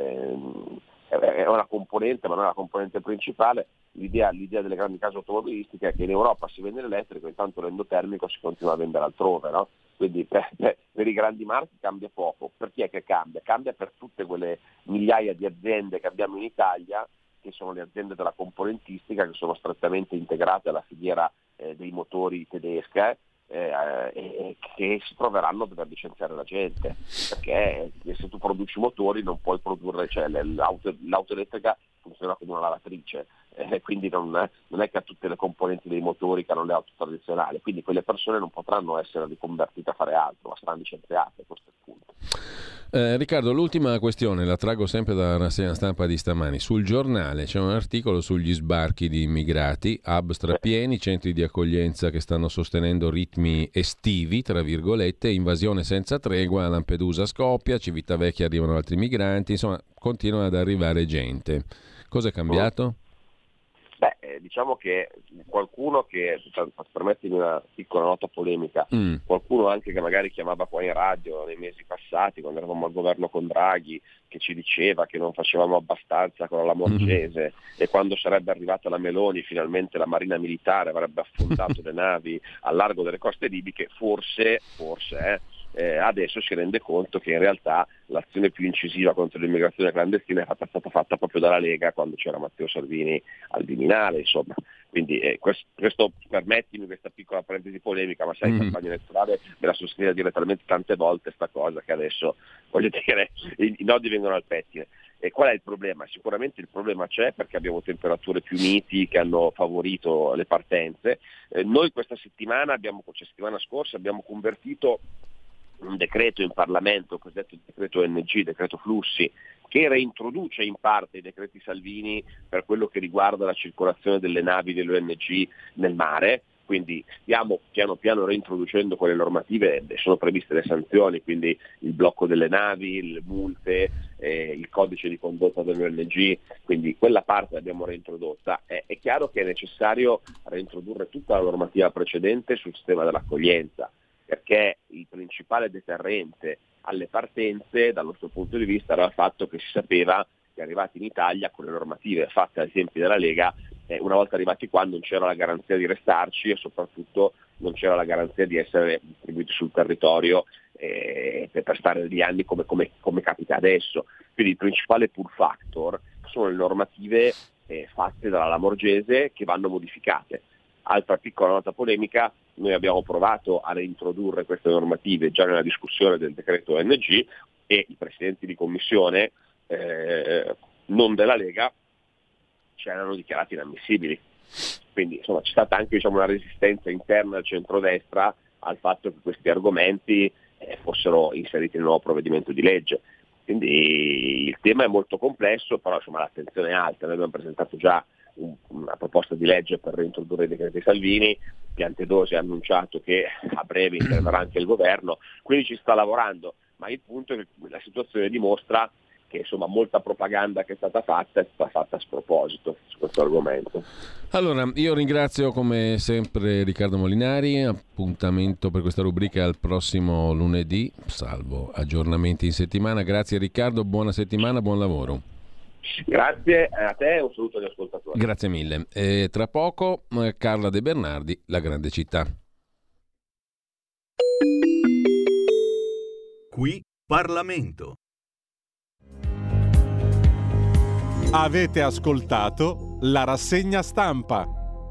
ehm, è una componente ma non è la componente principale, l'idea, l'idea delle grandi case automobilistiche è che in Europa si vende l'elettrico, intanto l'endotermico si continua a vendere altrove, no? Quindi per, per, per i grandi marchi cambia poco. Per chi è che cambia? Cambia per tutte quelle migliaia di aziende che abbiamo in Italia, che sono le aziende della componentistica, che sono strettamente integrate alla filiera eh, dei motori tedesca, eh, e che si troveranno a dover licenziare la gente, perché se tu produci motori non puoi produrre, cioè l'auto, l'auto elettrica funziona come una lavatrice, eh, quindi non, non è che ha tutte le componenti dei motori che hanno le auto tradizionali, quindi quelle persone non potranno essere riconvertite a fare altro, ma saranno licenziate, questo è il punto.
Eh, Riccardo, l'ultima questione la traggo sempre dalla rassegna stampa di stamani. Sul Giornale c'è un articolo sugli sbarchi di immigrati, hub strapieni, centri di accoglienza che stanno sostenendo ritmi estivi, tra virgolette, invasione senza tregua, a Lampedusa scoppia, Civitavecchia arrivano altri migranti, insomma continua ad arrivare gente. Cosa è cambiato?
Beh, eh, diciamo che qualcuno che, permettimi una piccola nota polemica, mm. qualcuno anche che magari chiamava qua in radio nei mesi passati, quando eravamo al governo con Draghi, che ci diceva che non facevamo abbastanza con la Lamorgese mm. e quando sarebbe arrivata la Meloni finalmente la Marina Militare avrebbe affondato le navi al largo delle coste libiche, forse, forse, eh, Eh, adesso si rende conto che in realtà l'azione più incisiva contro l'immigrazione clandestina è stata, stata fatta proprio dalla Lega quando c'era Matteo Salvini al Viminale, insomma. Quindi eh, questo, questo, permettimi questa piccola parentesi polemica, ma sai, in mm. campagna elettorale me la sostiene a dire talmente tante volte sta cosa che adesso, voglio dire, i, i nodi vengono al pettine. E qual è il problema? Sicuramente il problema c'è perché abbiamo temperature più miti che hanno favorito le partenze. Eh, noi questa settimana, abbiamo, cioè settimana scorsa, abbiamo convertito un decreto in Parlamento, il cosiddetto decreto O N G, decreto flussi, che reintroduce in parte i decreti Salvini per quello che riguarda la circolazione delle navi dell'O N G nel mare, quindi stiamo piano piano reintroducendo quelle normative, sono previste le sanzioni, quindi il blocco delle navi, le multe, eh, il codice di condotta dell'O N G, quindi quella parte l'abbiamo reintrodotta. È, è chiaro che è necessario reintrodurre tutta la normativa precedente sul sistema dell'accoglienza, perché il principale deterrente alle partenze dal nostro punto di vista era il fatto che si sapeva che arrivati in Italia con le normative fatte ai tempi della Lega, eh, una volta arrivati qua non c'era la garanzia di restarci e soprattutto non c'era la garanzia di essere distribuiti sul territorio eh, per stare degli anni come, come, come capita adesso. Quindi il principale pull factor sono le normative eh, fatte dalla Lamorgese che vanno modificate. Altra piccola nota polemica, noi abbiamo provato a reintrodurre queste normative già nella discussione del decreto O N G e i presidenti di commissione eh, non della Lega ci erano dichiarati inammissibili. Quindi insomma c'è stata anche diciamo, una resistenza interna al centrodestra al fatto che questi argomenti eh, fossero inseriti nel nuovo provvedimento di legge. Quindi il tema è molto complesso, però insomma l'attenzione è alta. Noi abbiamo presentato già una proposta di legge per reintrodurre i decreti Salvini, Piantedosi ha annunciato che a breve interverrà anche il governo, quindi ci sta lavorando, ma il punto è che la situazione dimostra che insomma molta propaganda che è stata fatta è stata fatta a sproposito su questo argomento.
Allora, io ringrazio come sempre Riccardo Molinari, appuntamento per questa rubrica al prossimo lunedì, salvo aggiornamenti in settimana. Grazie Riccardo, buona settimana, buon lavoro.
Grazie a te e un saluto agli ascoltatori.
Grazie mille. E tra poco eh, Carla De Bernardi, La grande città.
Qui Parlamento.
Avete ascoltato la rassegna stampa.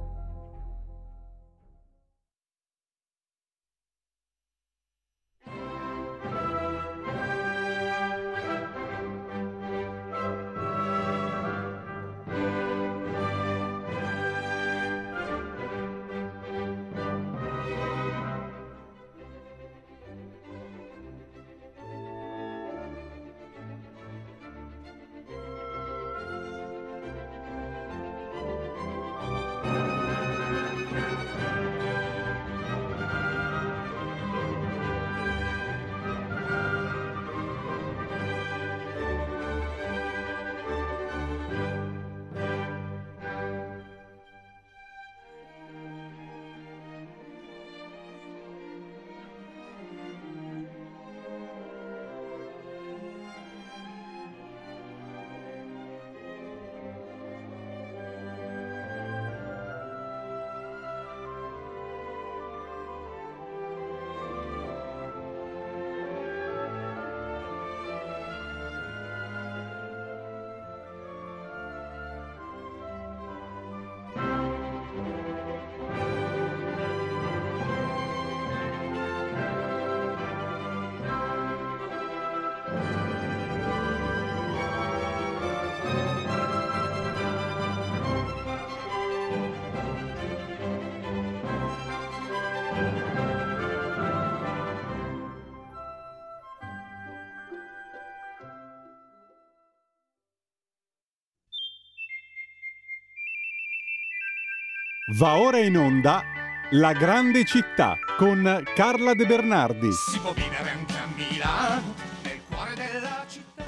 Va ora in onda La grande città con Carla De Bernardi.
Si può vivere anche a Milano, nel cuore della città.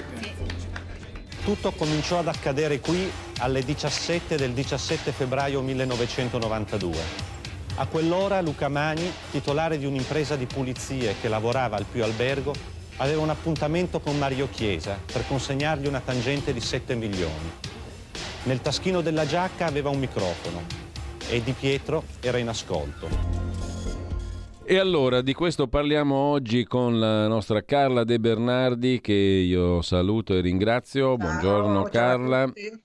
Tutto cominciò ad accadere qui alle diciassette del diciassette febbraio millenovecentonovantadue. A quell'ora Luca Magni, titolare di un'impresa di pulizie che lavorava al Pio Albergo, aveva un appuntamento con Mario Chiesa per consegnargli una tangente di sette milioni. Nel taschino della giacca aveva un microfono e Di Pietro era in ascolto.
E allora di questo parliamo oggi con la nostra Carla De Bernardi, che io saluto e ringrazio. Buongiorno, ciao, Carla. Ciao a tutti.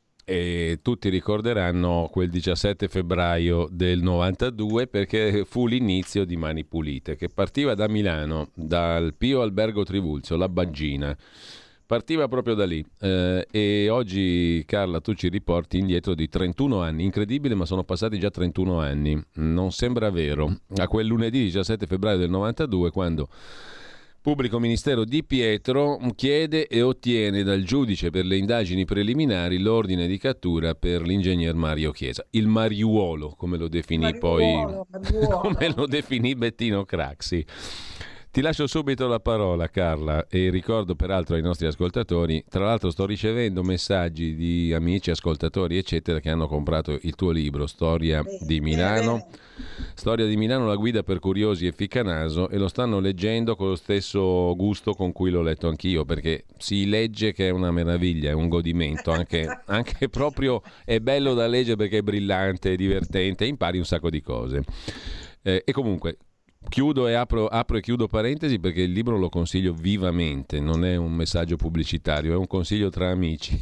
E tutti ricorderanno quel diciassette febbraio del novantadue, perché fu l'inizio di Mani Pulite, che partiva da Milano, dal Pio Albergo Trivulzio, la Baggina. Partiva proprio da lì eh, e oggi, Carla, tu ci riporti indietro di trentuno anni. Incredibile, ma sono passati già trentuno anni. Non sembra vero. A quel lunedì diciassette febbraio del novantadue, quando Pubblico Ministero Di Pietro chiede e ottiene dal giudice per le indagini preliminari l'ordine di cattura per l'ingegner Mario Chiesa. Il Mariuolo, come lo definì Mariuolo, poi Mariuolo. Come lo definì Bettino Craxi. Ti lascio subito la parola, Carla, e ricordo peraltro ai nostri ascoltatori, tra l'altro sto ricevendo messaggi di amici, ascoltatori, eccetera, che hanno comprato il tuo libro, Storia di Milano, Storia di Milano, la guida per curiosi e ficcanaso, e lo stanno leggendo con lo stesso gusto con cui l'ho letto anch'io, perché si legge che è una meraviglia, è un godimento, anche, anche proprio è bello da leggere perché è brillante, è divertente, impari un sacco di cose. Eh, e comunque... Chiudo e apro, apro e chiudo parentesi, perché il libro lo consiglio vivamente, non è un messaggio pubblicitario, è un consiglio tra amici.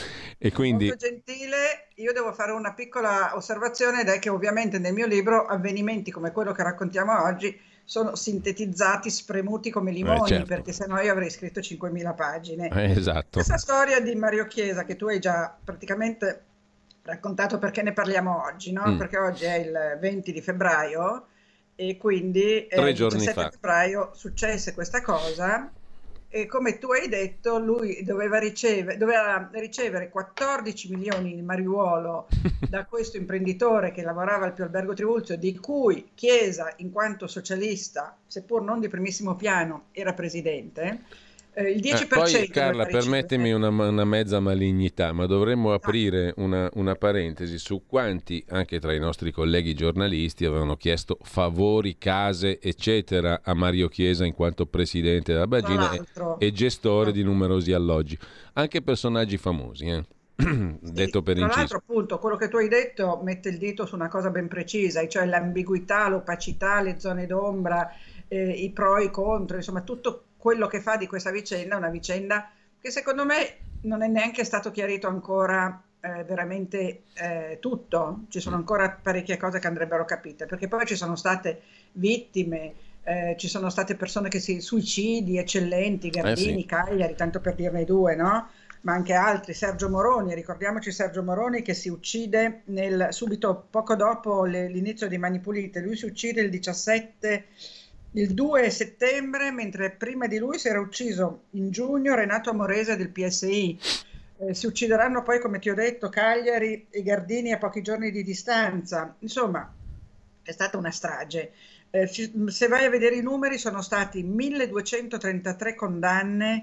E quindi...
Molto gentile. Io devo fare una piccola osservazione, ed è che ovviamente nel mio libro avvenimenti come quello che raccontiamo oggi sono sintetizzati, spremuti come limoni, eh, certo. Perché sennò io avrei scritto cinquemila pagine.
Eh, esatto.
Questa storia di Mario Chiesa, che tu hai già praticamente raccontato, perché ne parliamo oggi, no? Mm. Perché oggi è il venti di febbraio, e quindi eh, il diciassette febbraio successe questa cosa, e come tu hai detto lui doveva, riceve, doveva ricevere quattordici milioni di mariuolo da questo imprenditore che lavorava al Pio Albergo Trivulzio, di cui Chiesa, in quanto socialista, seppur non di primissimo piano, era presidente. Eh, il dieci per cento
eh, poi Carla, permettimi una, una mezza malignità, ma dovremmo aprire una, una parentesi su quanti, anche tra i nostri colleghi giornalisti, avevano chiesto favori, case, eccetera, a Mario Chiesa in quanto presidente della Bagina e, e gestore di numerosi alloggi. Anche personaggi famosi, eh. detto
sì,
per
tra
inciso.
l'altro, appunto, quello che tu hai detto mette il dito su una cosa ben precisa, cioè l'ambiguità, l'opacità, le zone d'ombra, eh, i pro e i contro, insomma tutto quello che fa di questa vicenda una vicenda che secondo me non è neanche stato chiarito ancora eh, veramente eh, tutto, ci sono ancora parecchie cose che andrebbero capite, perché poi ci sono state vittime, eh, ci sono state persone che si suicidi eccellenti, Gardini,
eh sì.
Cagliari, tanto per dirne due, no? Ma anche altri, Sergio Moroni, ricordiamoci Sergio Moroni che si uccide nel, subito poco dopo le, l'inizio di Mani Pulite, lui si uccide il diciassette, il due settembre, mentre prima di lui si era ucciso in giugno Renato Amorese del P S I, eh, si uccideranno poi, come ti ho detto, Cagliari e Gardini a pochi giorni di distanza, insomma è stata una strage. Eh, se vai a vedere i numeri sono stati milleduecentotrentatré condanne,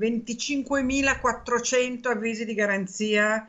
venticinquemilaquattrocento avvisi di garanzia,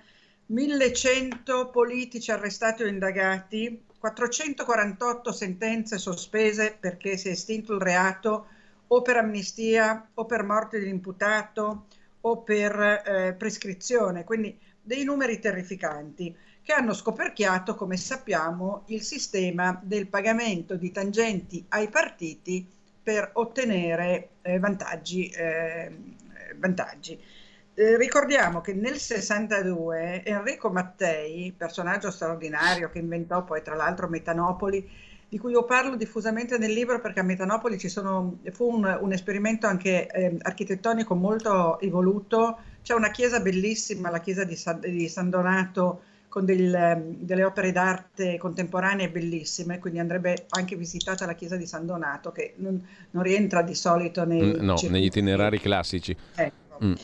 millecento politici arrestati o indagati, quattrocentoquarantotto sentenze sospese perché si è estinto il reato o per amnistia o per morte dell'imputato o per eh, prescrizione, quindi dei numeri terrificanti che hanno scoperchiato, come sappiamo, il sistema del pagamento di tangenti ai partiti per ottenere eh, vantaggi. Eh, vantaggi. Eh, ricordiamo che nel sessantadue Enrico Mattei, personaggio straordinario che inventò poi tra l'altro Metanopoli, di cui io parlo diffusamente nel libro perché a Metanopoli ci sono, fu un, un esperimento anche eh, architettonico molto evoluto, c'è una chiesa bellissima, la chiesa di San, di San Donato, con del, delle opere d'arte contemporanee bellissime, quindi andrebbe anche visitata la chiesa di San Donato, che non, non rientra di solito nei,
no, negli itinerari classici.
Ecco.
Mm.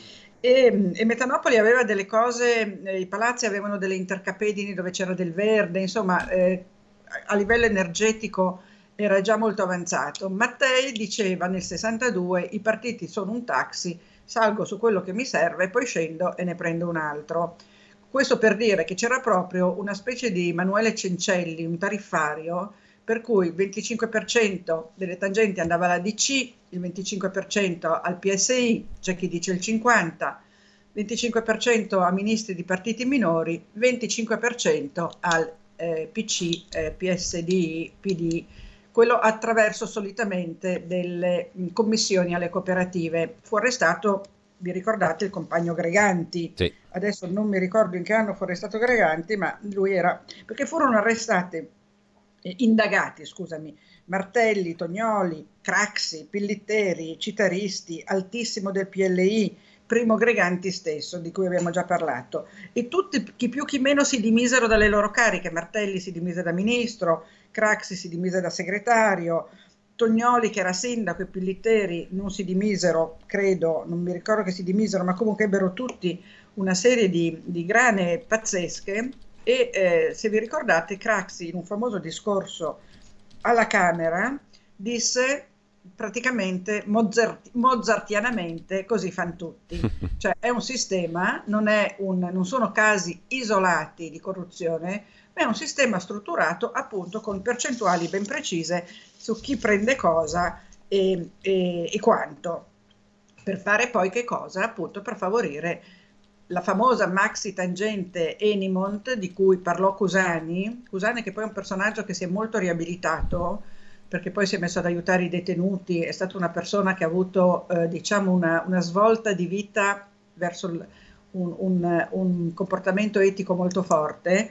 E, e Metanopoli aveva delle cose, eh, i palazzi avevano delle intercapedini dove c'era del verde, insomma eh, a livello energetico era già molto avanzato. Mattei diceva nel sessantadue i partiti sono un taxi, salgo su quello che mi serve, poi scendo e ne prendo un altro. Questo per dire che c'era proprio una specie di Emanuele Cencelli, un tariffario, per cui il venticinque per cento delle tangenti andava alla D C, il venticinque per cento al P S I, c'è chi dice il cinquanta per cento, venticinque per cento a ministri di partiti minori, venticinque per cento al eh, P C, eh, P S D I, P D, quello attraverso solitamente delle mh, commissioni alle cooperative. Fu arrestato, vi ricordate, il compagno Greganti.
Sì.
Adesso non mi ricordo in che anno fu arrestato Greganti, ma lui era, perché furono arrestati, eh, indagati, scusami, Martelli, Tognoli, Craxi, Pillitteri, Citaristi, Altissimo del P L I, Primo Greganti stesso, di cui abbiamo già parlato, e tutti, chi più chi meno, si dimisero dalle loro cariche. Martelli si dimise da ministro, Craxi si dimise da segretario, Tognoli, che era sindaco, e Pillitteri non si dimisero, credo, non mi ricordo che si dimisero, ma comunque ebbero tutti una serie di, di grane pazzesche. E eh, se vi ricordate, Craxi in un famoso discorso alla Camera disse praticamente mozart, mozartianamente così fan tutti, cioè è un sistema, non, è un, non sono casi isolati di corruzione, ma è un sistema strutturato appunto con percentuali ben precise su chi prende cosa e, e, e quanto, per fare poi che cosa? Appunto per favorire la famosa maxi tangente Enimont di cui parlò Cusani, Cusani che poi è un personaggio che si è molto riabilitato, perché poi si è messo ad aiutare i detenuti, è stata una persona che ha avuto eh, diciamo una, una svolta di vita verso il, un, un, un comportamento etico molto forte.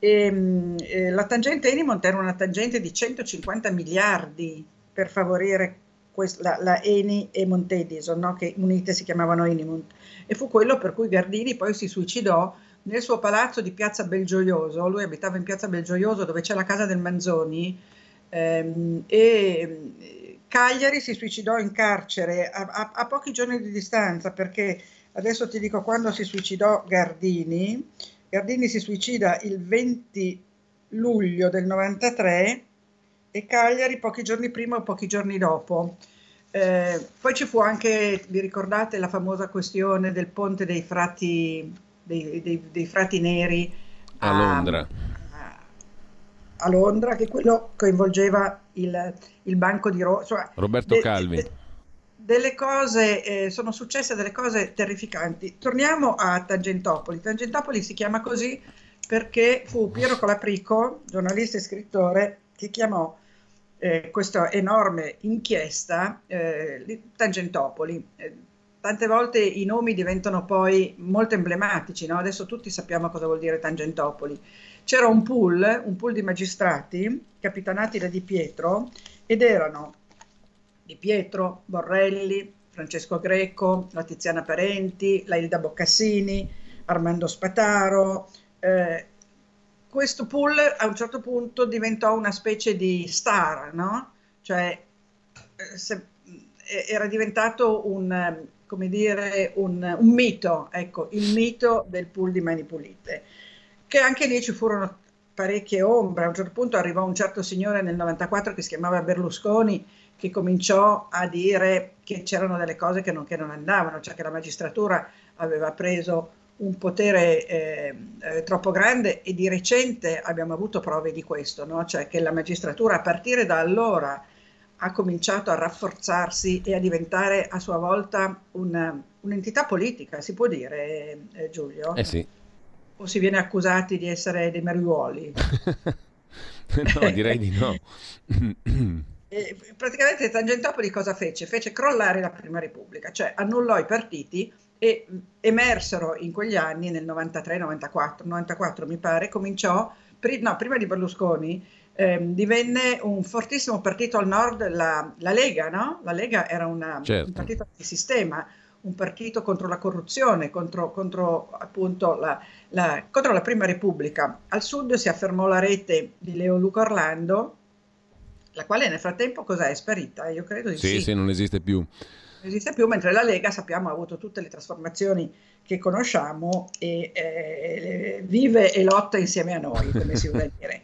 E, eh, la tangente Enimont era una tangente di centocinquanta miliardi per favorire quest, la, la Eni e Montedison, no? Che unite si chiamavano Enimont, e fu quello per cui Gardini poi si suicidò nel suo palazzo di Piazza Belgioioso. Lui abitava in Piazza Belgioioso dove c'è la casa del Manzoni, ehm, e Cagliari si suicidò in carcere a, a, a pochi giorni di distanza, perché adesso ti dico quando si suicidò Gardini. Gardini si suicida il venti luglio del novantatré e Cagliari pochi giorni prima o pochi giorni dopo. Eh, poi ci fu anche, vi ricordate la famosa questione del ponte dei frati, dei, dei, dei frati neri
a, a Londra.
A, a Londra, che quello coinvolgeva il, il Banco di Roma. Cioè,
Roberto
de,
Calvi.
De, delle cose, eh, sono successe delle cose terrificanti. Torniamo a Tangentopoli. Tangentopoli si chiama così perché fu Piero Colaprico, giornalista e scrittore, che chiamò Eh, questa enorme inchiesta eh, Tangentopoli. Eh, tante volte i nomi diventano poi molto emblematici, no? Adesso tutti sappiamo cosa vuol dire Tangentopoli. C'era un pool, un pool di magistrati capitanati da Di Pietro, ed erano Di Pietro, Borrelli, Francesco Greco, la Tiziana Parenti, la Ilda Boccassini, Armando Spataro. eh, Questo pool a un certo punto diventò una specie di star, no? Cioè se, era diventato un, come dire, un, un mito, ecco, il mito del pool di Mani Pulite, che anche lì ci furono parecchie ombre. A un certo punto arrivò un certo signore nel novantaquattro che si chiamava Berlusconi, che cominciò a dire che c'erano delle cose che non, che non andavano, cioè che la magistratura aveva preso un potere eh, eh, troppo grande, e di recente abbiamo avuto prove di questo, no? Cioè che la magistratura a partire da allora ha cominciato a rafforzarsi e a diventare a sua volta un, un'entità politica, si può dire, eh, Giulio?
Eh sì.
O si viene accusati di essere dei mariuoli?
No, direi di no.
E praticamente Tangentopoli cosa fece? Fece crollare la Prima Repubblica, cioè annullò i partiti, e emersero in quegli anni, nel novantatré novantaquattro, novantaquattro mi pare, cominciò, pri, no, prima di Berlusconi, eh, divenne un fortissimo partito al nord, la, la Lega, no? La Lega era una,
certo.
un partito di sistema, un partito contro la corruzione, contro, contro appunto la, la, contro la Prima Repubblica. Al sud si affermò la rete di Leo Luca Orlando, la quale nel frattempo cos'è? È sparita? Io credo di sì.
Sì, sì, non esiste più.
Non esiste più, mentre la Lega, sappiamo, ha avuto tutte le trasformazioni che conosciamo e eh, vive e lotta insieme a noi, come si usa dire.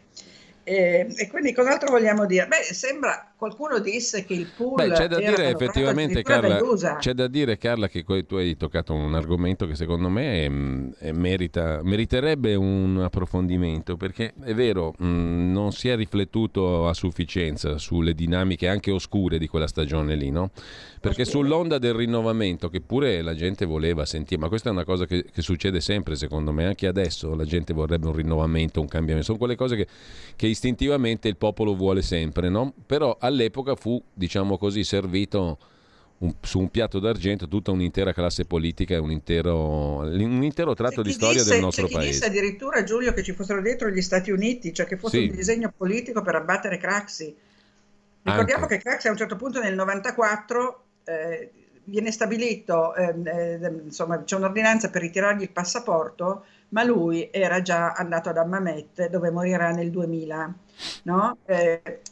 E, e quindi cos'altro vogliamo dire? Beh, sembra, qualcuno disse che il pool
Beh, c'è da
era
dire effettivamente, Carla,
dall'U S A.
c'è da dire, Carla, che tu hai toccato un argomento che secondo me è, è merita, meriterebbe un approfondimento, perché è vero, mh, non si è riflettuto a sufficienza sulle dinamiche anche oscure di quella stagione lì, no? Perché sull'onda del rinnovamento, che pure la gente voleva sentire, ma questa è una cosa che, che succede sempre, secondo me, anche adesso la gente vorrebbe un rinnovamento, un cambiamento, sono quelle cose che, che istintivamente il popolo vuole sempre, no? Però all'epoca fu, diciamo così, servito un, su un piatto d'argento tutta un'intera classe politica e un intero, un intero tratto di storia
disse,
del nostro
c'è chi
paese.
Disse addirittura, Giulio, che ci fossero dietro gli Stati Uniti, cioè che fosse
sì.
un disegno politico per abbattere Craxi. Ricordiamo anche. che Craxi a un certo punto nel novantaquattro eh, viene stabilito, eh, eh, insomma c'è un'ordinanza per ritirargli il passaporto, ma lui era già andato ad Hammamet, dove morirà nel duemila, no? Eh,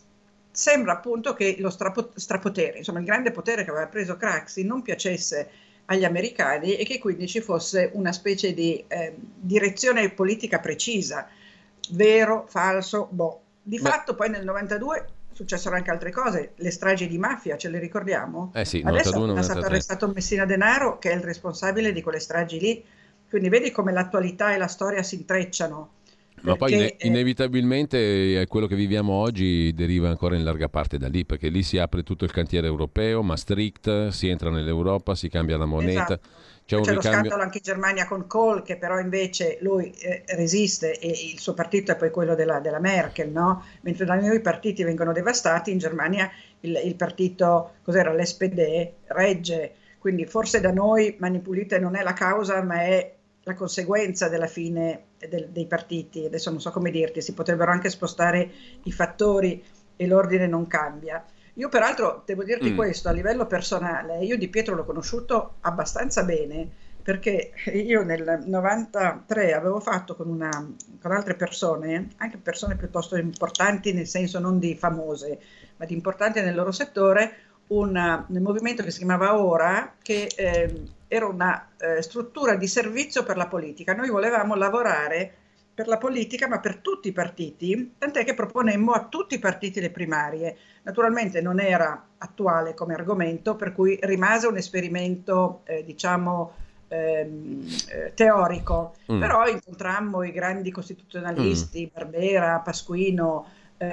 sembra appunto che lo strapo, strapotere, insomma il grande potere che aveva preso Craxi non piacesse agli americani, e che quindi ci fosse una specie di eh, direzione politica precisa, vero, falso, boh. Di ma... fatto poi nel novantadue successero anche altre cose, le stragi di mafia, ce le ricordiamo?
Eh sì,
adesso
novantadue,
è stato arrestato Messina Denaro, che è il responsabile di quelle stragi lì, quindi vedi come l'attualità e la storia si intrecciano.
Ma poi ine- inevitabilmente eh, quello che viviamo oggi deriva ancora in larga parte da lì, perché lì si apre tutto il cantiere europeo, Maastricht, si entra nell'Europa, si cambia la moneta.
Esatto.
C'è, un
c'è
ricambio...
lo scandalo anche in Germania con Kohl, che però invece lui eh, resiste, e il suo partito è poi quello della, della Merkel, no? Mentre da noi i partiti vengono devastati, in Germania il, il partito, cos'era, l'S P D, regge, quindi forse da noi Mani Pulite non è la causa, ma è la conseguenza della fine del, dei partiti. Adesso non so come dirti, si potrebbero anche spostare i fattori e l'ordine non cambia. Io peraltro devo dirti mm. questo, a livello personale, io Di Pietro l'ho conosciuto abbastanza bene, perché io nel novantatré avevo fatto con, una, con altre persone, anche persone piuttosto importanti, nel senso non di famose, ma di importanti nel loro settore, un movimento che si chiamava Ora, che eh, era una eh, struttura di servizio per la politica. Noi volevamo lavorare per la politica, ma per tutti i partiti, tant'è che proponemmo a tutti i partiti le primarie. Naturalmente non era attuale come argomento, per cui rimase un esperimento, eh, diciamo, ehm, eh, teorico, mm. però incontrammo i grandi costituzionalisti, mm. Barbera, Pasquino,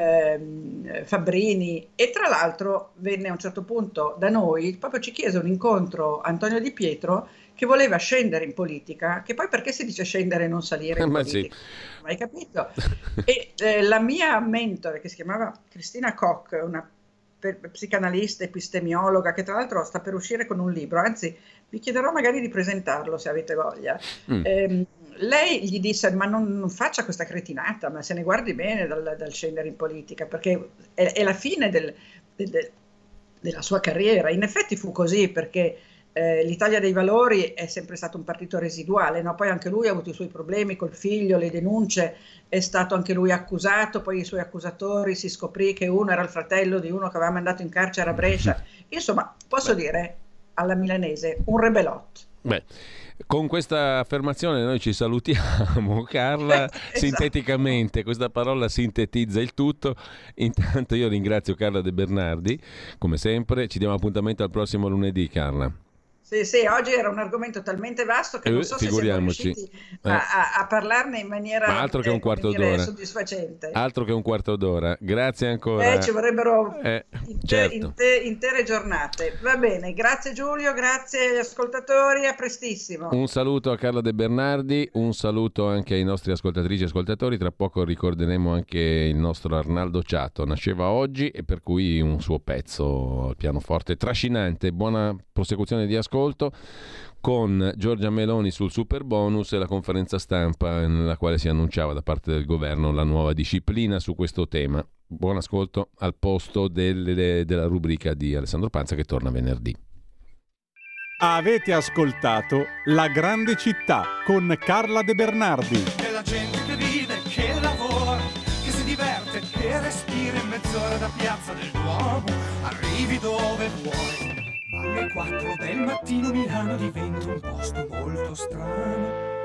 ehm, Fabbrini, e tra l'altro venne a un certo punto da noi, proprio ci chiese un incontro Antonio Di Pietro, che voleva scendere in politica, che poi perché si dice scendere e non salire in
Ma
politica?
sì.
Hai capito? E eh, la mia mentore, che si chiamava Cristina Koch, una per, psicanalista, epistemiologa, che tra l'altro sta per uscire con un libro, anzi vi chiederò magari di presentarlo se avete voglia. Mm. Eh, lei gli disse: ma non, non faccia questa cretinata, ma se ne guardi bene dal, dal scendere in politica, perché è, è la fine del, del, della sua carriera. In effetti fu così, perché Eh, l'Italia dei Valori è sempre stato un partito residuale, no? Poi anche lui ha avuto i suoi problemi col figlio, le denunce, è stato anche lui accusato, poi i suoi accusatori si scoprì che uno era il fratello di uno che aveva mandato in carcere a Brescia. Insomma, posso Beh. dire alla milanese, un rebelot.
Beh, con questa affermazione noi ci salutiamo, Carla. Esatto. Sinteticamente, questa parola sintetizza il tutto. Intanto io ringrazio Carla De Bernardi, come sempre. Ci diamo appuntamento al prossimo lunedì, Carla.
Sì, sì, oggi era un argomento talmente vasto che eh, non so se siamo riusciti a, a, a parlarne in maniera,
Ma altro che un quarto
eh, dire,
d'ora.
soddisfacente.
Altro che un quarto d'ora. Grazie ancora.
Eh, ci vorrebbero
eh,
inter-
certo.
inter- intere giornate. Va bene, grazie Giulio, grazie agli ascoltatori, a prestissimo.
Un saluto a Carla De Bernardi, un saluto anche ai nostri ascoltatrici e ascoltatori. Tra poco ricorderemo anche il nostro Arnaldo Ciato. Nasceva oggi e per cui un suo pezzo al pianoforte trascinante. Buona prosecuzione di ascolto con Giorgia Meloni sul super bonus e la conferenza stampa nella quale si annunciava da parte del governo la nuova disciplina su questo tema. Buon ascolto al posto delle, della rubrica di Alessandro Panza che torna venerdì.
Avete ascoltato La Grande Città con Carla De Bernardi.
È la gente che vive, che lavora, che si diverte, che respira in mezz'ora da Piazza del Duomo, arrivi dove vuoi. Alle quattro del mattino Milano diventa un posto molto strano.